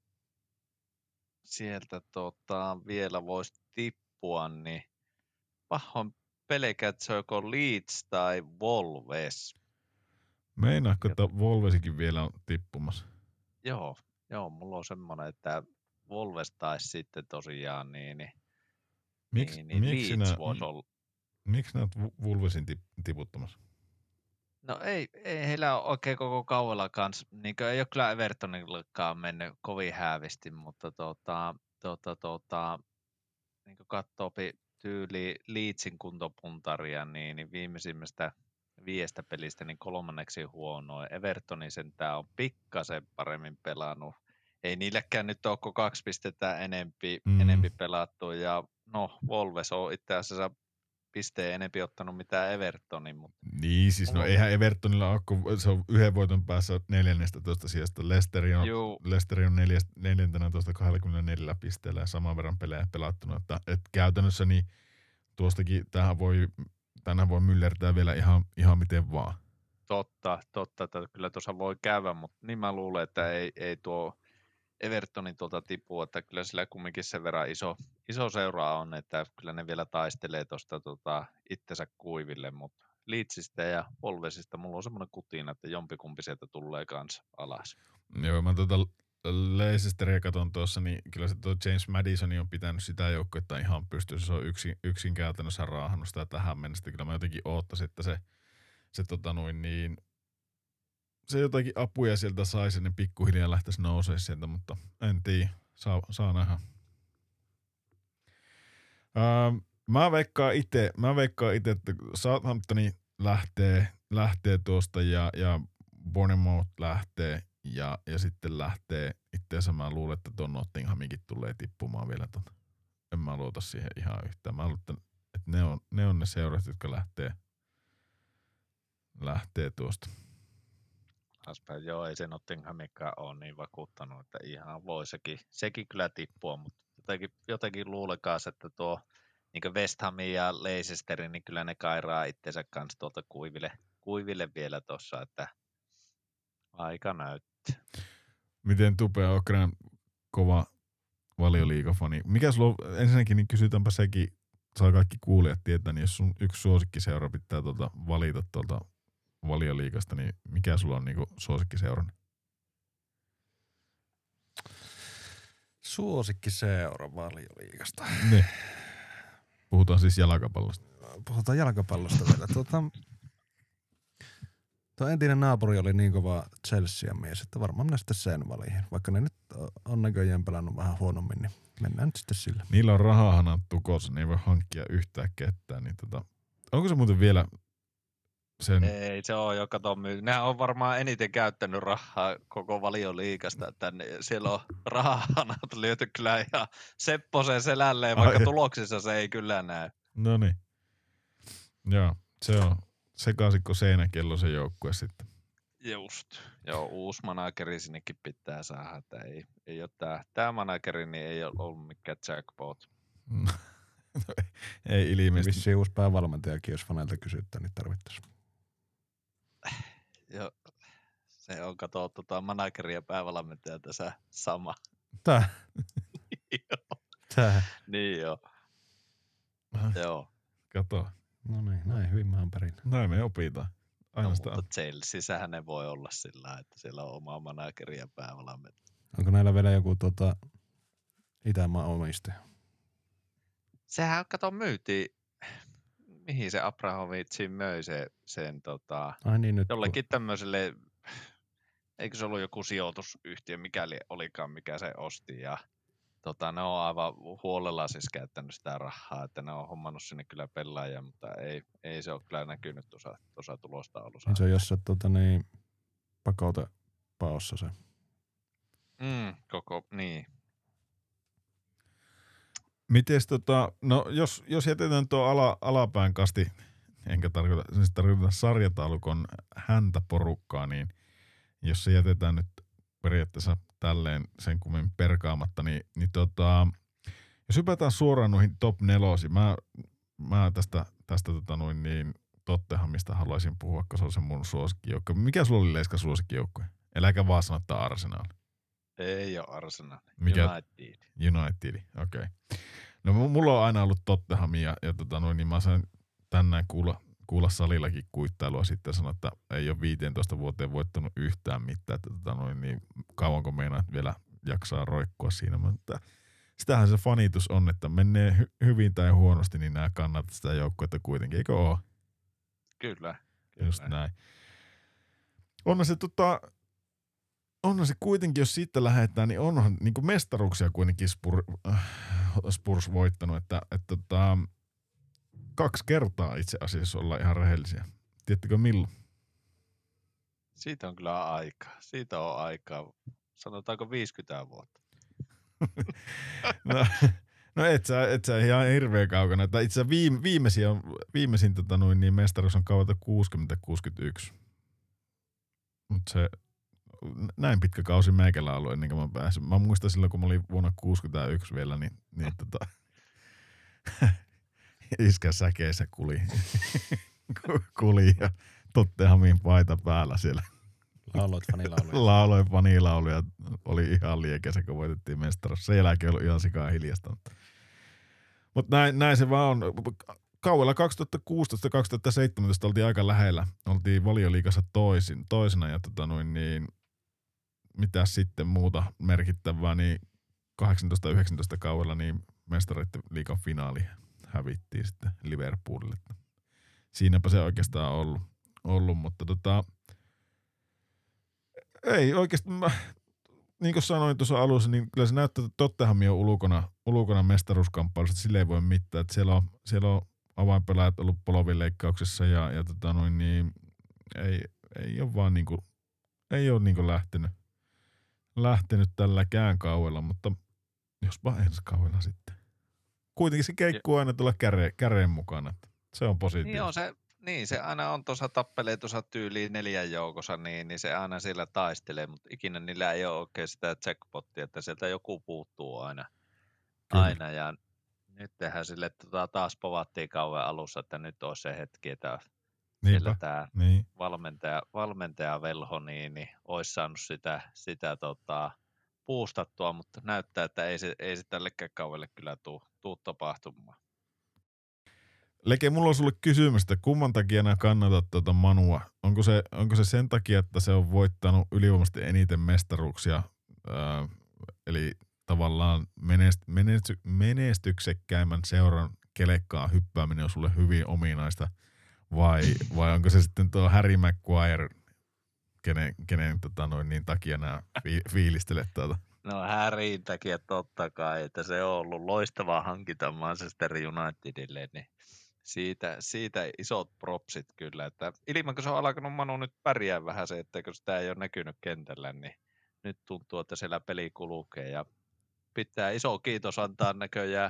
sieltä tota, vielä voisi tippua, niin pahoin pelkää, että se on joko Leeds tai Wolves. Meinaatko, että Wolvesikin vielä on tippumassa? Joo, joo, mulla on semmoinen, että Wolves taisi sitten tosiaan, niin, niin, Miks, niin, niin miksi Leeds nää, voisi olla. Miksi nää oot Wolvesin tiputtamassa? No ei, ei heillä ole oikein koko kaudella kanssa, niin ei ole kyllä Evertonillakaan mennyt kovin häävisti, mutta tota, tota, tota, niin kuin katsoo tyyli Leedsin kuntopuntaria, niin, niin viimeisimmästä viiestä pelistä niin kolmanneksi huonoa. Evertoni sentään on pikkasen paremmin pelannut. Ei niillekään nyt ole kuin kaksi pistettä enempi, mm. enempi pelattu, ja no Wolves on itse asiassa pisteen enempi ottanut mitään Evertonin, mutta Niin, siis no Mulla- eihän Evertonilla ole, kun se on yhden voiton päässä neljännestätoista sijasta. Leicester on, juu, Leicester on neljäs- neljäntenätoista kaksikymmentäneljä pisteellä ja saman verran pelejä pelattuna. Että, et käytännössä niin tuostakin tähän voi, tänään voi myllertää vielä ihan, ihan miten vaan. totta, totta, että kyllä tuossa voi käydä, mutta niin mä luulen, että ei, ei tuo Evertonin tuolta tipu, että kyllä sillä kumminkin sen verran iso, iso seura on, että kyllä ne vielä taistelee tuosta tota, itsensä kuiville, mutta Leedsistä ja Wolvesista mulla on semmoinen kutina, että jompikumpi sieltä tulee kanssa alas. Joo, mä tuota Leicesteria katon tuossa, niin kyllä se tuo James Madison on pitänyt sitä joukkuetta ihan pystyssä. Se on yksin, yksin käytännössä raahannut sitä tähän mennessä. Kyllä mä jotenkin oottaisin, että se, se, tota noin niin, se jotakin apuja sieltä saisi, ne pikkuhiljaa lähtäisi nousemaan sieltä, mutta en tiedä. Saa, saa nähdä. Ähm, mä veikkaan itse, mä veikkaan itse, että Southamptoni lähtee, lähtee tuosta ja, ja Bournemouth lähtee ja, ja sitten lähtee itseensä. Mä luulen, että tuon Nottinghaminkin tulee tippumaan vielä tuota. En mä luota siihen ihan yhtään. Mä luulen, että ne on ne, on ne seurat, jotka lähtee, lähtee tuosta. Aspä, joo, ei se Nottinghamikään ole niin vakuuttanut, että ihan voi sekin, sekin kyllä tippua, mutta jotenkin, jotenkin luulekaan, että tuo niin West Hamin ja Leicesterin, niin kyllä ne kairaa itsensä kanssa tuolta kuiville, kuiville vielä tuossa, että aika näyttää. Miten Tupe Okran kova Valioliigafani? Mikä sulla on, ensinnäkin niin kysytäänpä sekin, saa kaikki kuulijat tietää, niin jos sun yksi suosikkiseura pitää tuolta valita tuolta Valioliigasta, niin mikä sulla on niinku suosikkiseurani? Suosikkiseura Valioliigasta. Niin. Puhutaan siis jalkapallosta. Puhutaan jalkapallosta vielä. Tuota, tuo entinen naapuri oli niin kova Chelsea-mies, että varmaan minä sitten sen valiin. Vaikka ne nyt on näköjään pelannut vähän huonommin, niin mennään nyt sitten sillä. Niillä on rahahanat tukossa, ne ei voi hankkia yhtään ketään. Niin tota, onko se muuten vielä sen... Ei se on, joka tuon myy. Nehän on varmaan eniten käyttänyt rahaa koko Valioliigasta, että ne, siellä on rahahanat lyöty kyllä ihan Sepposen selälleen, vaikka Ai. tuloksissa se ei kyllä näy. No niin. Joo, se on sekaisikko seinäkello se joukkue sitten. Just. Joo, uusi manageri sinnekin pitää saada, että ei, ei ole tää, tää manageri, niin ei ole ollut mikään jackpot. Ei ilmeisesti. Vissiin uusi päävalmentajakin, jos faneilta kysyttää, niin tarvittaisiin. Joo, se on kato tota manageri ja päävalmentaja tässä sama. Tää. Joo. Tää. Niin joo. Joo. Kato. No niin, näin hyvin mä oon perin. Näin me opitaan. Aina No, sitä mutta Chelseassähän ne voi olla sillä, että siellä on oma manageri ja päävalmentaja. Onko näillä vielä joku tota, Itämaan omistaja? Sehän kato myytiin, mihin se Abrahamovicin möi se, sen tota, Ai niin nyt. jollekin tämmöiselle, eikö se ollut joku sijoitusyhtiö, mikäli olikaan, mikä se osti ja tota, ne on aivan huolella siis käyttänyt sitä rahaa, että ne on hommannut sinne kyllä pelaajia, mutta ei, ei se ole kyllä näkynyt tuossa, tuossa tulostaulussa. Niin se on jossain tota, niin, pakautepaossa se. Mm, koko, niin. Mites tota, no jos, jos jätetään tuo ala, alapään kasti, enkä tarkoita, siis tarkoita sarjataulukon häntä porukkaa, niin jos se jätetään nyt periaatteessa tälleen sen kummin perkaamatta, niin, niin tota, jos hypätään suoraan noihin top nelosiin, mä, mä tästä, tästä tota noin niin Tottenhamista haluaisin puhua, koska se on se mun suosikkijoukkue. Mikä sulla oli Leiska suosikkijoukkue? Eläkä vaan sano, että Arsenal. Ei ole Arsenal. Mikä? United. United, okei. Okay. No mulla on aina ollut Tottenham ja, ja tota noin, niin mä sain tänään kuulla, kuulla salillakin kuittailua sitten sanoa, että ei ole viisitoista vuoteen voittanut yhtään mitään, että tota noin, niin kauanko meinaat vielä jaksaa roikkua siinä, mutta sitähän se fanitus on, että menee hy- hyvin tai huonosti, niin nämä kannattaa sitä joukkuetta kuitenkin, eikö ole? Kyllä. Kyllä. Just näin. Onhan se tota, onhan se kuitenkin, jos siitä lähdetään, niin onhan niin kuin mestaruuksia kuitenkin Spur, äh, Spurs voittanut, että, että tota, kaksi kertaa itse asiassa ollaan ihan rehellisiä. Tiedättekö milloin? Siitä on kyllä aikaa. Siitä on aikaa. Sanotaanko viisikymmentä vuotta. No, No et sä, et sä ihan hirveän kaukana. Itse asiassa viime, viimeisin, on, viimeisin tota noin, niin mestaruus on kaudelta kuusikymmentä kuusikymmentäyksi. Mutta se näin pitkä kausi meikällä ollut ennen kuin mä pääsin. Mä muistan silloin, kun mä olin vuonna kuusikymmentäyksi vielä, niin, niin tota, iskä säkeissä kuli, kuli ja Tottenhamin paita päällä siellä. Lauloit fanilauluja. Lauloin fanilauluja. Oli ihan liekeensä, kun voitettiin mestaruus. Sen jälkeen oli ihan sikaa hiljasta. Mutta näin, näin se vaan on. Kaudella kaksituhattakuusitoista kaksituhattaseitsemäntoista oltiin aika lähellä. Oltiin Valioliigassa toisin, toisena ja tota noin niin, mitä sitten muuta merkittävää, niin kahdeksantoista yhdeksäntoista kaudella niin mestareiden liigan finaali hävittiin sitten Liverpoolille. Siinäpä se oikeastaan ollut, ollut mutta tota, ei oikeastaan, mä, niin kuin sanoin tuossa alussa, niin kyllä se näyttää, että Tottenham on ulkona, ulkona mestaruuskamppailusta, sille ei voi mitään, että siellä on, siellä on avainpelaajat ollut polvileikkauksessa ja, ja tota noin, niin ei, ei ole vaan niinku, ei ole niinku lähtenyt, lähtenyt tälläkään kaudella, mutta jospa ensi kaudella sitten. Kuitenkin se keikkuu aina tulla käre, käreen mukana, se on positiivista. Niin on se, niin se aina on tuossa tappelee tuossa tyyliin neljän joukossa, niin, niin se aina sillä taistelee, mutta ikinä niillä ei ole oikein sitä jackpottia, että sieltä joku puuttuu aina. aina ja nyt tehdään sille, että tota taas povattiin kauan alussa, että nyt olisi se hetki, että siellä tämä niin. valmentaja, valmentaja velho, niin, niin olisi saanut sitä, sitä tota, puustattua, mutta näyttää, että ei se, ei se tällekään kaudelle kyllä tuu, tuu tapahtumaan. Leke, mulla on sulle kysymys, että kumman takia nää kannatat tuota Manua? Onko se, onko se sen takia, että se on voittanut ylivoimaisesti eniten mestaruuksia, öö, eli tavallaan menest, menesty, menestyksekkäimmän seuran kelekkaan hyppääminen on sulle hyvin ominaista, vai, vai onko se sitten tuo Harry Maguire, kenen, kenen tota noin, niin takia nämä fi, fiilistelet tuota? No Harryn takia totta kai, että se on ollut loistava hankinta Manchester Unitedille, niin siitä, siitä isot propsit kyllä, että ilman kun se on alkanut Manu nyt pärjää vähän se, että kun sitä ei ole näkynyt kentällä, niin nyt tuntuu, että siellä peli kulkee ja pitää iso kiitos antaa näköjään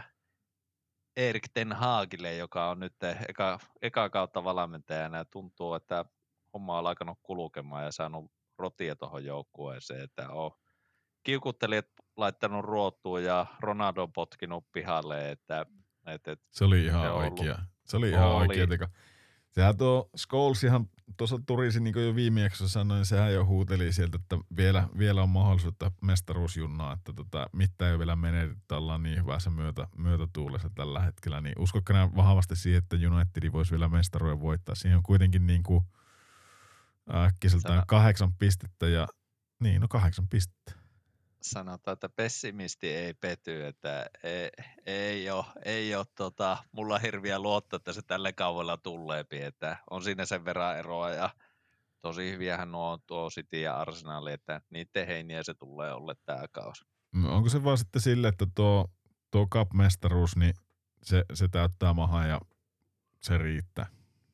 Erik ten Hagille, joka on nyt eka, eka kautta valmentajana ja tuntuu, että homma on alkanut kulkemaan ja saanut rotia tuohon joukkueeseen, että on kiukuttelijat laittanut ruotuun ja Ronaldo potkinut pihalle, että et, et, se oli ihan se oikea. Ollut, se oli ihan oli. oikea teko. Sehän tuo Scholesihan tuossa turisi, niin kuin jo viime jaksossa sanoin, niin sehän jo huuteli sieltä, että vielä, vielä on mahdollisuutta mestaruusjunnaa, että tota, mitään ei vielä menetetty, ollaan niin hyvässä myötä, myötätuulessa tällä hetkellä. Niin uskotko nämä vahvasti siihen, että United voisi vielä mestaruuden voittaa? Siinä on kuitenkin niin kuin äkkiseltään kahdeksan pistettä ja niin, no kahdeksan pistettä. Sanotaan, että pessimisti ei pety, että ei, ei ole, ei ole tota, mulla hirviä luotto, että se tällä kaudella tuleepi, että on siinä sen verran eroa ja tosi hyviähän nuo tuo City ja Arsenal, että niiden heiniä se tulee olla tämä kausi. Onko se vaan sitten sille, että tuo, tuo cup-mestaruus, niin se, se täyttää mahaa ja se riittää?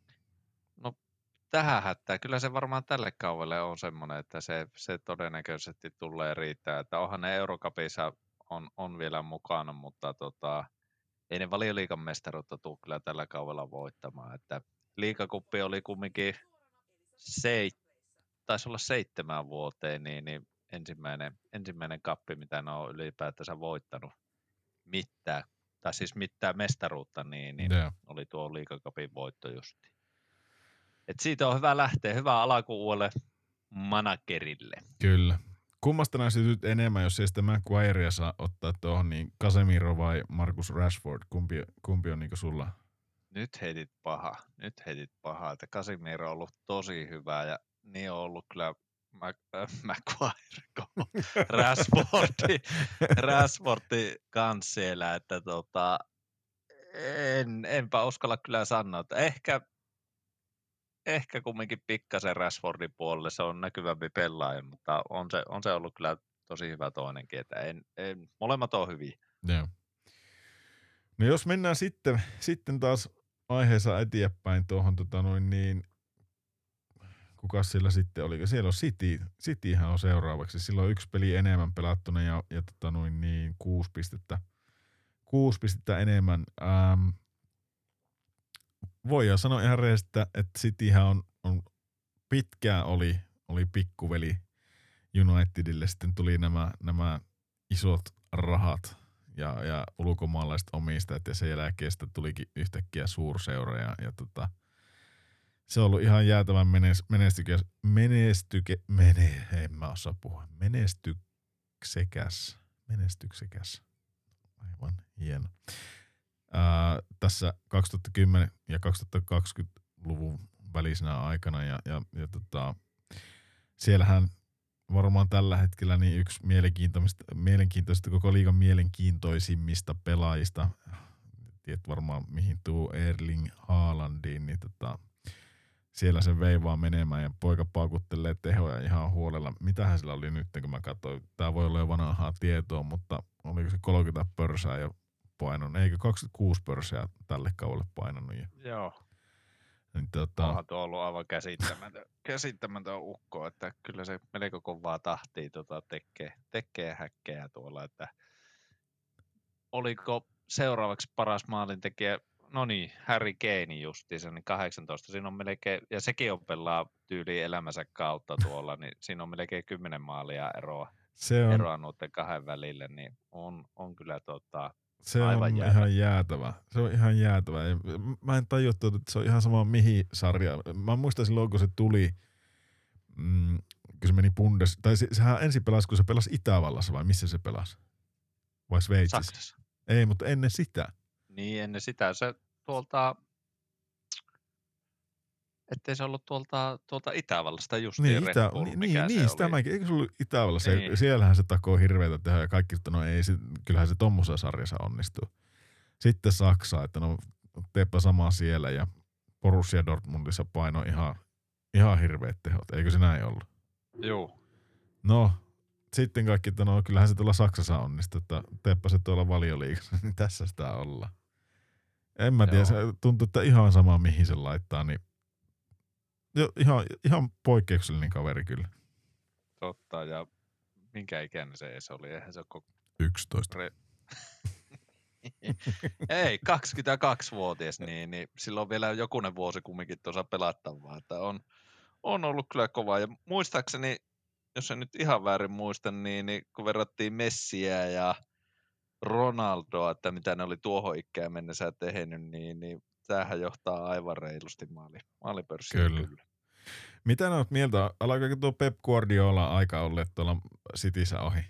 No tähän hättää. Kyllä se varmaan tälle kaudelle on semmoinen, että se, se todennäköisesti tulee riittää. Että onhan ne Eurocupissa on, on vielä mukana, mutta tota, ei ne Valioliigan mestaruutta tule kyllä tällä kaudella voittamaan. Että liigakuppi oli kumminkin seit, taisi olla seitsemän vuoteen, niin, niin ensimmäinen, ensimmäinen kappi, mitä ne on ylipäätänsä voittanut mitään, tai siis mitään mestaruutta, niin, niin yeah. oli tuo liigakupin voitto justi. Et siitä on hyvä lähteä, hyvä alku uudelle managerille. Kyllä. Kummasta nää sytyt enemmän, jos ei sitä Maguirea saa ottaa tuohon, niin Casemiro vai Marcus Rashford? Kumpi, kumpi on niinku sulla? Nyt heitit paha, nyt heitit paha, että Casemiro on ollut tosi hyvä ja niin on ollut kyllä Mac- äh, Maguire, Rashfordi, Rashfordi kans siellä, että tota, en, enpä uskalla kyllä sanoa, että ehkä Ehkä kumminkin pikkasen Rashfordin puolelle, se on näkyvämpi pelaaja, mutta on se, on se ollut kyllä tosi hyvä toinenkin, että en, en, molemmat on hyviä. Joo. No jos mennään sitten, sitten taas aiheessa eteenpäin tuohon, tota noin niin, kukas siellä sitten oli? Siellä on City, Cityhän on seuraavaksi, sillä on yksi peli enemmän pelattuna ja, ja tota noin niin, kuusi pistettä, kuusi pistettä enemmän. Ähm, voidaan sanoa ihan rehellisesti, että Cityhän on, on pitkään oli, oli pikkuveli Unitedille. Sitten tuli nämä, nämä isot rahat ja, ja ulkomaalaiset omistajat ja sen jälkeen sitten tulikin yhtäkkiä suurseura ja, ja tota, se on ollut ihan jäätävän menestykäs, menestyke, mene, en mä osaa puhua, menestyksekäs, menestyksekäs, aivan hieno. Ää, tässä kaksituhattakymmenen ja kaksituhattakaksikymmentäluvun välisenä aikana ja, ja, ja tota, siellähän varmaan tällä hetkellä niin yksi mielenkiintoisista, mielenkiintoisista koko liigan mielenkiintoisimmista pelaajista, tiedät varmaan mihin tuu Erling Haalandiin, niin tota, siellä se veivaa menemään ja poika paukuttelee tehoja ihan huolella. Mitähän sillä oli nyt, kun mä katsoin. Tää voi olla jo vanhaa tietoa, mutta oliko se kolmekymmentä pörsää jo painanut? Eikö kaksikymmentäkuusi pörsää tälle kaudelle painanut jo? Joo. Niin, tota... Onhan tuo ollut aivan käsittämätön, käsittämätön ukko, että kyllä se melko kovaa tahtia tota tekee, tekee häkkejä tuolla, että oliko seuraavaksi paras maalintekijä, no niin, Harry Kane justiinsa, niin kahdeksantoista, siinä on melkein, ja sekin on pelaa tyyliin elämänsä kautta tuolla, niin siinä on melkein kymmenen maalia eroa, se on... eroa noiden kahden välille, niin on, on kyllä tota, se aivan on jäätävä. ihan jäätävä. Se on ihan jäätävä. Mä en tajuttu, että se on ihan sama mihin sarja. Mä muistan silloin, kun se tuli, mm, kun se meni Bundes, tai se, sehän ensin pelasi, kun se pelasi Itävallassa, vai missä se pelasi? Vai Sveitsissä? Saksassa. Ei, mutta ennen sitä. Niin, ennen sitä se tuolta, ettei se ollut tuolta, tuolta Itävallasta justiin niin, Red Itä, Bull, niin, mikä niin, se sitä oli. mäkin. Eikö se ollut Itävallassa? Niin. Siellähän se takoo hirveätä tehdä ja kaikki, että no ei, se, kyllähän se tommosessa sarjassa onnistuu. Sitten Saksa, että no teepä sama siellä ja Borussia Dortmundissa paino ihan, ihan hirveät tehot. Eikö se näin ollut? Joo. No, sitten kaikki, että no kyllähän se tuolla Saksassa onnistuu, että teepä se tuolla Valioliigassa, niin tässä sitä ollaan. En mä tiedä, se tuntuu, että ihan sama mihin se laittaa, niin jo, ihan, ihan poikkeuksellinen kaveri kyllä. Totta, ja minkä ikäinen se edes oli? Eihän se ole koko... yksitoista. Re... Ei, kaksikymmentäkaksivuotias, niin, niin silloin on vielä jokunen vuosi kumminkin tuossa pelattavaa, että on, on ollut kyllä kova. Ja muistaakseni, jos en nyt ihan väärin muista, niin, niin kun verrattiin Messiä ja Ronaldoa, että mitä ne oli tuohon ikään mennessä tehnyt, niin, niin tämähän johtaa aivan reilusti maali, maalipörssiin. Kyllä. kyllä. Mitä ne olet mieltä? Alkaako tuo Pep Guardiola aika olleet tuolla Cityssä ohi?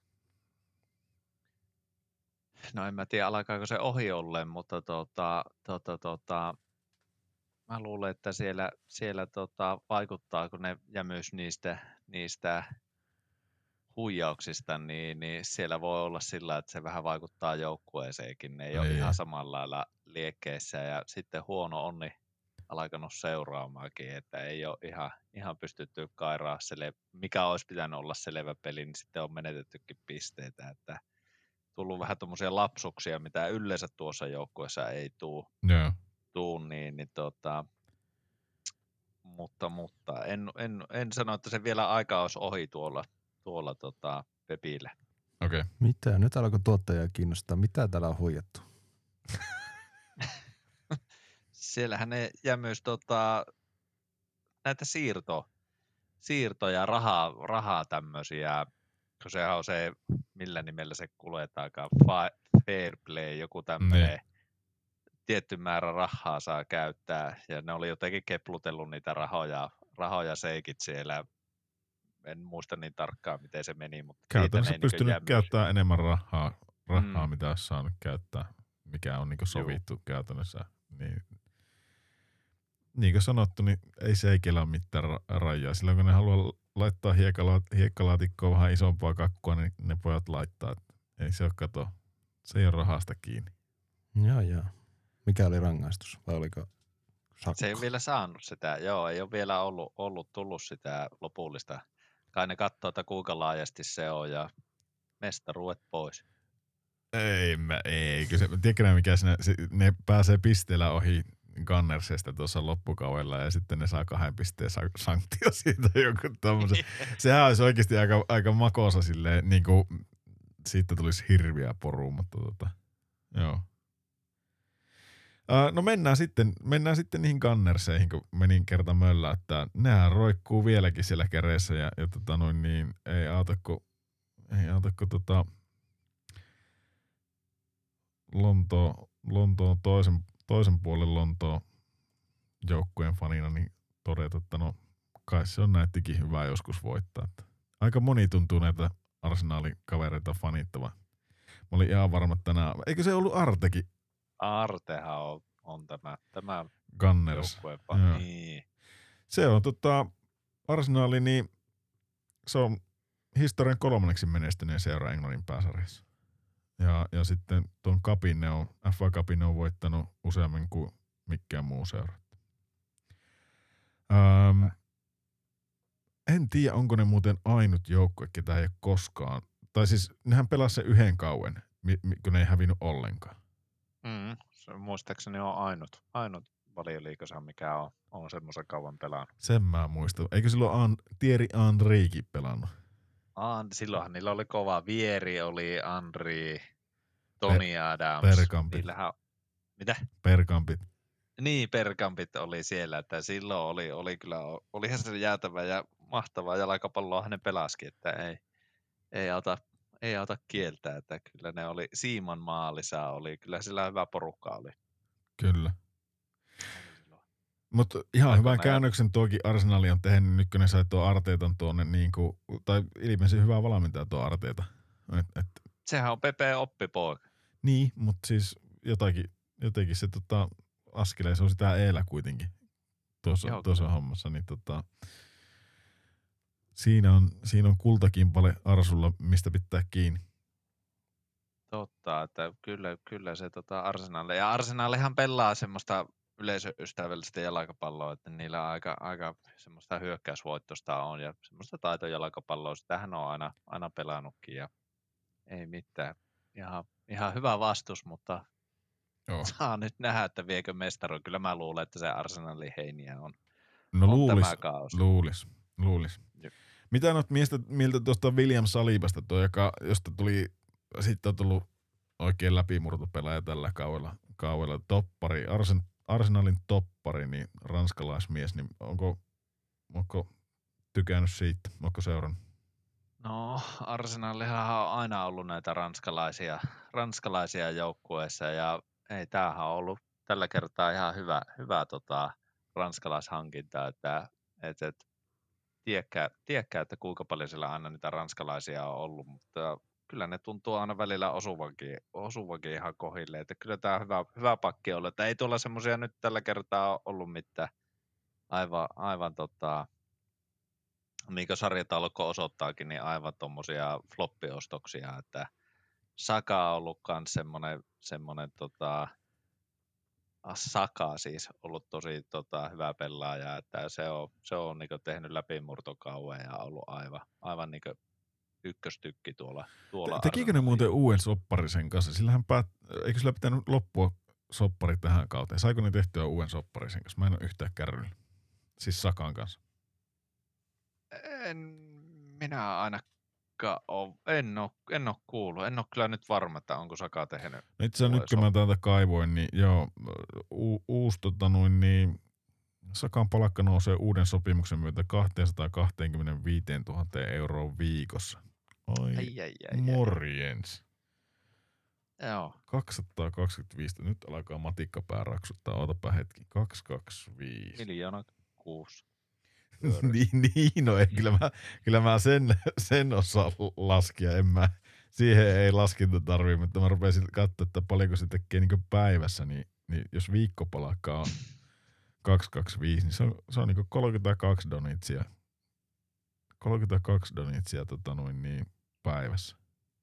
No en mä tiedä, alkaako se ohi olleen, mutta tota, tota, tota, mä luulen, että siellä, siellä tota, vaikuttaa, kun ne jämyys niistä, niistä huijauksista, niin, niin siellä voi olla sillä, että se vähän vaikuttaa joukkueeseenkin. Ne ei, ei ole ihan samalla lailla liekkeissä ja sitten huono onni alkanut seuraamaankin, että ei ole ihan, ihan pystytty kairaa sille, mikä olisi pitänyt olla selvä peli, niin sitten on menetettykin pisteitä, että tullut vähän tuommoisia lapsuksia, mitä yleensä tuossa joukkueessa ei tuu, yeah. tuu niin, niin tota, mutta, mutta en, en, en sano, että se vielä aika olisi ohi tuolla, tuolla tota Pepillä. Okei. Okay. Mitä? Nyt alkoi tuottajaa kiinnostaa. Mitä täällä on huijattu? Siellähän ne jämyys tota, näitä siirto, siirtoja, rahaa, rahaa tämmöisiä, kun sehän on se, millä nimellä se kuljetaakaan, fair play, joku tämmöinen ne. Tietty määrä rahaa saa käyttää, ja ne oli jotenkin keplutellut niitä rahoja, rahoja seikit siellä. En muista niin tarkkaan, miten se meni, mutta käytännössä ne pystynyt niin käyttämään enemmän rahaa, rahaa mm. mitä olisi saanut käyttää, mikä on niin sovittu Juh. käytännössä. Niin, niin kuin sanottu, niin ei seikellä ole mitään ra- rajaa. Silloin kun ne haluaa laittaa hiekkala- hiekkalaatikkoon vähän isompaa kakkua, niin ne pojat laittaa. Ei se ole, kato, se ei ole rahasta kiinni. Joo, joo. Mikä oli rangaistus vai oliko sakko? Se ei ole vielä saanut sitä, joo, ei ole vielä ollut, ollut tullut sitä lopullista. Kai ne katsoo, että kuinka laajasti se on ja mestaruudet pois. Ei, mä, ei. Kyllä se, tiedätkö mikä siinä, se, ne pääsee pisteellä ohi Gunnersista tuossa loppukaudella ja sitten ne saa kahden pisteen sanktio siitä joku tommosen. Sehän olisi oikeasti aika, aika makosa silleen, niin kuin siitä tulisi hirviä porua, mutta tota, joo. Uh, no mennään sitten, mennään sitten niihin Gunnerseihin, kun menin kerta möllä, että nehän roikkuu vieläkin siellä kereissä ja, ja tota noin niin, ei auta kun, ei auta kun tota Lontoon, Lontoon toisen, toisen puolen Lontoon joukkueen fanina niin todeta, että no kai se on näyttikin hyvää joskus voittaa. Että aika moni tuntuu näitä Arsenalin kavereita fanittava. Mä olin ihan varma, että tänään, eikö se ollut Artekin? Artehan on, on tämä, tämä Gunners. joukkue. Niin. Se on tota, Arsenali, niin se on historian kolmanneksi menestyneen seura Englannin pääsarjassa. Ja, ja sitten tuon Cupin ne on, F A Cupin ne on voittanut useammin kuin mikään muu seura. Öm, en tiedä, onko ne muuten ainut joukkue, ketä ei ole koskaan. Tai siis nehän pelasi sen yhden kauen, kun ne ei hävinnyt ollenkaan. Mm, se muistaakseni on ainut, ainut Valioliigassa, mikä on, on semmoisen kauan pelannut. Sen mä muistan. Eikö silloin An, Thierry Henrykin pelannut? An, silloinhan niillä oli kova. Vieri oli, Henry, Tony per, Adams. Perkampit. Niillähän, mitä? Perkampit. Niin, Perkampit oli siellä, että silloin oli, oli kyllä, olihan se jäätävä ja mahtavaa jalkapalloa ne pelasikin, että ei, ei auta, ei auta kieltää, että kyllä ne oli, Siiman maalissa oli, kyllä sillä hyvä porukka oli. Kyllä. Mutta ihan Aiko hyvän käännöksen tuokin Arsenali on tehnyt, nyt kun ne sai tuo Arteetan tuonne, niin kuin, tai ilmeisesti hyvää valmentaja tuo Arteeta. Et, et. Sehän on Pepe oppipoika. Niin, mutta siis jotakin, jotenkin se tota, askeleen, se on sitä eellä kuitenkin tuossa, tuossa hommassa. Niin tota, siinä, on, siinä on kultakimpale Arsulla, mistä pitää kiinni. Totta, että kyllä, kyllä se tota Arsenal, ja Arsenalihan pelaa semmoista yleisöystävällistä jalkapalloa, että niillä aika, aika semmoista hyökkäysvoittosta on ja semmoista taitojalkapalloa. Sitähän on aina, aina pelannutkin ja ei mitään. Ihan, ihan hyvä vastus, mutta Joo. saa nyt nähdä, että viekö mestaro. Kyllä mä luulen, että se Arsenalin heiniä on, no, on luulis, tämä kausi. Luulis, luulis. Jep. Mitä noit miestä, miltä tuosta William Salibasta, tuo, joka, josta tuli, sitten on tullut oikein läpimurtopelaaja tällä kaudella, kaudella toppari, Arsen, Arsenalin toppari, niin ranskalaismies, niin onko, onko tykännyt siitä, onko seurannut? No, Arsenalihan on aina ollut näitä ranskalaisia, ranskalaisia joukkueissa ja ei, tämähän on ollut tällä kertaa ihan hyvä, hyvä tota, ranskalaishankinta, että et, et, tiedäkää, tiedäkää, että kuinka paljon siellä aina niitä ranskalaisia on ollut, mutta kyllä ne tuntuu aina välillä osuvankin, osuvankin ihan kohille, että kyllä tämä hyvä, hyvä pakki on, että ei tuolla semmoisia nyt tällä kertaa ollut mitään aivan, aivan tota, niin kuin sarjataulukko osoittaakin, niin aivan tuommoisia floppiostoksia, että Saka on ollut myös semmoinen, semmoinen tota, Saka siis ollut tosi tota, hyvä pelaaja, että se on, se on niin kuin tehnyt läpimurtokauan ja ollut aivan, aivan niin kuin ykköstykki tuolla. tuolla Tekikö ne muuten uuden sopparisen kanssa? Sillähän päät, eikö sillä pitänyt loppua soppari tähän kauteen? Saiko ne tehtyä uuden sopparisen kanssa? Mä en ole yhtään kärryllä. Siis Sakan kanssa. En minä ainakaan ole, en ole, en ole kuullut. En ole kyllä nyt varma, että onko Saka tehnyt. Itse asiassa nyt kun mä täältä kaivoin, niin joo, u, uusi tota noin, niin Sakan palkka nousee uuden sopimuksen myötä kaksisataakaksikymmentäviisituhatta euroa viikossa. Ai, ai, ai, ai morjens. Ai. Joo. kaksisataakaksikymmentäviisi, nyt alkaa matikkapää raksuttaa, ootapa hetki, kaksisataakaksikymmentäviisi. Miljoona kuusi. niin, niin, no ei, kyllä mä, kyllä mä sen, sen osaan laskea, en mä, siihen ei laskinta tarvii, mutta mä rupesin katsoa, että paljonko se tekee niin päivässä, niin, niin jos viikkopalkka on kaksisataakaksikymmentäviisi, niin se on, se on niin kolmekymmentäkaksi donitsia, kolmekymmentäkaksi donitsia tota noin niin päivässä.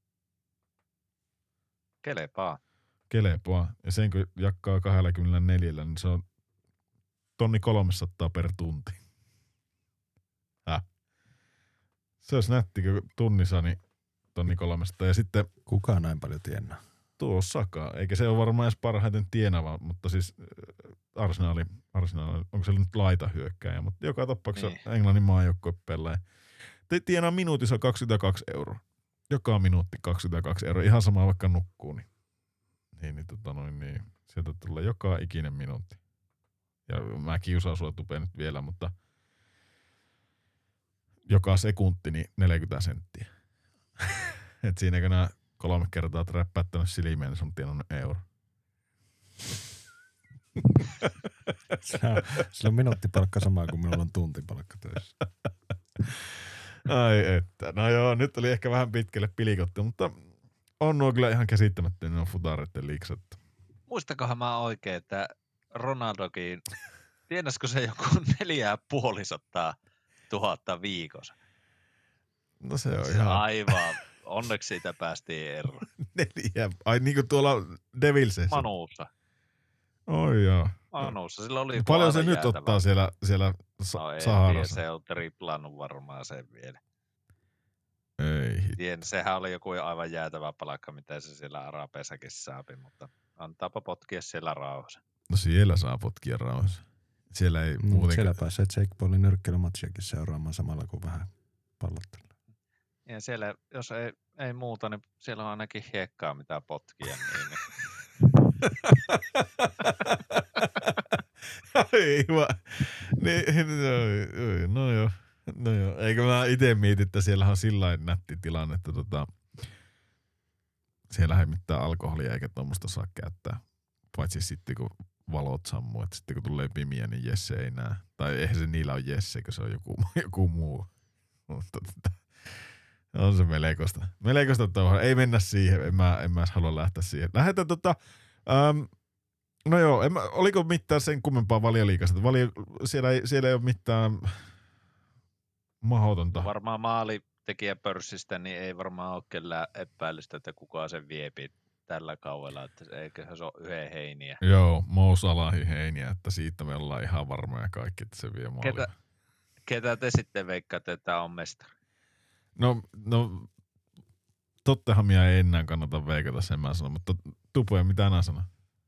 Kelepaa. Kelepaa, ja sen kun jakkaa kaksikymmentäneljä, niin se on tonni kolmesataa per tunti. Häh. Se olisi nätti, kun tunnissa niin tonni kolmesta. Ja sitten kuka näin paljon tienaa? Tuo Saka. Eikä se ole varmaan edes parhaiten tienava, mutta siis Arsenali, Arsenali onko se nyt laitahyökkääjä, mutta joka tapauksessa niin. Englannin maajoukkue pelaa. Te tienaa minuutissa kaksikymmentäkaksi euroa. Joka minuutti kaksikymmentäkaksi euroa. Ihan sama vaikka nukkuu. Niin, Niin, niin, tota noin, niin sieltä tulee joka ikinen minuutti. Ja mä kiusaan sua Tupe nyt vielä, mutta joka sekunti niin neljäkymmentä senttiä. Et siinä kun nää kolme kertaa oot räppättänyt silmeen, niin se on tienannut euro. Sillä on minuuttipalkka sama kuin minulla on tuntipalkka töissä. Ai että. No joo, nyt oli ehkä vähän pitkälle pilikotti, mutta on nuo kyllä ihan käsittämättömiä nuo futareiden liiksat. Muistakohan mä oikein, että Ronaldokin, tiedäskö se joku neljää puolisataa tuhatta viikossa? No se on Se ihan... aivan. Onneksi siitä päästiin eroon. Neljä. Ai niinku tuolla Devilsessä. Manuussa. Oi joo. Manuussa. Sillä oli Paljon se nyt jäätävä. ottaa siellä, siellä sa- No, Saharassa? Se on triplannut varmaan sen vielä. Ei hit. Tien, sehän oli joku aivan jäätävä palakka, mitä se siellä Arapeessakin saapi, mutta antaapa potkia siellä rauhassa. No siellä saa potkia rauhassa. Siellä ei Mm, muutenkaan. siellä pääsee Jake Paulin nyrkkeilymatsiakin seuraamaan samalla kuin vähän pallottelua. Ja siellä, jos ei, ei muuta, niin siellä on ainakin hiekkaa, mitä potkia. Niin, niin. Aivan. Niin, no, no joo. No joo. Eikö mä ite mietin, että siellä on sillain nätti tilanne, että tota, siellä ei mitään alkoholia eikä tuommoista saa käyttää. Paitsi sitten kun valot sammuu, että sitten kun tulee pimiä, niin Jesse ei näe. Tai eihän se niillä on Jesse, kun se on joku, joku muu. Mutta tota, on se melkoista. Melkoista touhaa. Ei mennä siihen. En mä, en mä halua lähteä siihen. Lähdetään tota... Um, no joo, en mä, oliko mitään sen kummempaa Valioliigasta? Valio, siellä, ei, siellä ei ole mitään mahdotonta. Varmaan maalitekijäpörssistä, niin ei varmaan ole kellään epäilystä, että kukaan sen viepi tällä kaudella, että eiköhän se ole yhden heiniä. Joo, Mo Salahin heiniä, että siitä me ollaan ihan varmoja kaikki, että se vie maalia. Ketä, ketä te sitten veikkaatte, että on mestari? No, no Tottenhamia ei enää kannata veikata, sen mä sanon, mutta Tupoja, mitä nää sanoo?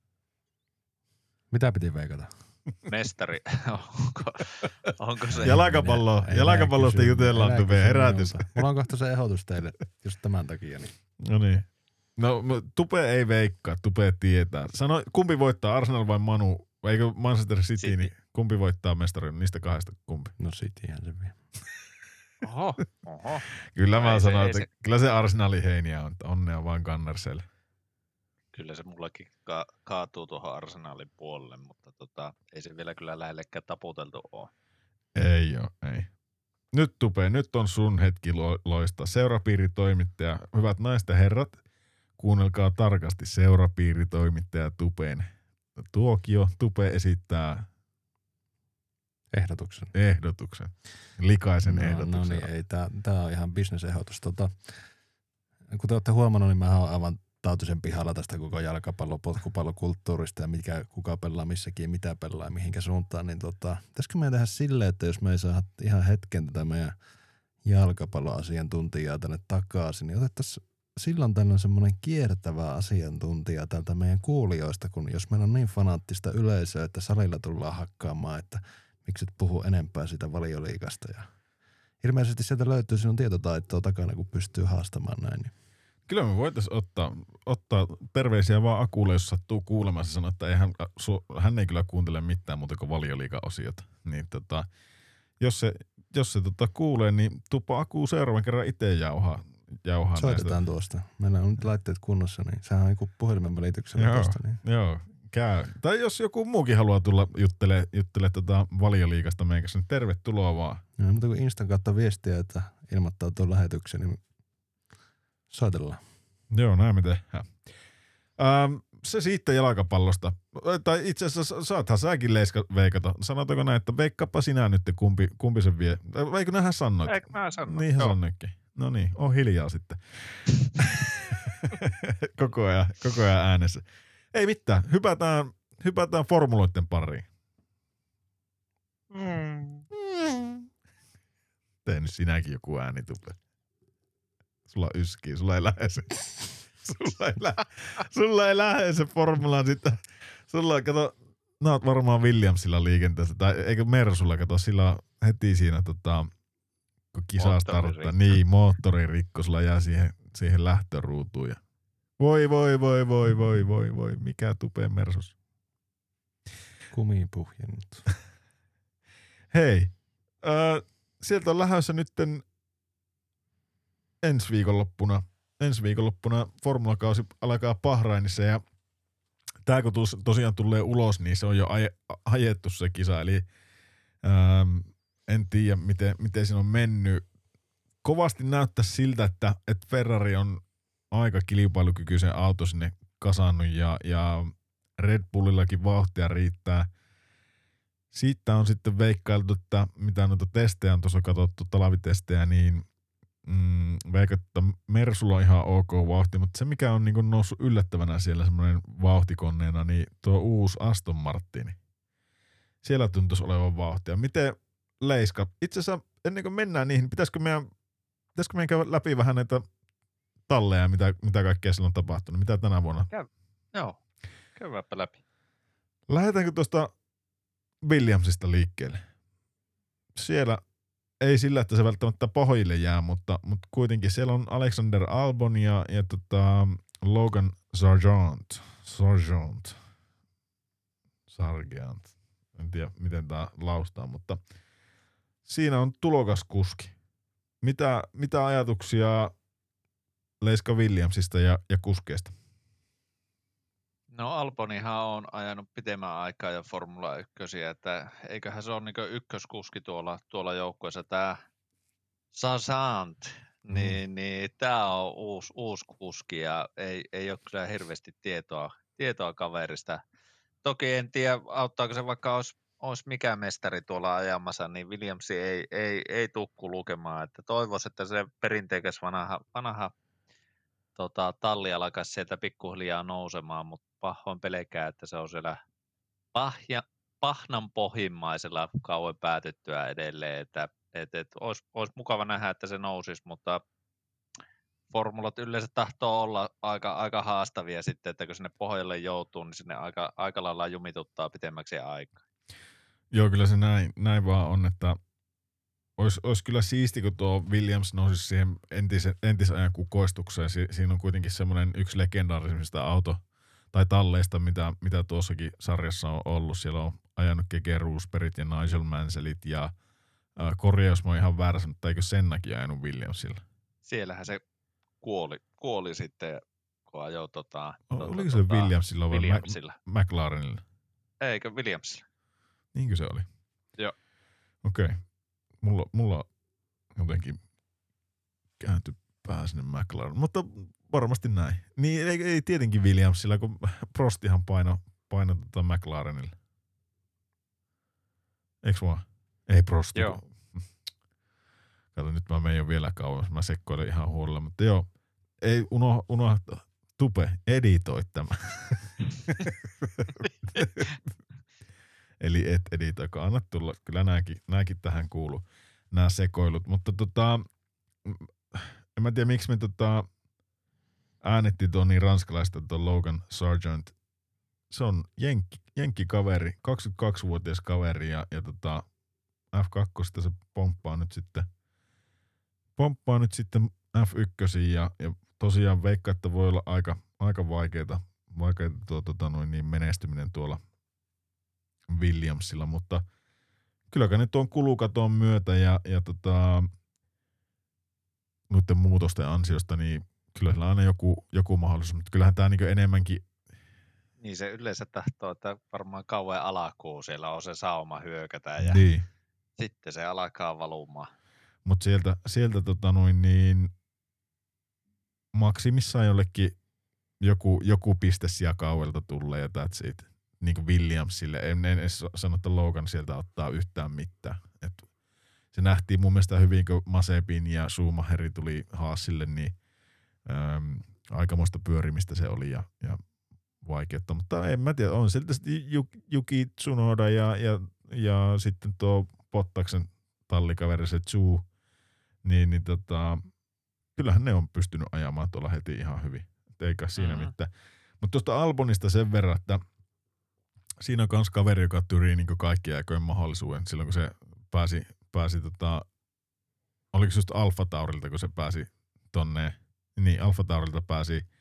Mitä piti veikata? Mestari, onko, onko se? Jalkapallo, Ei jalkapallosta kysy- jutellaan, älä Tupe, kysy herätys. minulta. Mulla on kohta se ehdotus teille just tämän takia. Niin. No niin. No Tupe ei veikkaa, Tupe tietää. Sano, kumpi voittaa, Arsenal vai Manu? Eikö Manchester City, City. niin kumpi voittaa mestarin? Niistä kahdesta kumpi? No Cityhän se vie. Oho, oho. Kyllä mä Ei se- sanon, ei että se- kyllä se Arsenalin heiniä on, että onnea vaan Gunnerselle. Kyllä se mullakin ka- kaatuu tuohon Arsenalin puolelle, mutta tota, ei se vielä kyllä lähellekään taputeltu ole. Ei oo, ei. Nyt Tupe, nyt on sun hetki lo- loistaa. Seurapiiritoimittaja, hyvät naiset ja herrat, kuunnelkaa tarkasti seurapiiritoimittaja Tupeen tuokio. Tupe esittää Ehdotuksen. ehdotuksen, likaisen No, ehdotuksen. no niin, ei, tää, tää on ihan bisnesehdotus. Tota, kun te olette huomannut, niin mä oon aivan tautisen pihalla tästä koko jalkapallo, potkupallokulttuurista ja mikä, kuka pelaa missäkin ja mitä pelaa ja mihinkä suuntaan. Niin tota, pitäisikö meidän tehdä silleen, että jos me ei saa ihan hetken tätä meidän jalkapalloasiantuntijaa tänne takaisin, niin otettaisiin silloin tällöin semmoinen kiertävä asiantuntija tältä meidän kuulijoista, kun jos meillä on niin fanaattista yleisöä, että salilla tullaan hakkaamaan, että miksi et puhu enempää siitä Valioliigasta. Ja ilmeisesti sieltä löytyy sinun tietotaitoa takana, kun pystyy haastamaan näin. Niin. Kyllä me voitaisiin ottaa, ottaa terveisiä vaan Akulle, jos sattuu kuulemassa sanoa, että ei hän, su, hän ei kyllä kuuntele mitään muuta kuin Valioliiga-osiota. Niin tota, jos se, jos se tota kuulee, niin tuppa Aku seuraavan kerran itse jauhaa. jauhaa Soitetaan näistä. tuosta. Meillä on nyt laitteet kunnossa, niin sehän on joku puhelimen välityksellä Joo. tuosta. Niin. Joo, käy. Tai jos joku muukin haluaa tulla juttele, juttele tota Valioliigasta meidän kanssa, niin tervetuloa vaan. Joo, mutta kun Instan kautta viestiä, että ilmoittaa tuon lähetyksen, niin soitellaan. Joo, näin me tehdään. Ähm, se siitä jalkapallosta. Tai itse asiassa saathan säkin leiska veikata. Sanotaanko näin, että veikkaappa sinä nyt kumpi, kumpi sen vie. Eikö nähän sanoit? Eikö mä sano? Niinhän Joo. sanoikin. No niin, on hiljaa sitten. koko, ajan, koko ajan äänessä. Ei mitään, hypätään, hypätään formuloiden pariin. Mm. Tee nyt sinäkin joku ääni, Tupe. Sulla yskii, sulla ei lähde se. Sulla ei lähde, sulla ei lähde se formula sitten. Sulla, kato, nää oot varmaan Williamsilla liikenteessä, tai eikö Mersulla, kato, sillä on heti siinä, tota, kun kisaa Moottori starttaa. rikko. Niin, moottori rikko, sulla jää siihen, siihen lähtöruutuun ja Voi, voi, voi, voi, voi, voi, voi. Mikä tupeen Mersus. Kumipuhjennut. Hei, äh, sieltä on lähdössä nytten ensi viikonloppuna. Ensi viikonloppuna formulakausi alkaa Bahrainissa ja tää kun tos, tosiaan tulee ulos, niin se on jo aje, ajettu se kisa. Eli ähm, en tiedä, miten, miten siinä on mennyt. Kovasti näyttää siltä, että, että Ferrari on aika kilpailukykyisen auto sinne kasannut ja, ja Red Bullillakin vauhtia riittää. Siitä on sitten veikkailtu, että mitä noita testejä on tuossa katsottu, talvitestejä, niin mm, veikkailtu, että Mersulla on ihan ok vauhti, mutta se mikä on niin kuin noussut yllättävänä siellä semmoinen vauhtikoneena, niin tuo uusi Aston Martin. Siellä tuntuisi olevan vauhtia. Miten Leiska? Itse asiassa ennen kuin mennään niihin, pitäisikö meidän, pitäisikö meidän käydä läpi vähän näitä talleja, mitä, mitä kaikkea siellä on tapahtunut, mitä tänä vuonna? Käy, joo, käydäänpä läpi. Lähdetäänkö tuosta Williamsista liikkeelle? Siellä ei sillä, että se välttämättä pohjille jää, mutta, mutta kuitenkin siellä on Alexander Albon ja, ja tota Logan Sargent. Sargent. Sargent. En tiedä, miten tämä laustaa, mutta siinä on tulokas kuski. Mitä, mitä ajatuksia Leiska Williamsista ja, ja kuskeista? No Albonihan on ajanut pitemmän aikaa jo Formula yksi, että eiköhän se ole niin ykköskuski tuolla, tuolla joukkueessa tämä Sargent, mm. niin, niin tämä on uusi, uusi kuski ja ei, ei ole kyllä hirveästi tietoa, tietoa kaverista. Toki en tiedä, auttaako se vaikka olisi, olisi mikä mestari tuolla ajamassa, niin Williams ei, ei, ei tukku lukemaan, että toivoisi, että se perinteikäs vanha, vanha tota, talli alkaisi sieltä pikkuhiljaa nousemaan, mutta pahoin pelkää, että se on siellä pahja, pahnan pohjimmaisella kauan päätettyä edelleen, että et, et, olisi, olisi mukava nähdä, että se nousisi, mutta formulat yleensä tahtoo olla aika, aika haastavia sitten, että kun sinne pohjalle joutuu, niin sinne aika, aika lailla jumituttaa pitemmäksi aikaa. Joo, kyllä se näin, näin vaan on, että Olisi, olisi kyllä siisti, kun tuo Williams nousisi siihen entisen, entisajan kukoistukseen. Si, siinä on kuitenkin semmoinen yksi legendaarisimmista auto- tai talleista, mitä, mitä tuossakin sarjassa on ollut. Siellä on ajanut Keke Rosbergit ja Nigel Mansellit ja äh, korjaus mä oon ihan väärässä, mutta eikö Sennakin ajanut Williamsilla? Siellähän se kuoli, kuoli sitten, kun ajoi tota... O, tota oliko se tota, Williamsilla vai Williamsilla. Mac- McLarenilla? Eikö Williamsilla? Niinkö se oli? Joo. Okei. Okay. Mulla, mulla jotenkin kääntyi pää sinne McLaren, mutta varmasti näin. Niin ei, ei tietenkin Williamsilla, kun Prostihan paino, paino tota McLarenille. Eiks vaan? Ei Prosti. Joo. Kato, nyt mä menen jo vielä kauemmas. Mä sekkoilen ihan huolella, mutta joo. Ei uno, unohda. Tupe, editoi tämä. Eli et editoiko, anna tulla. Kyllä nääkin, nääkin tähän kuuluu, nämä sekoilut. Mutta tota, en mä tiedä miksi me tota äänettiin tuon niin ranskalaista tuon Logan Sargent. Se on jenkki, jenkkikaveri, kaksikymmentäkaksivuotias kaveri ja, ja tota F kaksi se pomppaa nyt sitten, pomppaa nyt sitten F yksi ja, ja tosiaan veikkaa, että voi olla aika, aika vaikeita, vaikeita tuo tota noin niin menestyminen tuolla Williamsilla, mutta kylläkään ne tuon kulukaton myötä ja, ja tota, noiden muutosten ansiosta, niin kyllä sillä on aina joku, joku mahdollisuus, mutta kyllähän tämä niinku enemmänkin... Niin se yleensä tahtoo, että varmaan kauan alakuu siellä on se sauma hyökätä ja niin. sitten se alkaa valumaan. Mutta sieltä, sieltä tota noin niin maksimissaan jollekin joku, joku piste siellä kauelta tulee ja that's it. Niin kuin Williamsille. En, en edes sano, että Logan sieltä ottaa yhtään mitään. Et se nähtiin mun mielestä hyvin, kun Mazepin ja Schumacheri tuli Haasille, niin äm, aikamoista pyörimistä se oli ja, ja vaikeutta. Mutta en mä tiedä, on sieltä Yuki Tsunoda ja, ja, ja sitten tuo Bottaksen tallikaveri se Zhu, niin, niin tota, kyllähän ne on pystynyt ajamaan tuolla heti ihan hyvin. Eikä siinä mm-hmm. mitään. Mutta tuosta Albonista sen verran, että siinä on kans kaveri, joka tyrii niin kaikki aikojen mahdollisuuden. Silloin kun se pääsi, pääsi tota, oliko se just Alfa Taurilta, kun se pääsi tonne, niin Alfa Taurilta pääsi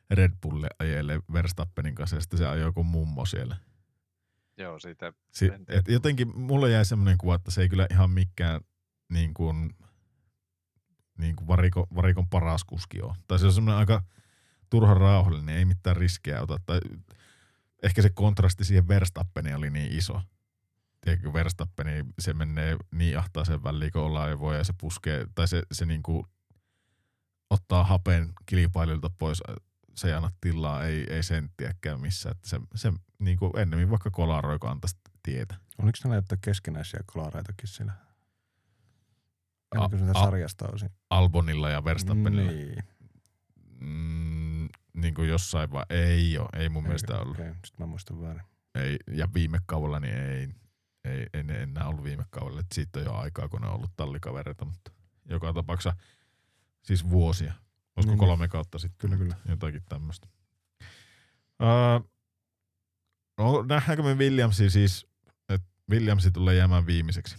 Red Bulle ajelee Verstappenin kanssa ja sitten se ajoi joku mummo siellä. Joo, siitä Si- et jotenkin mulle jäi semmoinen kuva, että se ei kyllä ihan mikään niin kuin, niin kuin variko, varikon paras kuski ole. Tai se on semmoinen aika turha rauhallinen, ei mitään riskejä ota. Tai ehkä se kontrasti siihen Verstappeniin oli niin iso. Tiedätkö, Verstappeni, se menee niin ahtaaseen väliin, kun ollaan ei voi ja se puskee, tai se, se niin kuin ottaa hapen kilpailijoilta pois, se ei anna tilaa, ei, ei senttiäkään missään. Että se, se niin kuin ennemmin vaikka kolaroi, kun antaisi tietä. Oliko näillä jotain keskenäisiä kolareitakin siinä? Ennen kuin A- sitä a- sarjasta osin. Albonilla ja Verstappenilla. Niin. Mm, niin kuin jossain vaan, ei ole, ei mun Eikö? mielestä ollut. Okei, sitten mä muistan väärin. Ei, ja viime kaudella niin ei, ei, ei ne enää ollut viime kaudella. Et siitä on jo aikaa, kun ne on ollut tallikavereita, mutta joka tapauksessa siis vuosia. Olisiko Niin. kolme kautta sitten? Kyllä, kyllä. Jotakin tämmöistä. Uh, no, nähdäänkö me Williamsia siis, että Williamsi tulee jäämään viimeiseksi?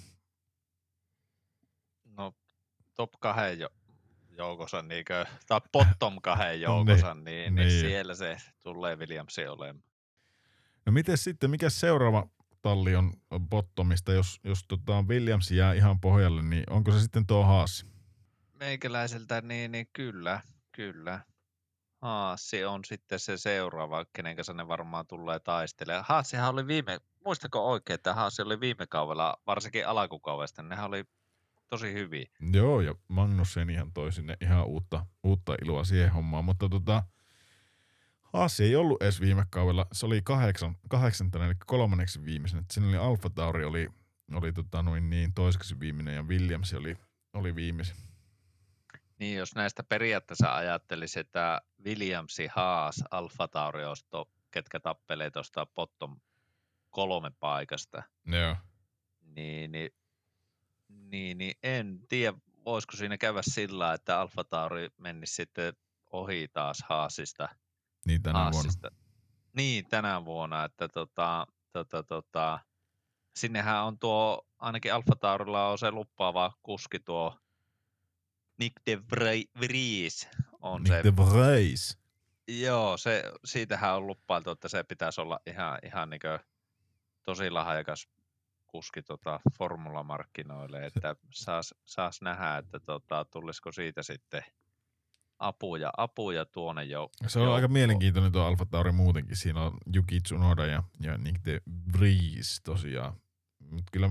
No top kahden jo, joukossa, niinkö, tai bottom kahden joukossa, niin, niin, niin niin. siellä se tulee Williamsi olemaan. No miten sitten, mikä seuraava talli on bottomista, jos, jos tota Williams jää ihan pohjalle, niin onko se sitten tuo Haas? Meikäläiseltä, niin, niin kyllä, kyllä. Haassi on sitten se seuraava, kenen kanssa ne varmaan tulee taistelemaan. Haassihan oli viime, muistako oikein, että Haassi oli viime kaudella, varsinkin alkukaudesta, nehän oli tosi hyviä. Joo, ja Magnussen ihan toi sinne ihan uutta, uutta iloa siihen hommaan, mutta tota, Haas ei ollut edes viime kaudella, se oli kahdeksan, kahdeksantena, eli kolmanneksi viimeisen. Siinä oli Alfa Tauri oli, oli tota noin niin toiseksi viimeinen ja Williams oli, oli viimeisin. Niin, jos näistä periaatteessa ajattelisi, että Williamsi, Haas, Alfa Tauri olisi to, ketkä tappelee tuosta bottom kolme paikasta, Joo. niin, niin, niin, niin en tiedä, voisiko siinä käydä sillä, että Alfa Tauri menisi sitten ohi taas Haasista. Niin tänä Haasista. vuonna. Niin, tänä vuonna, että tota, tota, tota, sinnehän on tuo, ainakin Alfa Taurilla on se luppaava kuski tuo Nick de Vries on Nick se. de Vries. Joo, se, siitähän on luppailtu, että se pitäisi olla ihan, ihan niin tosi lahjakas kuski tota formulamarkkinoille, että saas, saas nähdä, että tota, tulisiko siitä sitten apuja, apuja tuonne jo. Se on jo, aika mielenkiintoinen tuo Alfa Tauri muutenkin. Siinä on Yuki Tsunoda ja, ja Nick de Vries tosiaan. Mut kyllä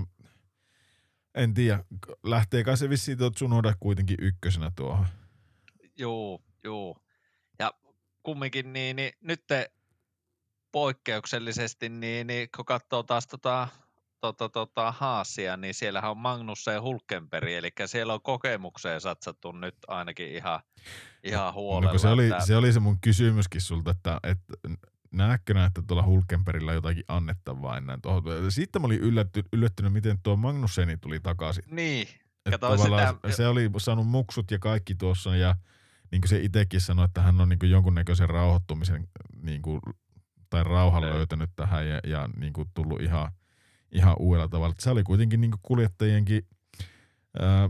en tiedä, lähtee kai se vissiin tuo Tsunoda kuitenkin ykkösenä tuohon. Juu, juu. Ja kumminkin niin, niin nyt te poikkeuksellisesti, niin, niin kun katsoo taas tota, tota, tota Haasia, niin siellähän on Magnussen ja Hulkenberg, eli siellä on kokemukseen satsattu nyt ainakin ihan, ihan huolella. No, se, oli, että... se oli se mun kysymyskin sulta, että, että näetkö nää, että tuolla Hulkenbergillä jotakin annettavaa enää tuohon. Sitten mä olin yllätty, yllättynyt, miten tuo Magnusseni tuli takaisin. Niin, kato sitä. Se oli saanut muksut ja kaikki tuossa ja niin kuin se itsekin sanoi, että hän on niin kuin jonkunnäköisen rauhoittumisen niin kuin, tai rauhan Ei. löytänyt tähän ja, ja niin kuin tullut ihan, ihan uudella tavalla. Se oli kuitenkin niin kuin kuljettajienkin ää,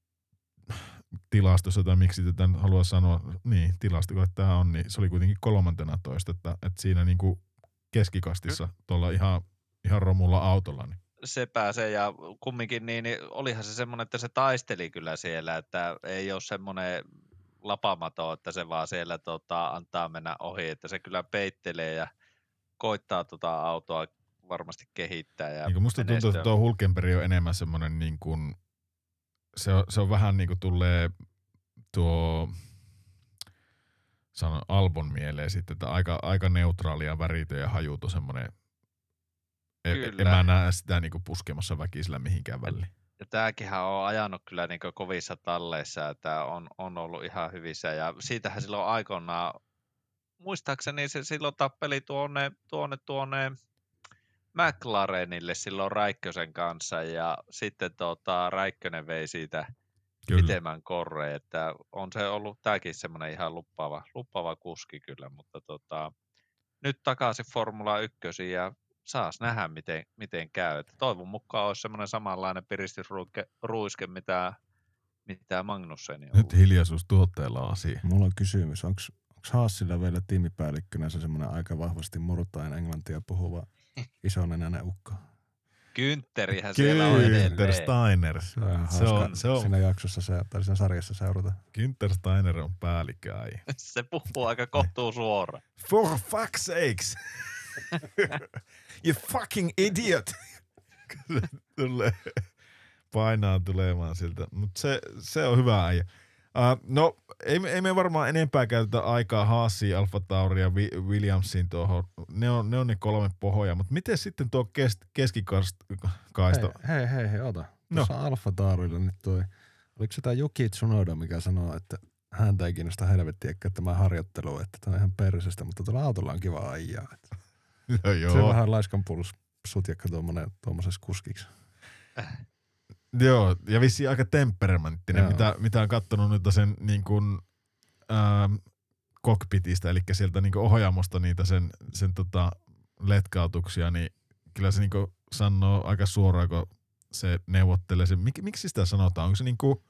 tilastossa, tai miksi tätä nyt haluaa sanoa, niin tilasto, kun tämä on, niin se oli kuitenkin kolmantena toista, että, että siinä niin kuin keskikastissa tuolla ihan, ihan romulla autolla. Niin. Se pääsee ja kumminkin niin, niin olihan se semmoinen, että se taisteli kyllä siellä, että ei ole semmoinen lapamato, että se vaan siellä tota, antaa mennä ohi, että se kyllä peittelee ja koittaa tota autoa varmasti kehittää. Ja niin musta tuntuu, että tuo Hulkenberg on enemmän semmoinen, niin kuin, se, on, se on vähän niin kuin tulee tuo sanon Albon mieleen sitten, että aika, aika neutraalia väritö ja hajuto semmoinen, en, en mä näe sitä niin kuin puskemassa väkisellä mihinkään väliin. Ja tämäkinhän on ajanut kyllä niin kovissa talleissa, että on, on ollut ihan hyvissä ja siitähän silloin aikoinaan, muistaakseni se silloin tappeli tuonne, tuonne, tuonne McLarenille silloin Räikkösen kanssa ja sitten tota, Räikkönen vei siitä kyllä pitemmän korreen, että on se ollut tämäkin semmoinen ihan luppaava, luppaava kuski kyllä, mutta tota, nyt takaisin Formula yksi ja saas nähdä, miten, miten käy. Että toivon mukaan olisi semmoinen samanlainen piristysruiske, mitä, mitä Magnussen on. Nyt hiljaisuus tuotteella asia. Mulla on kysymys, onko Haasilla vielä tiimipäällikkönä se semmoinen aika vahvasti murtain englantia puhuva isonenäinen ukko? Günterihän siellä on edelleen. Günther Steiner. Se on, Se on, se on, siinä jaksossa se, tai siinä sarjassa seurata. Günther Steiner on päällikkö ai. Se puhuu aika kohtuu suoraan. For fuck's sakes! You fucking idiot! Tulee, painaa tulemaan siltä. Mutta se, se on hyvä äijä. Uh, no, ei, ei me varmaan enempää käytetä aikaa Haasiin, Alfa Tauri ja Williamsiin tuohon. Ne on, ne on ne kolme pohoja, mutta miten sitten tuo kes, keskikaisto? Hei, hei, hei, hei, ota. Tuossa no. Alfa Taurilla nyt toi, oliko se tää Yuki Tsunoda, mikä sanoo, että häntä ei kiinnosta helvettiäkään tämä harjoittelu, että tämä on ihan persestä, mutta tuolla autolla on kiva ajaa. No, joo. Se on vähän laiskanpuolus sutjakka tuommoisessa kuskiksi. Joo, ja vissiin aika temperamenttinen, mitä, mitä on kattonut nyt sen niin kuin, ähm, cockpitista, eli sieltä niin kuin ohjaamosta niitä sen, sen tota letkautuksia, niin kyllä se niin kuin sanoo aika suoraan, kun se neuvottelee. Se, mik, miksi sitä sanotaan? Onko se niin kuin,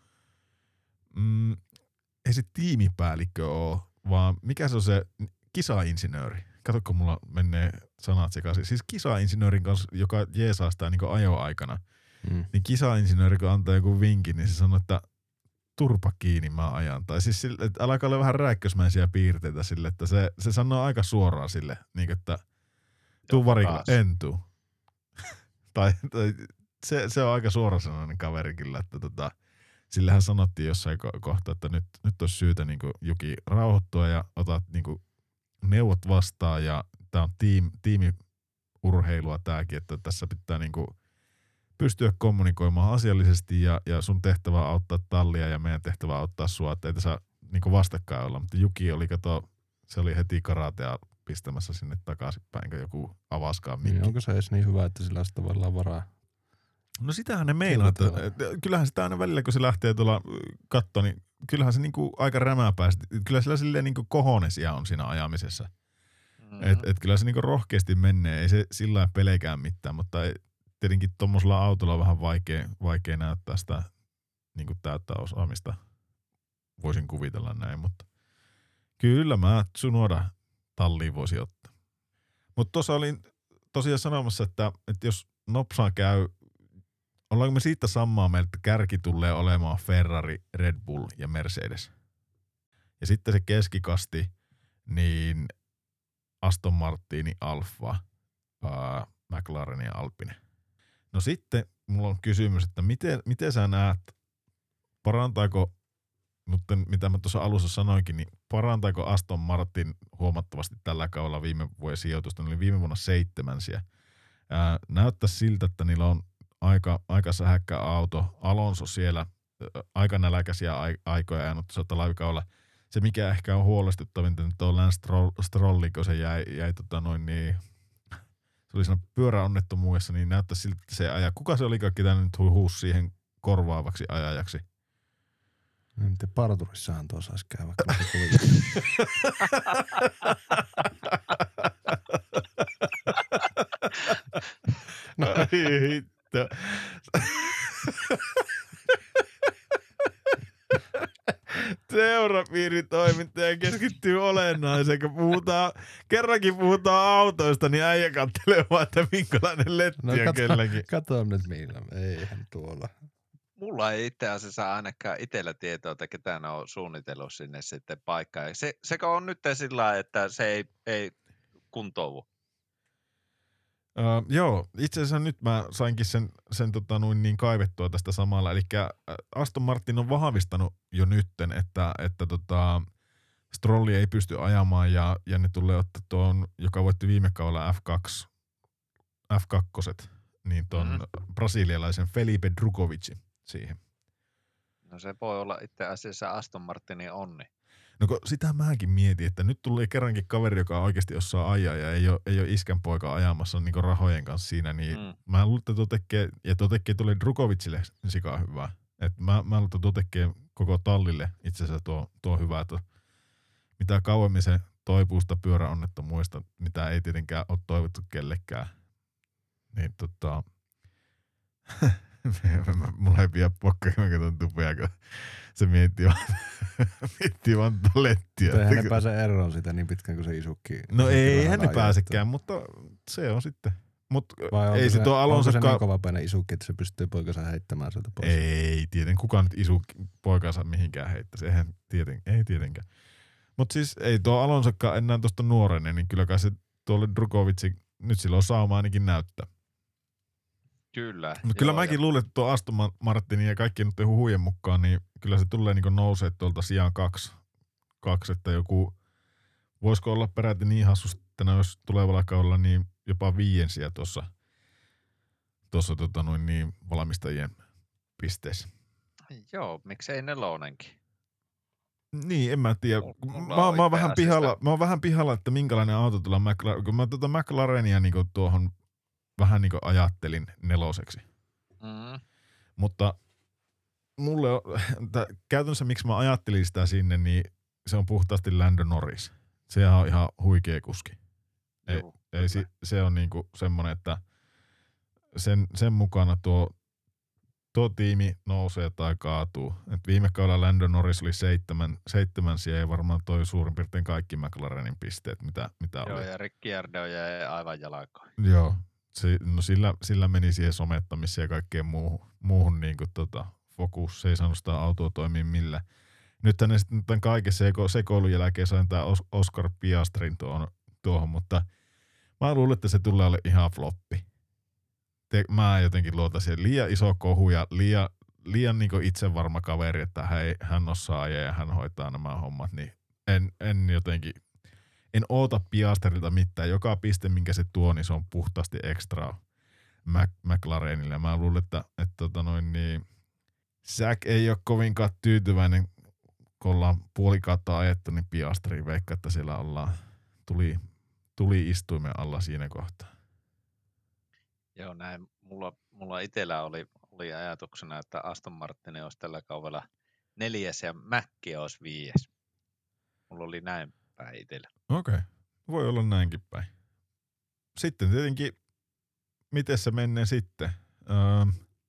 mm, ei se tiimipäällikkö ole, vaan mikä se on se kisainsinööri? Kato, kun mulla menee sanat sekaisin. Siis kisainsinöörin kanssa, joka jeesaa sitä niin kuin ajoaikana. Mm. Niin kisainsinööri, kun antaa joku vinkin, niin se sanoo, että turpa kiinni mä ajan. Tai siis sille, että alkaa olla vähän rääkkösmäisiä piirteitä sille, että se, se sanoo aika suoraan sille, niin että tuu varikolla, en tuu. tai, tai se, se on aika suorasanainen kaveri kyllä, että tota, sillähän sanottiin jossain kohtaa, että nyt, nyt olisi syytä niin kuin Juki rauhoittua ja otat niin kuin neuvot vastaan ja tää on tiim, tiimiurheilua tääkin, että tässä pitää niin kuin pystyä kommunikoimaan asiallisesti ja, ja sun tehtävä on auttaa tallia ja meidän tehtävä on auttaa sua, että ei tässä niinku vastakkain olla. Mutta Juki oli, kato, se oli heti karatea pistämässä sinne takaisinpäin, kun joku avaskaan mikki. Niin onko se edes niin hyvä, että sillä olisi tavallaan varaa? No sitähän ne meinaa, että, että kyllähän sitä aina välillä, kun se lähtee tuolla kattoon, niin kyllähän se niinku aika rämäpäisesti, kyllä sillä silleen niinku kohonesia on siinä ajamisessa. Mm-hmm. Että et kyllä se niinku rohkeasti menee, ei se sillä lailla pelekään mitään, mutta ei, tietenkin tuommoisella autolla on vähän vaikea, vaikea näyttää sitä niin kuin täyttää osaamista. Voisin kuvitella näin, mutta kyllä mä Tsunoda talliin voisi ottaa. Mutta tuossa olin tosiaan sanomassa, että, että jos nopsaa käy, ollaanko me siitä samaa mieltä, että kärki tulee olemaan Ferrari, Red Bull ja Mercedes. Ja sitten se keskikasti, niin Aston Martini, Alfa, ää, McLaren ja Alpine. No sitten mulla on kysymys, että miten, miten sä näet, parantaako, mutta mitä mä tuossa alussa sanoinkin, niin parantaako Aston Martin huomattavasti tällä kaudella viime vuoden sijoitusta, ne oli viime vuonna seitsemänsiä. Ää, näyttää siltä, että niillä on aika, aika sähäkkä auto, Alonso siellä, ää, aika näläkäisiä aikoja ajanut tuossa talvikaudella. Se mikä ehkä on huolestuttavinta, nyt on Lance Strolli, kun se jäi, jäi tota noin niin, se oli siinä pyöräonnettomuudessa, niin näyttää siltä, että se ajaa. Kuka se oli kaikki tänne nyt huusi siihen korvaavaksi ajajaksi? En tiedä, parturissahan tuossa saisi käydä. No hitto. Seurapiiritoimittaja keskittyy olennaiseen, kun puhutaan, kerrankin puhutaan autoista, niin äijä kattelee vaan, että minkälainen letti no, on kelläkin. Kato nyt millä, eihän tuolla. Mulla ei itse asiassa ainakaan itsellä tietoa, että ketään on suunnitellut sinne sitten paikkaan. Se, sekö on nyt sillä lailla, että se ei, ei kuntoudu? Uh, joo, itse asiassa nyt mä sainkin sen, sen tota, noin niin kaivettua tästä samalla. Eli Aston Martin on vahvistanut jo nytten, että, että tota, Strolli ei pysty ajamaan ja, ja ne tulee ottaa tuon, joka voitti viime kaudella F kaksi, F kaksi, niin tuon mm. brasilialaisen Felipe Drugovicin siihen. No se voi olla itse asiassa Aston Martinin onni. No kun sitä mäkin mietin, että nyt tuli kerrankin kaveri, joka oikeasti osaa ajaa ja ei ole, ei ole iskän poika ajamassa niin rahojen kanssa siinä, niin mm. mä luulen, että tuo tekee, ja tuo tekee tuli Drugovicille sikaa hyvää. Et mä, mä luulen, että tuo tekee koko tallille itse asiassa tuo, tuo hyvää, että mitä kauemmin se toipuu sitä pyöräonnettomuista, mitä ei tietenkään ole toivottu kellekään, niin tota, Mulla ei pidä pokka, kun mä katson tupea, kun se miettii vaan, miettii vaan tolettia. Eihän ne pääse eroon sitä niin pitkään kuin se isukki. No eihän ne pääsekään, mutta se on sitten. Mut vai ei se tuo Alonso... Onko se niin kovapäinen isukki, että se pystyy poikansa heittämään sieltä pois? Ei tieten, kukaan nyt isukki poikansa mihinkään heittäisi. Eihän tieten, ei tietenkään. Mutta siis ei tuo Alonsokaan enää tuosta nuorenen, niin kyllä kai se tuolle Drugovicin, nyt sillä on sauma ainakin näyttää. Kyllä. Mutta kyllä mäkin ja... luulen, että tuo Aston Martinin ja kaikkien nyt huhujen mukaan, niin kyllä se tulee niin nousee tuolta sijaan kaksi, kaksi, että joku, voisiko olla peräti niin hassusti, että jos tulevalla kaudella niin jopa viiensiä tuossa tuossa tota noin niin valmistajien pisteessä. Joo, miksei nelonenkin? Niin, en mä tiedä. Mä, mä, oon vähän pihalla, mä oon vähän pihalla, että minkälainen auto tulee McLaren, kun mä tuota McLarenia niin tuohon vähän niin ajattelin neloseksi. Mm. Mutta mulle on, käytännössä miksi mä ajattelin sitä sinne, niin se on puhtaasti Lando Norris. Sehän on ihan huikea kuski. Ei, Joo, ei se, se on niinku semmoinen, että sen, sen mukana tuo, tuo tiimi nousee tai kaatuu. Et viime kaudella Lando Norris oli seitsemän, seitsemän sijaa ja varmaan toi suurin piirtein kaikki McLarenin pisteet, mitä, mitä Joo, oli. Joo, ja Ricciardo jäi aivan jalkoihin. Joo, se, no sillä, sillä meni siihen somettamiseen ja kaikkeen muuhun, muuhun niinku tota, fokus. Se ei saanut sitä autoa toimia millään. Nythän ne sitten tämän kaiken seko, sekoilun jälkeen sain tää Oscar Piastrin tuohon, tuohon, mutta mä luulen, että se tulee olemaan ihan floppi. Te, mä jotenkin luotan siihen liian iso kohu ja liian, liian niin itsevarma kaveri, että hei, hän osaa ajaa ja hän hoitaa nämä hommat, niin en, en jotenkin, en oota Piastrilta mitään. Joka piste, minkä se tuo, niin se on puhtaasti ekstraa Mac, McLarenille. Mä luulen, että, että tota noin, niin, Zack ei ole kovinkaan tyytyväinen, kun ollaan puoli kautta ajettu, niin Piastriin veikka, että siellä ollaan, tuli, tuli istuimen alla siinä kohtaa. Joo, näin. Mulla, mulla itsellä oli, oli ajatuksena, että Aston Martin olisi tällä kaudella neljäs ja Mäkki olisi viides. Mulla oli näin päin itsellä. Okei, okay. Voi olla näinkin päin. Sitten tietenkin, miten se menee sitten? Öö,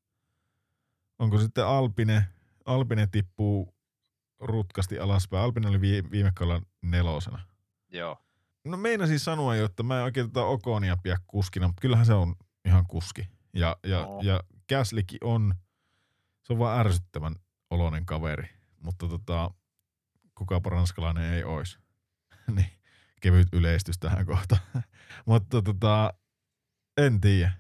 onko sitten Alpine, Alpine tippuu rutkasti alaspäin. Alpine oli viime kaudella nelosena. Joo. No meinasin sanoa jo, että mä en oikein tätä Oconia pidä kuskina, mutta kyllähän se on ihan kuski. Ja, ja, no. ja Gaslykin on, se on vaan ärsyttävän oloinen kaveri, mutta tota, kukapa ranskalainen ei ois. Niin, kevyt yleistys tähän kohtaan. Mutta tota, en tiedä.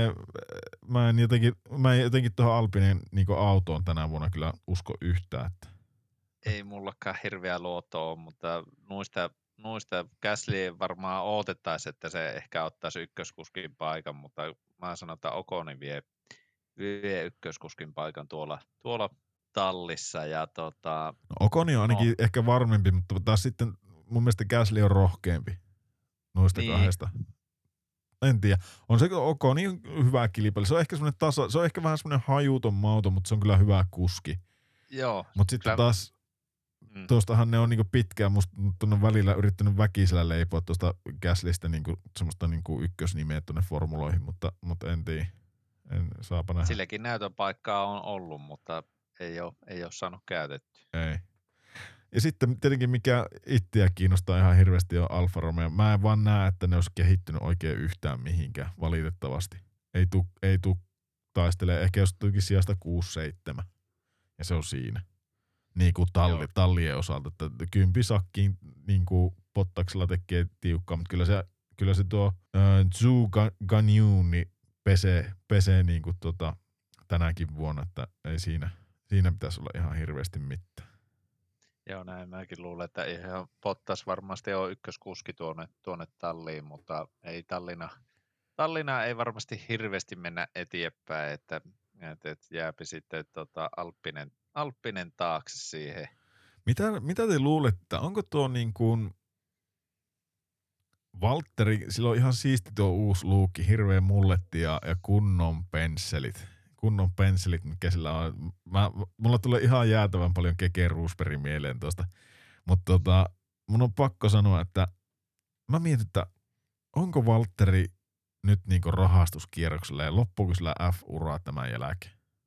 Mä en jotenkin, mä en jotenkin tuohon Alpinen niin autoon tänä vuonna kyllä usko yhtään. Että. Ei mullakaan hirveä luotto ole, mutta noista, noista Gasly varmaan odotettaisiin, että se ehkä ottaisi ykköskuskin paikan, mutta mä sanon, että Oconi vie, vie ykköskuskin paikan tuolla, tuolla tallissa. Ja tota, no, Oconi on ainakin no. ehkä varmempi, mutta taas sitten mun mielestä Gasly on rohkeampi noista niin. kahdesta. En tiedä. On se Oconi hyvä kilpailu. Se on ehkä semmoinen tasa, se on ehkä vähän semmoinen hajuton mauto, mutta se on kyllä hyvä kuski. Joo. Mutta sitten kyllä. taas mm. tuostahan ne on niinku pitkään musta tuonne välillä yrittänyt väkisellä leipoa tuosta Gaslystä niinku semmoista niinku ykkösnimeä tuonne formuloihin, mutta, mutta en tiedä. En saapa nähdä. Silläkin näytön paikkaa on ollut, mutta ei ole, ei ole saanut käytetty. Ei. Ja sitten tietenkin mikä itseä kiinnostaa ihan hirveästi on Alfa Romeo. Mä en vaan näe, että ne olisi kehittynyt oikein yhtään mihinkään, valitettavasti. Ei tuu ei tuu taistelemaan, ehkä jos tuikin sijasta kuusi seitsemän. Ja se on siinä. Niin kuin talli, tallien osalta. Että kympisakkiin niin kuin Pottaksella tekee tiukkaa, mutta kyllä se, kyllä se tuo äh, Zhu Guanyu niin pesee, pesee niin kuin tota, tänäkin vuonna, että ei siinä, siinä pitäisi olla ihan hirveästi mitään. Joo, näin mäkin luulen, että ihan Bottas varmasti on ykköskuski tuonne, tuonne talliin, mutta ei Tallinna, Tallinna ei varmasti hirveästi mennä eteenpäin, että, että, että jääpi sitten tota Alppinen, Alppinen taakse siihen. Mitä, mitä te luulette, onko tuo niin kuin Valtteri, sillä on ihan siisti tuo uusi luukki, hirveä mulletti ja, ja kunnon pensselit. kunnon pensselit, mikä sillä on. Mä, mulla tulee ihan jäätävän paljon Keke Roosbergin mieleen tuosta. Mutta tota, mun on pakko sanoa, että mä mietin, että onko Valtteri nyt niinku rahastuskierroksella ja loppuuko sillä F-uraa tämän jälkeen?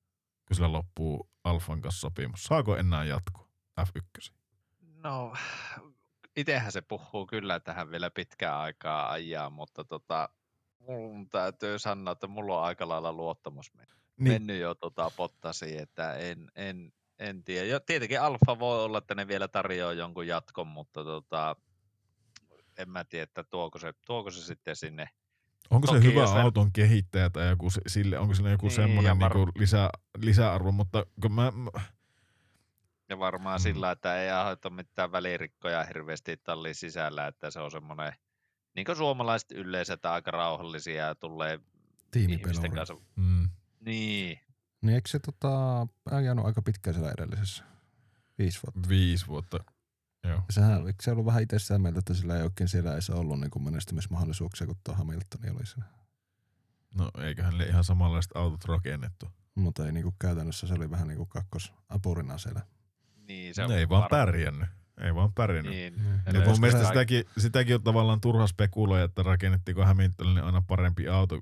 kun sillä loppuu Alfan kanssa sopimus? Saako enää jatkoa F yksi? No, itsehän se puhuu kyllä, että hän vielä pitkään aikaa ajaa, mutta tota, mun täytyy sanoa, että mulla on aika lailla luottamus mennyt, niin. mennyt jo tota Bottasiin, että en, en, en tiedä. Jo, tietenkin Alfa voi olla, että ne vielä tarjoaa jonkun jatkon, mutta tota, en mä tiedä, että tuoko se, tuoko se sitten sinne. Onko Toki se hyvä jos auton ver... kehittäjä tai joku sille, onko sillä joku niin, semmoinen var... niinku lisä, lisäarvo, mutta kun mä... Ja varmaan mm. sillä, että ei aiheuta mitään välirikkoja hirveästi tallin sisällä, että se on semmoinen, niin kuin suomalaiset yleensä, että aika rauhallisia ja tulee ihmisten kanssa. Mm. Niin. Niin eikö se tota, ajanut aika pitkään siellä edellisessä? Viisi vuotta. Viisi vuotta, joo. Sehän, eikö se ollut vähän itse sitä mieltä, että sillä ei oikein siellä ei se ollut niin kuin menestymismahdollisuuksia, kun tuo Hamilton oli siinä? No eiköhän ne ihan samanlaiset autot rakennettu. Mutta ei niin kuin käytännössä, se oli vähän niin kuin kakkosapurina siellä. Niin, se ne ei vaan pärjännyt. Ei vaan pärjännyt. Niin. Mm. Ja mun mielestä sitäkin, sitäkin on tavallaan turha spekuloida, että rakennettiinko Hamiltonille aina parempi auto.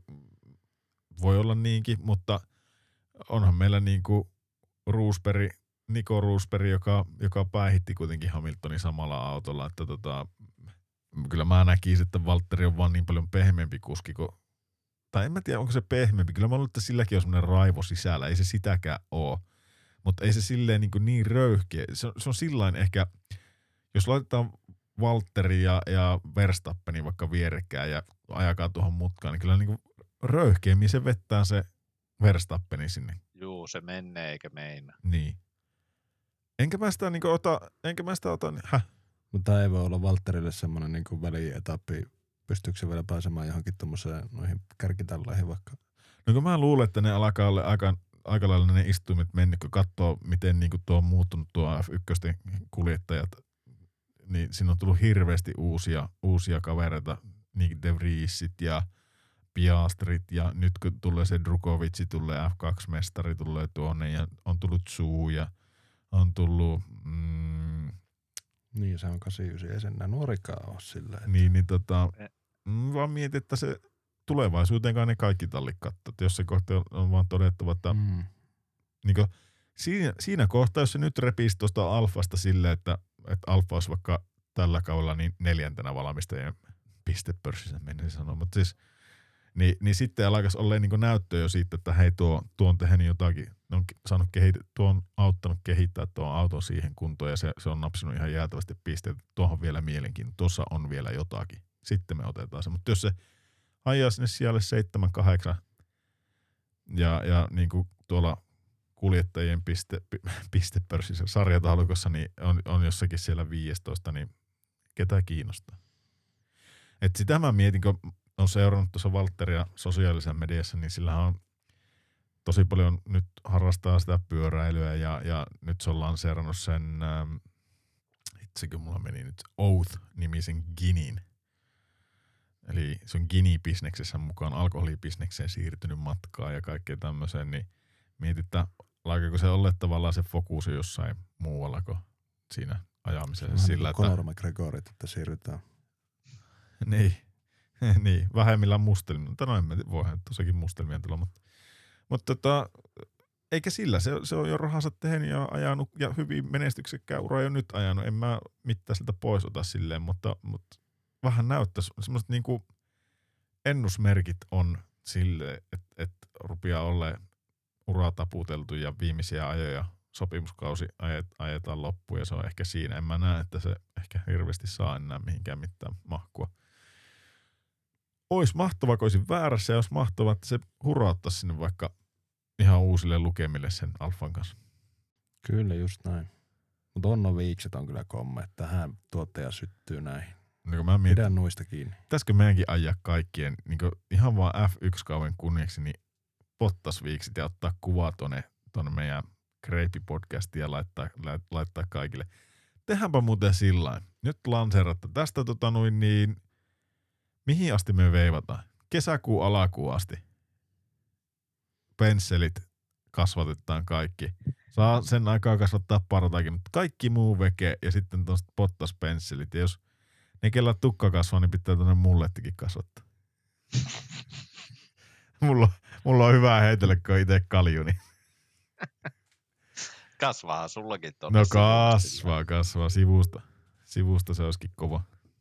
Voi olla niinkin, mutta onhan meillä niinku Roosberg, Nico Roosberg, joka, joka päihitti kuitenkin Hamiltonin samalla autolla. Että tota, kyllä mä näkisin, että Valtteri on vaan niin paljon pehmeämpi kuski kuin, tai en mä tiedä, onko se pehmeämpi. Kyllä mä luulen, että silläkin on semmoinen raivo sisällä. Ei se sitäkään ole. Mutta ei se silleen niin, niin röyhkeä. Se on, se on sillain ehkä, jos laitetaan Valtteri ja, ja Verstappeni vaikka vierekkäin ja ajakaa tuohon mutkaan, niin kyllä niin röyhkeämmin se vettää se Verstappeni sinne. Juu, se menee eikä meina. Niin. Enkä mä sitä niin ota, enkä mä sitä ota, häh? Mutta ei voi olla Valtterille semmoinen niin välietappi. Pystyykö se vielä pääsemään johonkin tommoseen noihin kärkitalleihin vaikka? No kun mä luulen, että ne alkaa olla aika aika lailla ne istuimet mennyt, kun katsoo, miten niinku tuo on muuttunut tuo F yksi kuljettajat, niin siinä on tullut hirveästi uusia, uusia kavereita, niin De Vriesit ja Piastrit, ja nyt kun tulee se Drukovitsi, tulee F kaksi mestari, tulee tuonne, ja on tullut Zhou, ja on tullut... Mm, niin, se on kahdeksankymmentäyhdeksän, ei sen enää nuorikaan ole silleen. Niin, niin tota, vaan mietin, että se... Tulevaisuuteenkaan ne kaikki tallit katsoo. Jos se kohta on vaan todettava, että mm. niin siinä, siinä kohtaa, jos se nyt repisi tuosta Alfasta silleen, että, että Alfa olisi vaikka tällä kaudella niin neljäntenä valmistajien pistepörssissä mennä sanoa, mutta siis niin, niin sitten alkaisi olla niin näyttöä jo siitä, että hei tuo, tuo on tehnyt jotakin, ne on, saanut kehitä, tuo on auttanut kehittää tuon auton siihen kuntoon ja se, se on napsinut ihan jäätävästi pisteitä, tuohon vielä mielenkiintoista, tuossa on vielä jotakin, sitten me otetaan se, mutta jos se ajaa sinne sijalle seitsemän, kahdeksan ja, ja niin kuin tuolla kuljettajien piste, pistepörssissä sarjataulukossa niin on, on jossakin siellä viisitoista, niin ketä kiinnostaa. Et sitä mä mietin, kun on seurannut tuossa Valtteria sosiaalisessa mediassa, niin sillähän on tosi paljon nyt harrastaa sitä pyöräilyä ja, ja nyt se on lanseerannut sen, ähm, itsekö mulla meni nyt Oath-nimisen Ginin. Eli se on Gini-bisneksessä mukaan alkoholibisnekseen siirtynyt matkaa ja kaikkea tämmöiseen, niin mietit, että alkaako se olla tavallaan se fokus jossain muualla kuin siinä ajamisessa. Sillä, että Conor McGregorit, että siirrytään. Niin, niin vähemmillä mustelmilla. No en mä voihan tuossakin mustelmia tulla, mutta, mutta tota, eikä sillä. Se, se on jo rahansa tehnyt ja ajanut ja hyvin menestyksekkää uraa jo nyt ajanut. En mä mitään siltä pois ota silleen, mutta, mutta vähän näyttäisi, semmoiset niinku ennusmerkit on sille, että et rupeaa olemaan uraa taputeltu ja viimeisiä ajoja sopimuskausi ajet, ajetaan loppuun ja se on ehkä siinä. En mä näe, että se ehkä hirveästi saa enää mihinkään mitään mahkua. Ois mahtava, kun olisin väärässä ja olisi mahtava, että se hurauttaisi sinne vaikka ihan uusille lukemille sen Alfan kanssa. Kyllä, just näin. Mutta Onno Viikset on kyllä komme, että tähän tuottaja syttyy näihin. No, mä mietin, pidän nuista kiinni. Pitäisikö meidänkin ajaa kaikkien, niin ihan vaan F yksi kauden kunniaksi, niin Bottas-viiksit ja ottaa kuvaa tuonne, tuonne meidän Kreipi-podcastiin ja laittaa, laittaa kaikille. Tehdäänpä muuten sillain. Nyt lanseeratta tästä tota noin niin, mihin asti me veivataan? Kesäkuun alakuun asti. Pensselit kasvatetaan kaikki. Saa sen aikaa kasvattaa partaakin, mutta kaikki muu veke ja sitten tuosta Bottas-pensselit. Ja jos ne kellä tukka kasvaa, niin pitää tuonne mullettikin kasvattaa. mulla, mulla on hyvää heitellä, kun on itse kalju. Niin. Kasvaa sullakin tuonne No sivuun kasvaa, kasvaa sivusta. Sivusta se olisikin kova.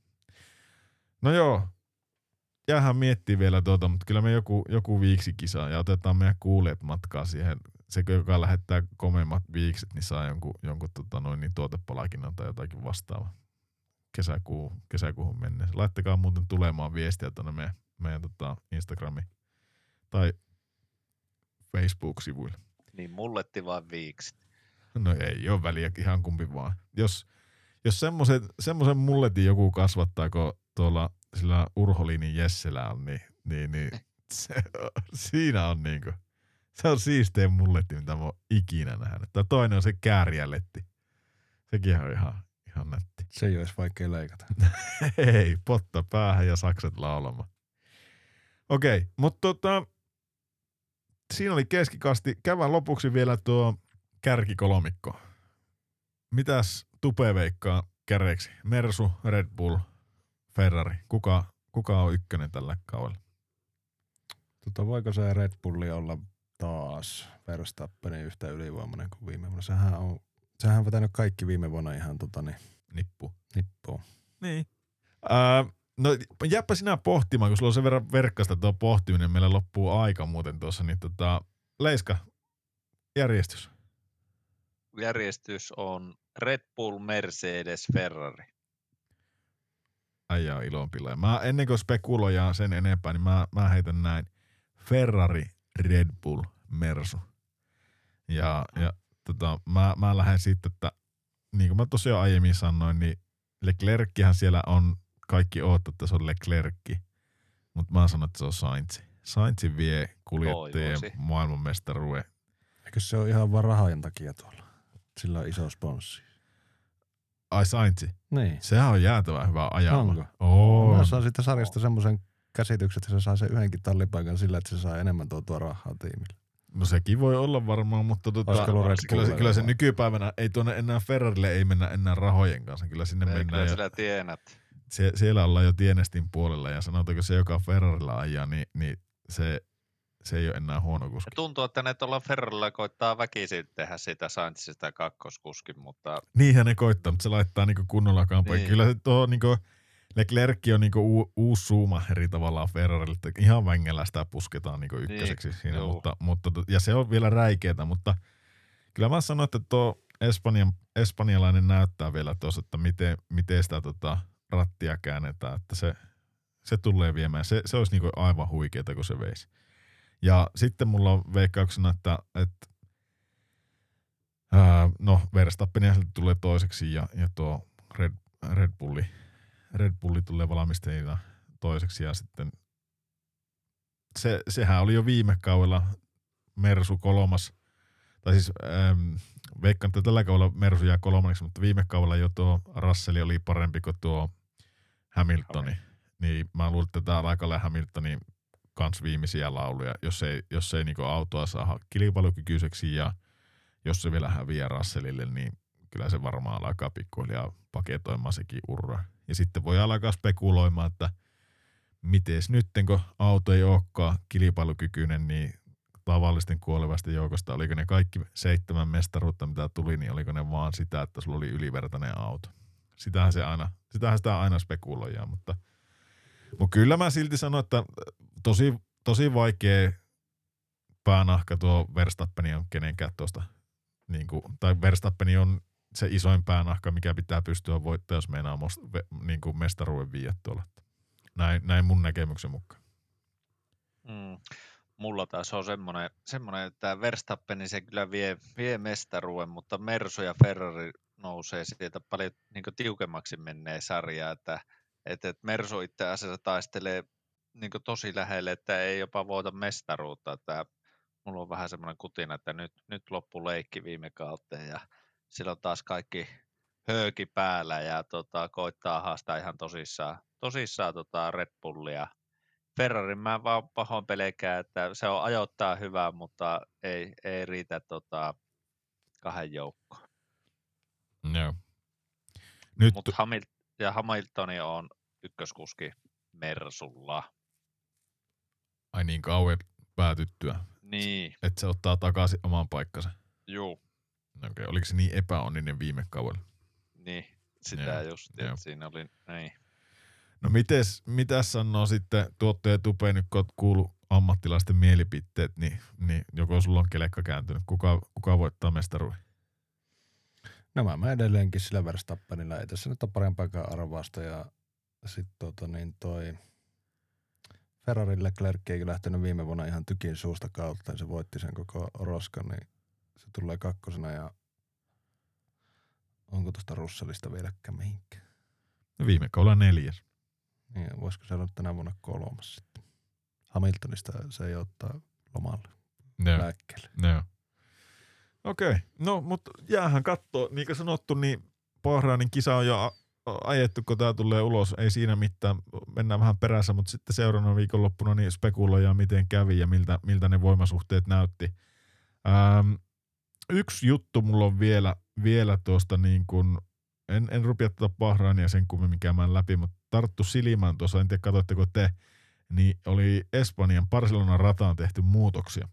No joo, jäähän miettii vielä tuota, mutta kyllä me joku, joku viiksikisa ja otetaan meidän kuulijat matkaa siihen. Se, joka lähettää komeimmat viikset, niin saa jonkun, jonkun tota noin, niin tuotepalkinnon tai jotakin vastaavaa kesäkuu, kesäkuuhun mennessä. Laittakaa muuten tulemaan viestiä tuonne meidän, meidän tota Instagrami tai Facebook-sivuille. Niin mulletti vaan viikset. No ei ole väliä, ihan kumpi vaan. Jos, jos semmoisen mulletin joku kasvattaa, kun tuolla sillä Urholinin Jesselä on, niin, niin, niin se, siinä on niinku, se on siistein mulletti, mitä mä oon ikinä nähnyt. Tai toinen on se kääriäletti. Sekin on ihan, ihan nätti. Se ei olisi vaikea leikata. Ei, potta päähän ja sakset laulamaan. Okei, okay, mutta tota, siinä oli keskikasti. Käydään lopuksi vielä tuo kärkikolmikko. Mitäs Tupe veikkaa käreiksi? Mersu, Red Bull, Ferrari. Kuka, kuka on ykkönen tällä kaudella? Tota, voiko se Red Bulli olla taas Verstappenin yhtä ylivoimainen kuin viime vuonna? Sehän on, sehän on vetänyt kaikki viime vuonna ihan tota, niin, Nippu. nippuun. Niin. Äh, no jääpä sinä pohtimaan, kun sulla on sen verran verkkasta tuo pohtiminen, meillä loppuu aika muuten tuossa, niin tota, Leiska, järjestys. Järjestys on Red Bull, Mercedes, Ferrari. Äijä on ilonpilaaja. Mä ennen kuin spekuloidaan sen enempää, niin mä, mä heitän näin. Ferrari, Red Bull, Mersu. Ja, ja tota, mä, mä lähden siitä, että niin kuin mä tosiaan aiemmin sanoin, niin Leclerckihän siellä on, kaikki oottaa, että se on Leclercki. Mutta mä sanon, että se on Sainz. Sainz vie kuljettajien maailmanmestaruuden. Eikö se ole ihan vaan rahojen takia tuolla? Sillä on iso sponssi. Ai Sainz? Niin. Sehän on jäätävän hyvä ajalla. Onko? Oh. Mä saan siitä sarjasta semmoisen käsityksen, että se saa sen yhdenkin tallipaikan sillä, että se saa enemmän tuotua rahaa tiimille. No sekin voi olla varmaan, mutta tota, kyllä, se, kyllä se nykypäivänä ei tuonne enää Ferrarille ei mennä enää rahojen kanssa. Kyllä sinne ei, mennään. Kyllä tienät. Sie, siellä ollaan jo tienestin puolella ja sanotaanko se, joka Ferrarilla ajaa, niin, niin se, se ei ole enää huono kuski. Tuntuu, että ne tuolla Ferrarilla koittaa väkisin tehdä sitä Sainzista kakkoskuskin, mutta... Niinhän ne koittaa, mutta se laittaa niinku kunnolla kampoja. Niin. Kyllä se tuo niinku Leclerc on niinku u, uusi Schumacheri tavallaan Ferrarille. Ihan vängellä sitä pusketaan niinku ykköseksi niin, siinä. Mutta, mutta, ja se on vielä räikeetä, mutta kyllä mä sanoin, että tuo Espanjan, espanjalainen näyttää vielä tuossa, että miten, miten sitä tota rattia käännetään. Että se, se tulee viemään. Se, se olisi niinku aivan huikeeta, kun se veisi. Ja sitten mulla on veikkauksena, että, että ää, no Verstappenia tulee toiseksi ja, ja tuo Red, Red Bulli Red Bulli tulee valmistajina toiseksi ja sitten se, sehän oli jo viime kaudella Mersu kolmas, tai siis ähm, veikkaan, että tällä kaudella Mersu jää kolmanneksi, mutta viime kaudella jo tuo Russell oli parempi kuin tuo Hamiltoni. Okay. Niin mä luulen, että tää on aika Hamiltonin kans viimeisiä lauluja, jos ei, jos ei niinku autoa saa kilpailukykyiseksi ja jos se vielä häviää Russellille, niin kyllä se varmaan alkaa pikkuhiljaa paketoimaan sekin urra. Ja sitten voi alkaa spekuloimaan, että mites nytten, kun auto ei olekaan kilpailukykyinen, niin tavallisten kuolevasten joukosta, oliko ne kaikki seitsemän mestaruutta, mitä tuli, niin oliko ne vaan sitä, että sulla oli ylivertainen auto. Sitähän, se aina, sitähän sitä aina spekuloidaan, mutta, mutta kyllä mä silti sanon, että tosi, tosi vaikea päänahka tuo Verstappeni on kenenkään tuosta, niin kuin, tai Verstappeni on se isoin päänahka, mikä pitää pystyä voittamaan, jos meinaa niin kuin mestaruuden viiä tuolla. Näin, näin mun näkemyksen mukaan. Mm. Mulla taas on semmoinen, semmoinen että Verstappen se kyllä vie, vie mestaruuden, mutta Mersu ja Ferrari nousee sieltä paljon niin kuin tiukemmaksi menneen sarjaa, että, että, että Mersu itse asiassa taistelee niin kuin tosi lähelle, että ei jopa voita mestaruutta. Että mulla on vähän semmoinen kutina, että nyt, nyt loppu leikki viime kauteen ja silloin taas kaikki hööki päällä ja tota, koittaa haastaa ihan tosissaan, tosissaan tota Red Bullia. Ferrarin mä vaan pahoin pelkään, että se on ajoittaa hyvää, mutta ei, ei riitä tota kahden joukkoon. No. Nyt... Mutta Hamil- ja Hamiltoni on ykköskuski Mersulla. Ai niin kauan päätyttyä. Niin. Että se ottaa takaisin oman paikkansa. Juu, Okei, okay, oliko se niin epäonninen viime kaudella? niin. Sitä Joo, just, joo. että siinä oli näin. No mites, mitäs sanoo sitten tuottaja Tupe, nyt kun oot kuullut ammattilaisten mielipiteet, niin, niin joko sulla on kelekka kääntynyt, kuka, kuka voittaa mestaruuden? No mä, mä edelleenkin sillä Verstappenilla, ei tässä nyt ole parempaakaan arvausta ja sit tota niin toi Ferrarin Leclerc ei lähtenyt viime vuonna ihan tykin suusta kautta ja se voitti sen koko roskan, niin se tulee kakkosena ja onko tuosta Russellista vieläkään mihinkään? No viime kaudella neljäs. Niin, voisiko se olla tänä vuonna kolmas sitten? Hamiltonista se ei ottaa lomalle Joo, lääkkeelle. joo. Okei, okay. No mutta jäähän kattoo. Niin kuin sanottu, niin Bahrainin kisa on jo a- ajettu, kun tää tulee ulos. Ei siinä mitään, mennään vähän perässä, mutta sitten seuraavana viikonloppuna niin spekuloidaan miten kävi ja miltä, miltä ne voimasuhteet näytti. Ähm, yksi juttu mulla on vielä, vielä tuosta niin kuin, en, en rupia tätä Bahrainia sen kummemmin käymään läpi, mutta tarttu silmään tuossa, en tiedä katsoitteko te, niin oli Espanjan Barcelonan rataan tehty muutoksia.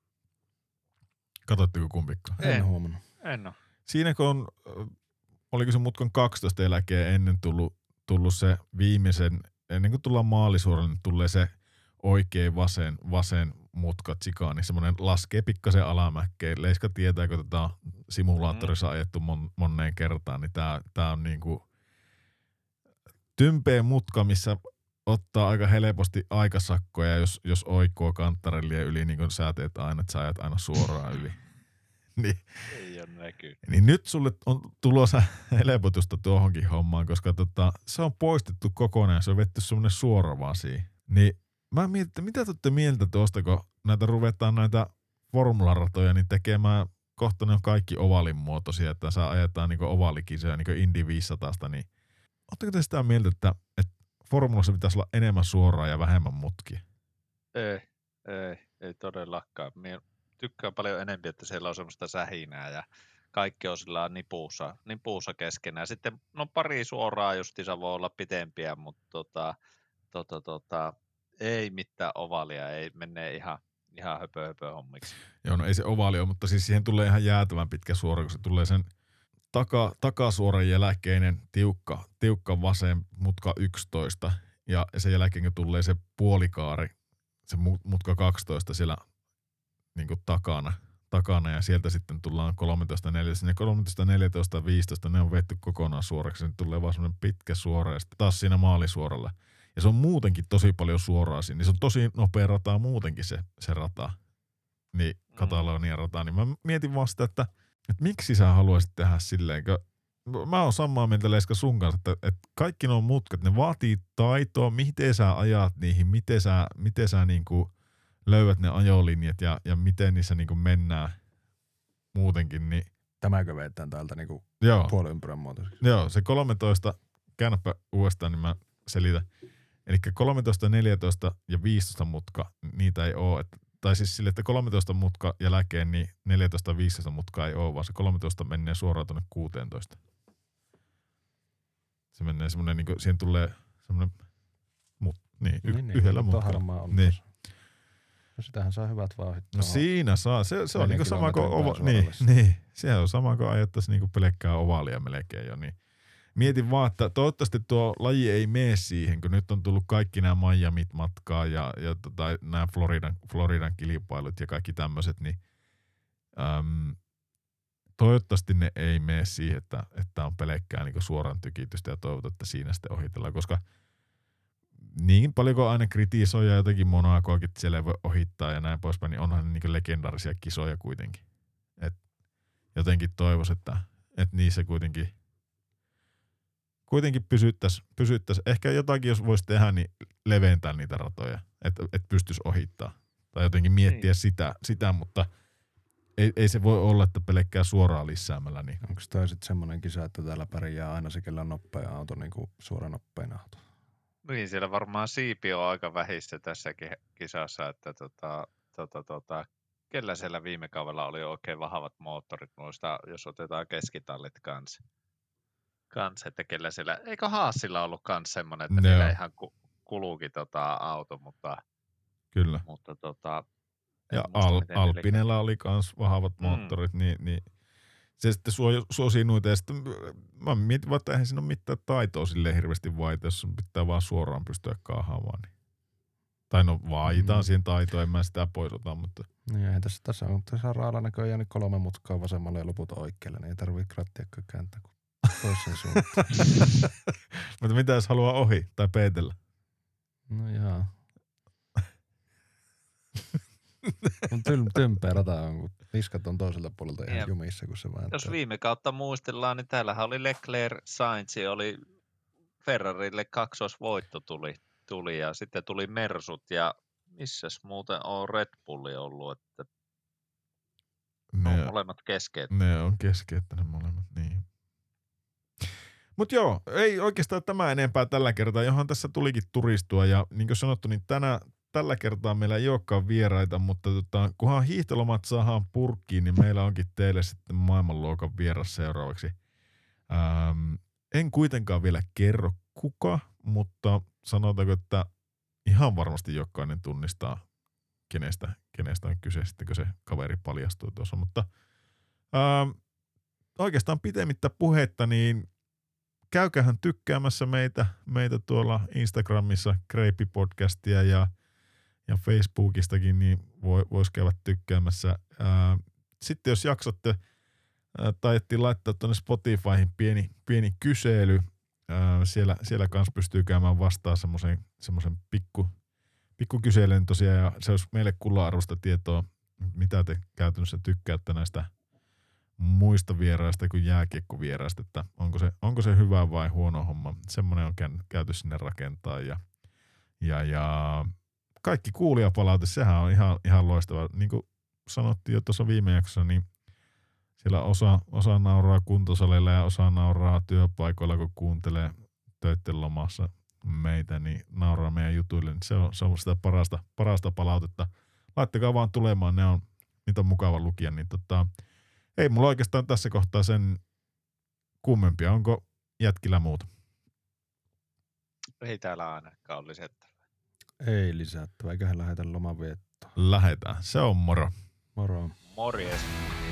Katsoitteko kumpikaan? En, En. huomannut. En oo. Siinä kun on, oliko se mutkan kaksitoista eläkeen ennen tullut, tullut se viimeisen, ennen kuin tullaan maalisuoralle, niin tulee se oikein vasen, vasen mutka tsikaani, semmoinen laskee pikkasen alamäkkeen. Leiska tietää, kun tätä on simulaattorissa ajettu mon, moneen kertaan, niin tää, tää on niinku tympeä mutka, missä ottaa aika helposti aikasakkoja, jos, jos oikoo kanttarellia yli, niin kuin sä teet aina, että sä ajat aina suoraan yli. niin, Ei oo näkyy. niin nyt sulle on tulossa helpotusta tuohonkin hommaan, koska tota, se on poistettu kokonaan, se on vetty semmoinen suora vaan siihen. Niin mä mietin, että mitä te olette mieltä tuosta, kun näitä ruvetaan näitä formularatoja niin tekemään, kohta ne on kaikki ovalin muotoisia, että saa ajetaan niinku ovalikisoja, niinku Indy viisisataa, niin ootteko te sitä mieltä, että, että formulassa pitäisi olla enemmän suoraa ja vähemmän mutkia? Ei, ei, ei todellakaan. Mie tykkään paljon enemmän, että siellä on semmoista sähinää ja kaikki on sillä nipuussa, nipuussa keskenään. Sitten no pari suoraa justiinsa voi olla pitempiä, mutta tota, tota, tota, ei mitään ovalia, ei menee ihan, ihan höpö höpö hommiksi. Joo, no ei se ovaali ole, mutta siis siihen tulee ihan jäätävän pitkä suora, kun se tulee sen taka, takasuoran jälkeinen tiukka, tiukka vasen mutka yksitoista ja sen jälkeen kun tulee se puolikaari, se mutka kaksitoista siellä niin kuin takana, takana ja sieltä sitten tullaan kolmetoista neljätoista, ne kolmetoista neljätoista viisitoista, ne on vetty kokonaan suoraksi, niin tulee vaan semmoinen pitkä suora ja sitten taas siinä maalisuoralla. Ja se on muutenkin tosi paljon suoraa siinä, niin se on tosi nopea rata muutenkin se, se rata, niin Katalonian rata, niin mä mietin vaan sitä, että, että miksi sä haluaisit tehdä silleen, kun mä oon samaa mieltä Leiska sun kanssa, että, että kaikki nuo mutkat, ne vaatii taitoa, miten sä ajat niihin, miten sä, miten sä niinku löydät ne ajolinjat ja, ja miten niissä niinku mennään muutenkin. Niin, Tämäkö vetään täältä niinku joo, puoliympyrän muotoiseksi? joo, se kolmetoista, käännäpä uudestaan, niin mä selitän. Eli kolmetoista, neljätoista ja viisitoista mutka, niitä ei oo. Että, tai siis sille, että kolmetoista mutka jälkeen, niin neljätoista, viisitoista mutka ei oo, vaan se kolmetoista menee suoraan tuonne kuusitoista. Se menee semmoinen, niin kuin, siihen tulee semmoinen, mut, niin, y- niin, niin, yhdellä mutta mutkalla. harmaa on Niin. tuossa. No sitähän saa hyvät vauhdit. No tuohon. siinä saa, se, se on Neljän niinku sama kuin kilometrin ova, niin, pääsuoralle. niin, se on sama kuin ajettaisiin niinku pelkkää ovaalia melkein jo, niin mietin vaan, että toivottavasti tuo laji ei mene siihen, kun nyt on tullut kaikki nämä Miamit matkaa ja, ja tota, nämä Floridan, Floridan kilpailut ja kaikki tämmöiset, niin äm, toivottavasti ne ei mene siihen, että, että on pelkkää niinku suoran tykitystä ja toivotaan, että siinä sitten ohitellaan, koska niin paljon kuin aina kritisoi ja jotenkin Monacoakin, että siellä ei voi ohittaa ja näin poispäin, niin onhan ne niinku legendaarisia kisoja kuitenkin. Et jotenkin toivoisi, että, että niissä kuitenkin kuitenkin pysyttäisiin, pysyttäisi. Ehkä jotakin, jos voisi tehdä, niin leventää niitä ratoja, että et pystyisi ohittaa. Tai jotenkin miettiä Niin. sitä, sitä, mutta ei, ei se voi olla, että pelkkää suoraan lisäämällä. Niin. Onko toi sitten semmoinen kisa, että täällä pärjää aina se, kellä on nopea auto, niin kuin suora nopein auto? Niin, siellä varmaan siipi on aika vähissä tässäkin kisassa, että tota, tota, tota, kellä siellä viime kaudella oli oikein vahvat moottorit, muista, jos otetaan keskitallit kanssa. Kans, että kellä siellä, eikö Haasilla ollut kans semmonen, että Joo. niillä ihan ku, kuluukin tota auto, mutta, Kyllä. mutta tota, En Ja muista, Al- miten ne Alpinella oli kans vahvat Mm. moottorit, niin, niin se sitten suo- suosii noita. Ja sitten mä mietin vaan, että eihän siinä ole mitään taitoa silleen hirveästi vaita, jos sun pitää vaan suoraan pystyä kaahaamaan. Niin. Tai no vaaditaan Mm. siihen taitoa, en mä sitä pois ota, mutta Niin ei tässä, tässä on tässä raalla näköjään niin kolme mutkaa vasemmalle ja loput oikealle, niin ei tarvii krattiakkaan kääntää kuin toisen suuntaan. mutta mitä jos haluaa ohi tai peitellä? No jaa. Mun tyl, tympeä rata on, kun niskat on toiselta puolelta ihan Jep. jumissa, kun se vääntää. Jos viime kautta muistellaan, niin täällähän oli Leclerc, Sainz, oli Ferrarille kaksoisvoitto tuli, tuli ja sitten tuli Mersut ja missäs muuten on Red Bulli ollut, että ne on Ne, molemmat keskeet. ne on keskeyttänyt molemmat, niin. Mut joo, ei oikeastaan tämä enempää tällä kertaa, johon tässä tulikin turistua ja niin kuin sanottu, niin tänä, tällä kertaa meillä ei olekaan vieraita, mutta tota, kunhan hiihtolomat saadaan purkkiin, niin meillä onkin teille sitten maailmanluokan vieras seuraavaksi. Ähm, en kuitenkaan vielä kerro kuka, mutta sanotaanko, että ihan varmasti jokainen tunnistaa, kenestä, kenestä on kyse sitten, kun se kaveri paljastui tuossa. Mutta ähm, oikeastaan pitemmittä puhetta, niin käykäähän tykkäämässä meitä, meitä tuolla Instagramissa, Kreipi-podcastia ja, ja Facebookistakin, niin voi, vois käydä tykkäämässä. Ää, sitten jos jaksatte, ää, taidettiin laittaa tuonne Spotifyhin pieni, pieni kysely. Ää, siellä, siellä kanssa pystyy käymään vastaan semmoisen semmoisen pikku, pikku kyselyyn tosiaan, ja se olisi meille kullanarvoista tietoa, mitä te käytännössä tykkäätte näistä muista vieraista kuin jääkiekkovieraista, että onko se, onko se hyvä vai huono homma. Semmoinen on käyty sinne rakentaa ja, ja, ja kaikki kuulijapalaute, sehän on ihan, ihan loistava. Niin kuin sanottiin jo tuossa viime jaksossa, niin siellä osa, osa nauraa kuntosaleilla ja osa nauraa työpaikoilla, kun kuuntelee töitten lomassa meitä, niin nauraa meidän jutuille. Niin se, on, se on sitä parasta, parasta palautetta. Laittakaa vaan tulemaan, ne on, niitä on mukava lukia, niin tota, ei mulla oikeastaan tässä kohtaa sen kummempia. Onko jätkillä muuta? Ei täällä ainakaan ole lisättävää. Ei lisättävä, eiköhän lähetä loman viettoon. Lähetään. Se on moro. Moro. Morjes.